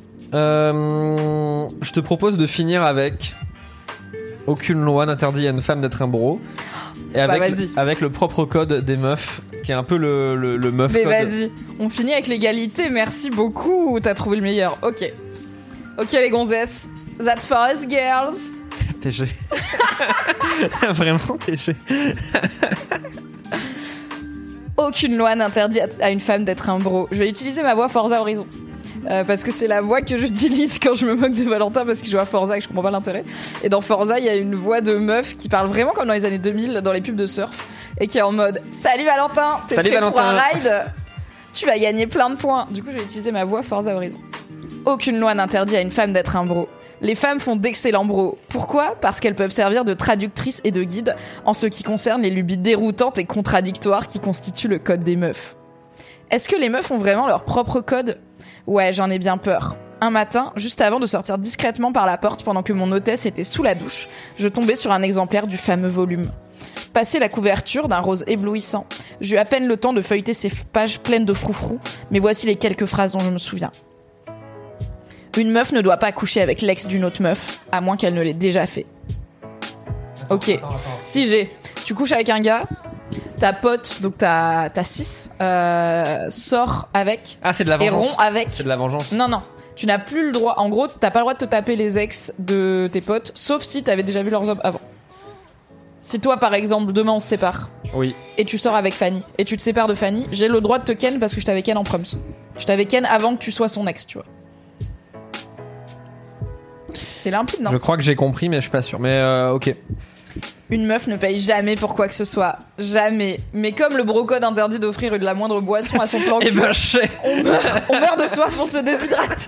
Euh, je te propose de finir avec aucune loi n'interdit à une femme d'être un bro. Et avec,
Bah, vas-y.
avec le propre code des meufs, qui est un peu le, le, le meuf
Mais
code.
vas-y, on finit avec l'égalité, merci beaucoup, t'as trouvé le meilleur. Ok. Ok les gonzesses, that's for us girls.
T G. Vraiment T G.
Aucune loi n'interdit à une femme d'être un bro. Je vais utiliser ma voix Forza Horizon. Euh, parce que c'est la voix que j'utilise quand je me moque de Valentin parce qu'il joue à Forza et que je comprends pas l'intérêt. Et dans Forza, il y a une voix de meuf qui parle vraiment comme dans les années deux mille dans les pubs de surf et qui est en mode « Salut Valentin, t'es
Salut
prêt
Valentin.
pour un ride ? Tu vas gagner plein de points. » Du coup, je vais utiliser ma voix Forza Horizon. Aucune loi n'interdit à une femme d'être un bro. Les femmes font d'excellents bros. Pourquoi ? Parce qu'elles peuvent servir de traductrices et de guides en ce qui concerne les lubies déroutantes et contradictoires qui constituent le code des meufs. Est-ce que les meufs ont vraiment leur propre code ? Ouais, j'en ai bien peur. Un matin, juste avant de sortir discrètement par la porte pendant que mon hôtesse était sous la douche, je tombais sur un exemplaire du fameux volume. Passé la couverture d'un rose éblouissant, j'eus à peine le temps de feuilleter ces pages pleines de froufrous, mais voici les quelques phrases dont je me souviens. Une meuf ne doit pas coucher avec l'ex d'une autre meuf, à moins qu'elle ne l'ait déjà fait. Ok, si j'ai, tu couches avec un gars, ta pote, donc ta, ta cis, euh, sort avec,
Ah, c'est de la
et
vengeance.
rompt avec.
C'est de la vengeance.
Non, non, tu n'as plus le droit, en gros, t'as pas le droit de te taper les ex de tes potes, sauf si t'avais déjà vu leurs hommes avant. Si toi, par exemple, demain on se sépare,
Oui.
et tu sors avec Fanny, et tu te sépares de Fanny, j'ai le droit de te ken parce que je t'avais ken en proms. Je t'avais ken avant que tu sois son ex, tu vois. C'est limpide, non ?
Je crois que j'ai compris, mais je suis pas sûr. Mais euh, ok.
Une meuf ne paye jamais pour quoi que ce soit. Jamais. Mais comme le brocode interdit d'offrir de la moindre boisson à son plan
Eh
cul,
ben, je sais.
on, meurt, on meurt de soif, on se déshydrate.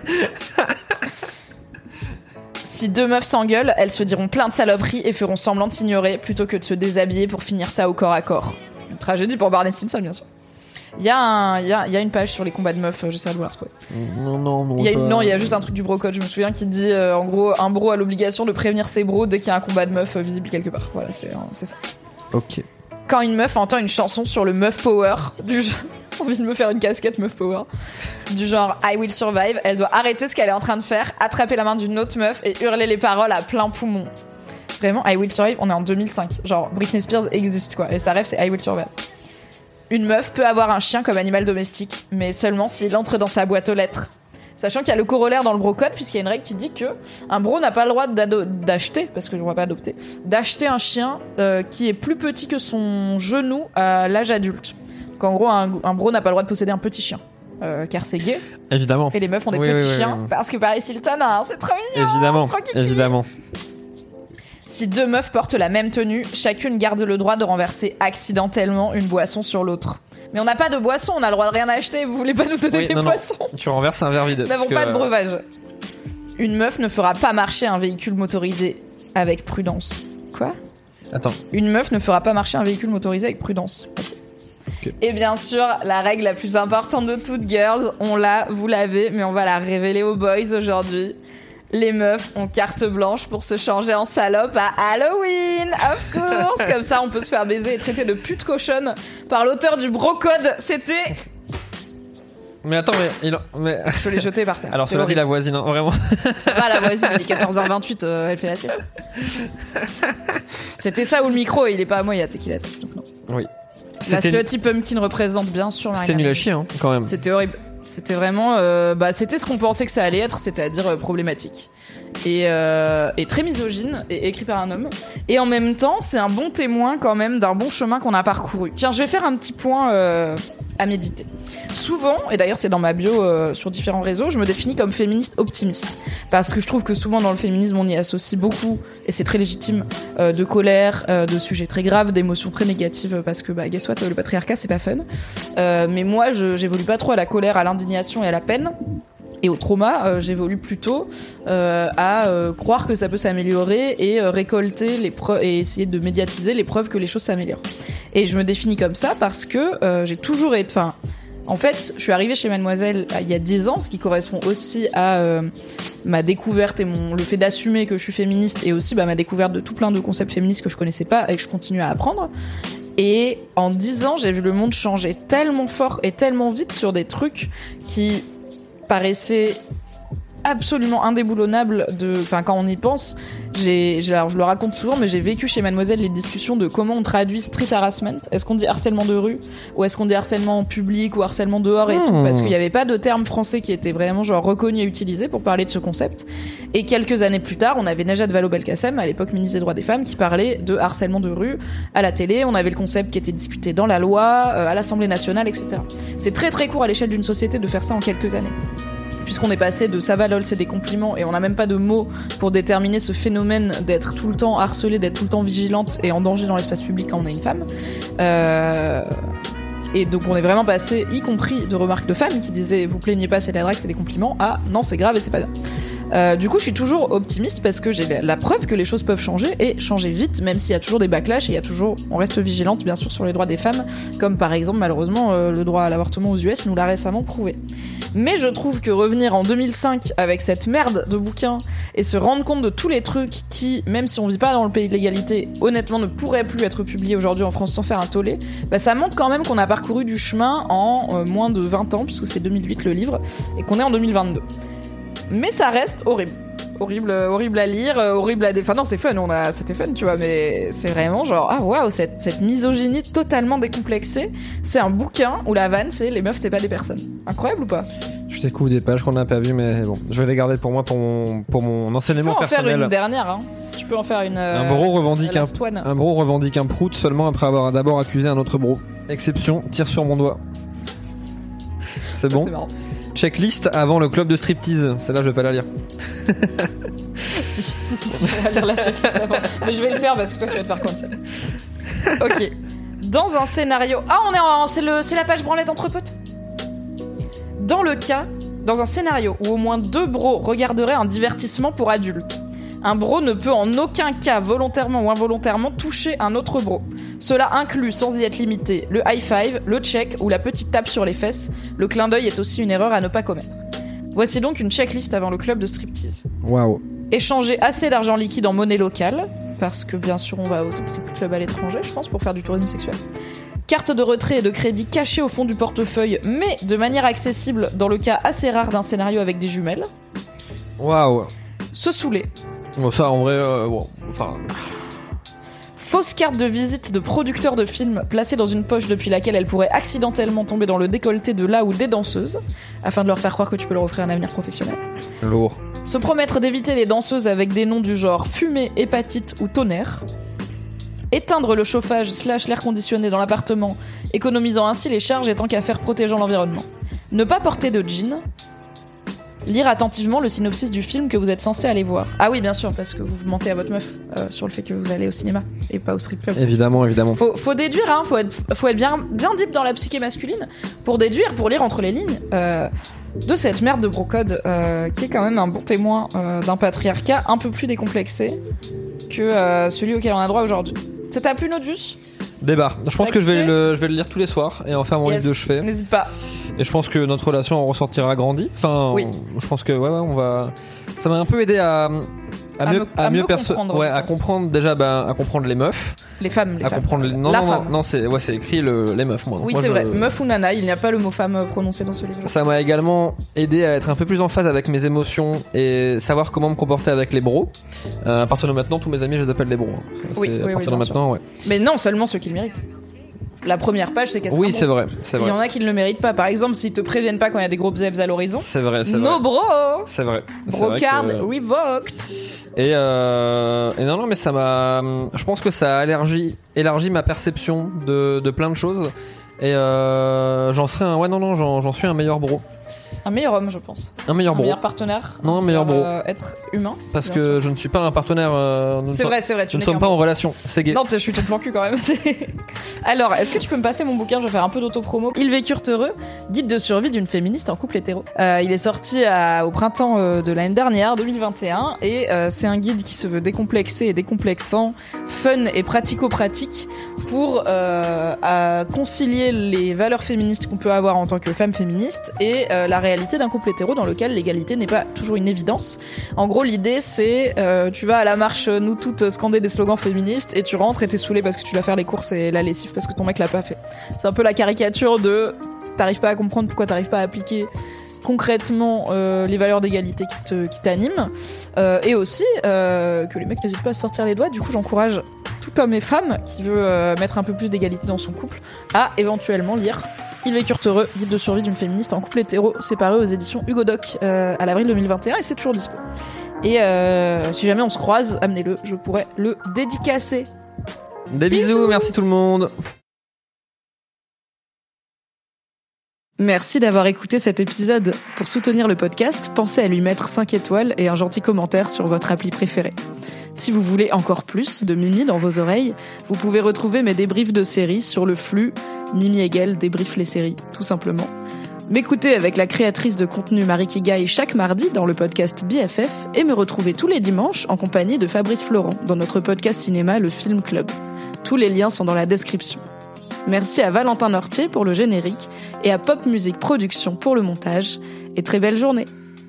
Si deux meufs s'engueulent, elles se diront plein de saloperies et feront semblant de s'ignorer plutôt que de se déshabiller pour finir ça au corps à corps. Une tragédie pour Barney Stinson, bien sûr. Il y, un, il, y a, il y a une page sur les combats de meufs, j'essaie de vous la retrouver.
Non, non, non.
Il y a une,
pas-
non, il y a juste un truc du brocode, je me souviens, qui dit euh, en gros, un bro a l'obligation de prévenir ses bros dès qu'il y a un combat de meufs euh, visible quelque part. Voilà, c'est, euh, c'est ça.
Ok.
Quand une meuf entend une chanson sur le meuf power, du genre, envie de me faire une casquette meuf power, du genre I will survive, elle doit arrêter ce qu'elle est en train de faire, attraper la main d'une autre meuf et hurler les paroles à plein poumon. Vraiment, I will survive, on est en deux mille cinq. Genre, Britney Spears existe, quoi. Et sa rêve, c'est I will survive. Une meuf peut avoir un chien comme animal domestique, mais seulement s'il entre dans sa boîte aux lettres. Sachant qu'il y a le corollaire dans le brocode, puisqu'il y a une règle qui dit que un bro n'a pas le droit d'ado- d'acheter, parce que je ne vois pas adopter, d'acheter un chien euh, qui est plus petit que son genou à l'âge adulte. Donc en gros, un, un bro n'a pas le droit de posséder un petit chien, euh, car c'est gay,
Évidemment.
et les meufs ont des
Oui,
petits
oui, oui,
chiens,
oui.
parce que Paris Hilton, hein, c'est trop mignon.
Évidemment.
c'est trop kiki.
Évidemment.
Si deux meufs portent la même tenue, chacune garde le droit de renverser accidentellement une boisson sur l'autre. Mais on n'a pas de boisson, on a le droit de rien acheter, vous voulez pas nous donner
Oui,
des
non, non.
boissons ?
Tu renverses un verre vide.
Nous n'avons
parce
pas
que-
de breuvage. Une meuf ne fera pas marcher un véhicule motorisé avec prudence. Quoi ?
Attends.
Une meuf ne fera pas marcher un véhicule motorisé avec prudence. Ok.
Ok.
Et bien sûr, la règle la plus importante de toutes, girls, on l'a, vous l'avez, mais on va la révéler aux boys aujourd'hui. Les meufs ont carte blanche pour se changer en salope à Halloween, of course. Comme ça, on peut se faire baiser et traiter de pute cochonne par l'auteur du brocode. C'était...
Mais attends, mais, il... mais...
Je l'ai jeté par terre.
Alors,
C'était
cela dit,
horrible.
la voisine, hein, vraiment.
Ça va, la voisine, il est quatorze heures vingt-huit, euh, elle fait la sieste. C'était ça ou le micro, il est pas à moi, il y a Tequila Trix, donc non.
Oui.
La
C'était,
Slutty Pumpkin représente bien sûr Marina
c'était nul à
Mel.
chier, hein, quand même.
C'était horrible. C'était vraiment, euh, bah, c'était ce qu'on pensait que ça allait être, c'est-à-dire euh, problématique et, euh, et très misogyne et écrit par un homme. Et en même temps, c'est un bon témoin quand même d'un bon chemin qu'on a parcouru. Tiens, je vais faire un petit point euh, à méditer. Souvent, et d'ailleurs c'est dans ma bio euh, sur différents réseaux, je me définis comme féministe optimiste parce que je trouve que souvent dans le féminisme on y associe beaucoup, et c'est très légitime, euh, de colère, euh, de sujets très graves, d'émotions très négatives parce que bah guess what, le patriarcat c'est pas fun. Euh, mais moi je j'évolue pas trop à la colère, à l'indignation et à la peine. Et au trauma, euh, j'évolue plutôt euh, à euh, croire que ça peut s'améliorer et euh, récolter les preuves et essayer de médiatiser les preuves que les choses s'améliorent. Et je me définis comme ça parce que euh, j'ai toujours été... Enfin, en fait, je suis arrivée chez Mademoiselle euh, il y a dix ans, ce qui correspond aussi à euh, ma découverte et mon le fait d'assumer que je suis féministe, et aussi bah, ma découverte de tout plein de concepts féministes que je connaissais pas et que je continue à apprendre. Et en dix ans, j'ai vu le monde changer tellement fort et tellement vite sur des trucs qui paraissaient absolument indéboulonnables de, enfin, quand on y pense. J'ai, j'ai, alors je le raconte souvent, mais j'ai vécu chez Mademoiselle les discussions de comment on traduit street harassment. Est-ce qu'on dit harcèlement de rue, ou est-ce qu'on dit harcèlement public, ou harcèlement dehors et
mmh.
tout, parce qu'il n'y avait pas de terme français qui était vraiment genre reconnu et utilisé pour parler de ce concept. Et quelques années plus tard, on avait Najat Vallaud-Belkacem, à l'époque ministre des droits des femmes, qui parlait de harcèlement de rue à la télé. On avait le concept qui était discuté dans la loi, euh, à l'Assemblée nationale, et cetera. C'est très très court à l'échelle d'une société de faire ça en quelques années, puisqu'on est passé de ça va lol c'est des compliments, et on n'a même pas de mots pour déterminer ce phénomène d'être tout le temps harcelée, d'être tout le temps vigilante et en danger dans l'espace public quand on est une femme. Euh... Et donc on est vraiment passé, y compris de remarques de femmes qui disaient vous plaignez pas, c'est de la drague, c'est des compliments, à non c'est grave et c'est pas bien. Euh, du coup, je suis toujours optimiste parce que j'ai la, la preuve que les choses peuvent changer, et changer vite, même s'il y a toujours des backlash, et il y a toujours, on reste vigilante bien sûr sur les droits des femmes, comme par exemple malheureusement euh, le droit à l'avortement aux U S nous l'a récemment prouvé. Mais je trouve que revenir en deux mille cinq avec cette merde de bouquin et se rendre compte de tous les trucs qui, même si on vit pas dans le pays de l'égalité, honnêtement ne pourraient plus être publiés aujourd'hui en France sans faire un tollé, bah ça montre quand même qu'on a parcouru du chemin en euh, moins de vingt ans, puisque c'est deux mille huit le livre, et qu'on est en deux mille vingt-deux. Mais ça reste horrible. Horrible, horrible à lire, horrible à défendre. Non, c'est fun, on a, c'était fun, tu vois, mais c'est vraiment genre, ah waouh, cette, cette misogynie totalement décomplexée. C'est un bouquin où la vanne, c'est les meufs, c'est pas des personnes. Incroyable ou pas?
Je découvre des pages qu'on n'a pas vues, mais bon, je vais les garder pour moi, pour mon, pour mon enseignement
Tu peux en
personnel.
faire une dernière, hein. Tu peux en faire une. Euh,
Un bro revendique un,
last one.
un bro revendique un prout seulement après avoir d'abord accusé un autre bro. Exception, tire sur mon doigt. C'est
Ça,
bon.
c'est marrant.
Checklist avant le club de striptease. Celle-là, je vais pas la lire.
si, si, si, si, on va lire la checklist avant. Mais je vais le faire parce que toi, tu vas te faire cancel. Ok. Dans un scénario. Ah, on est en. C'est, le, c'est la page branlette entre potes. Dans le cas. Dans un scénario où au moins deux bros regarderaient un divertissement pour adultes, un bro ne peut en aucun cas, volontairement ou involontairement, toucher un autre bro. Cela inclut, sans y être limité, le high five, le check ou la petite tape sur les fesses. Le clin d'œil est aussi une erreur à ne pas commettre. Voici donc une checklist avant le club de striptease.
Waouh.
Échanger assez d'argent liquide en monnaie locale, parce que bien sûr on va au strip club à l'étranger, je pense, pour faire du tourisme sexuel. Carte de retrait et de crédit cachée au fond du portefeuille, mais de manière accessible dans le cas assez rare d'un scénario avec des jumelles.
Waouh.
Se saouler.
Bon, ça, en vrai, euh, bon, enfin...
Fausse carte de visite de producteur de film placée dans une poche depuis laquelle elle pourrait accidentellement tomber dans le décolleté de la ou des danseuses, afin de leur faire croire que tu peux leur offrir un avenir professionnel.
Lourd.
Se promettre d'éviter les danseuses avec des noms du genre fumée, hépatite ou tonnerre. Éteindre le chauffage slash l'air conditionné dans l'appartement, économisant ainsi les charges et tant qu'à faire protégeant l'environnement. Ne pas porter de jean. lire attentivement le synopsis du film que vous êtes censé aller voir. Ah oui, bien sûr, parce que vous mentez à votre meuf euh, sur le fait que vous allez au cinéma et pas au strip club.
Évidemment, évidemment.
Faut, faut déduire, hein, faut être, faut être bien, bien deep dans la psyché masculine pour déduire, pour lire entre les lignes euh, de cette merde de brocode euh, qui est quand même un bon témoin euh, d'un patriarcat un peu plus décomplexé que euh, celui auquel on a droit aujourd'hui. Ça t'a plu, Nodus ?
Débarre. Je pense
T'as
que je vais,
kiffé
le, je vais le lire tous les soirs et en faire mon
Yes,
livre de chevet.
N'hésite pas.
Et je pense que notre relation en ressortira grandie. Enfin,
Oui.
on- je pense que ouais, ouais, on va. Ça m'a un peu aidé à, à
À
mieux,
me- à
mieux
mieux
perce-
comprendre,
ouais,
je
à
pense.
comprendre déjà, ben, à comprendre les meufs,
Les femmes, les
à
femmes.
comprendre les. Non,
La
non, non,
femme.
non, c'est, ouais, c'est écrit le, les meufs, moi. Donc
Oui,
moi,
c'est
je-
vrai. Meuf ou nana, il n'y a pas le mot femme prononcé dans ce livre.
Ça m'a également aidé à être un peu plus en phase avec mes émotions et savoir comment me comporter avec les bros. Euh, à partir de maintenant, tous mes amis, je les appelle les bros. hein. C'est-
Oui,
c'est-
oui,
à
oui,
partir de
bien sûr.
maintenant, ouais.
Mais non, seulement ceux qui le méritent. La première page, c'est qu'est-ce
Oui,
qu'un
c'est
bro.
vrai, c'est
Il y
vrai.
en a qui ne le méritent pas. Par exemple, s'ils te préviennent pas quand il y a des gros bzefs à l'horizon.
C'est vrai, c'est vrai.
No bro.
C'est vrai. C'est vrai
Brocard
que-
revoked.
Et, euh, et non, non, mais ça m'a. Je pense que ça a élargi, élargi ma perception de, de plein de choses. Et euh, j'en serais un. Ouais, non, non, j'en, j'en suis un meilleur bro.
Un meilleur homme, je pense.
Un meilleur
Un
bro.
meilleur partenaire.
Non, un meilleur bro.
euh, être humain.
Parce
bien
que
sûr.
je ne suis pas un partenaire. euh, nous ne
C'est
sommes-
vrai, c'est vrai. Tu
Nous ne
n'es
sommes
qu'un
pas
bro.
en relation. C'est gay.
Non, t'es- je suis ton plan cul quand même. Alors, est-ce que tu peux me passer mon bouquin ? Je vais faire un peu d'auto-promo. Ils vécurent heureux, guide de survie d'une féministe en couple hétéro. Euh, il est sorti à- au printemps euh, de l'année dernière, deux mille vingt et un, et euh, c'est un guide qui se veut décomplexé et décomplexant, fun et pratico-pratique pour euh, à concilier les valeurs féministes qu'on peut avoir en tant que femme féministe et euh, la réalité d'un couple hétéro dans lequel l'égalité n'est pas toujours une évidence. En gros, l'idée, c'est euh, tu vas à la marche, nous toutes, scander des slogans féministes et tu rentres et t'es saoulé parce que tu dois faire les courses et la lessive parce que ton mec l'a pas fait. C'est un peu la caricature de t'arrives pas à comprendre pourquoi t'arrives pas à appliquer concrètement euh, les valeurs d'égalité qui te qui t'animent euh, et aussi euh, que les mecs n'hésitent pas à se sortir les doigts. Du coup, j'encourage tout homme et femme qui veut euh, mettre un peu plus d'égalité dans son couple à éventuellement lire Ils vécurent heureux, guide de survie d'une féministe en couple hétéro, séparé aux éditions Hugo Doc euh, à l'avril deux mille vingt et un, et c'est toujours dispo. Et euh, si jamais on se croise, amenez-le, je pourrais le dédicacer.
Des bisous,
Bisous.
merci tout le monde.
Merci d'avoir écouté cet épisode. Pour soutenir le podcast, pensez à lui mettre cinq étoiles et un gentil commentaire sur votre appli préférée. Si vous voulez encore plus de Mimi dans vos oreilles, vous pouvez retrouver mes débriefs de séries sur le flux Mimi égale débrief les séries, tout simplement. M'écouter avec la créatrice de contenu Marie Kigai chaque mardi dans le podcast B F F et me retrouver tous les dimanches en compagnie de Fabrice Florent dans notre podcast cinéma Le Film Club. Tous les liens sont dans la description. Merci à Valentin Nortier pour le générique et à Pop Music Production pour le montage. Et très belle journée.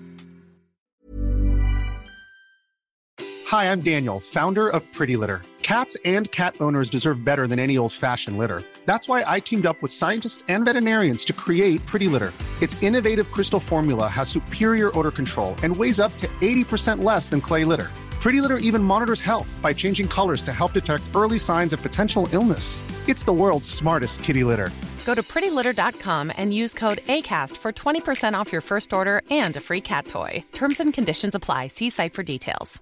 Hi, I'm Daniel, founder of Pretty Litter. Cats and cat owners deserve better than any old-fashioned litter. That's why I teamed up with scientists and veterinarians to create Pretty Litter. Its innovative crystal formula has superior odor control and weighs up to eighty percent less than clay litter. Pretty Litter even monitors health by changing colors to help detect early signs of potential illness. It's the world's smartest kitty litter.
Go to pretty litter dot com and use code ACAST for twenty percent off your first order and a free cat toy. Terms and conditions apply. See site for details.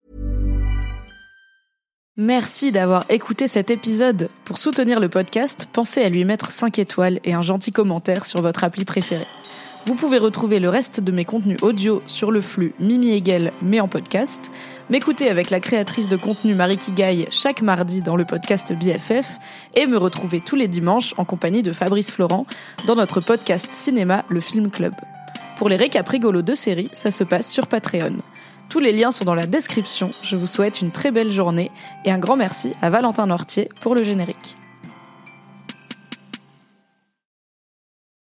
Merci d'avoir écouté cet épisode. Pour soutenir le podcast, pensez à lui mettre cinq étoiles et un gentil commentaire sur votre appli préférée. Vous pouvez retrouver le reste de mes contenus audio sur le flux Mimi Hegel, mais en podcast, m'écouter avec la créatrice de contenu Marie Kigai chaque mardi dans le podcast B F F et me retrouver tous les dimanches en compagnie de Fabrice Florent dans notre podcast cinéma Le Film Club. Pour les récaps rigolos de séries, ça se passe sur Patreon. Tous les liens sont dans la description. Je vous souhaite une très belle journée et un grand merci à Valentin Nortier pour le générique.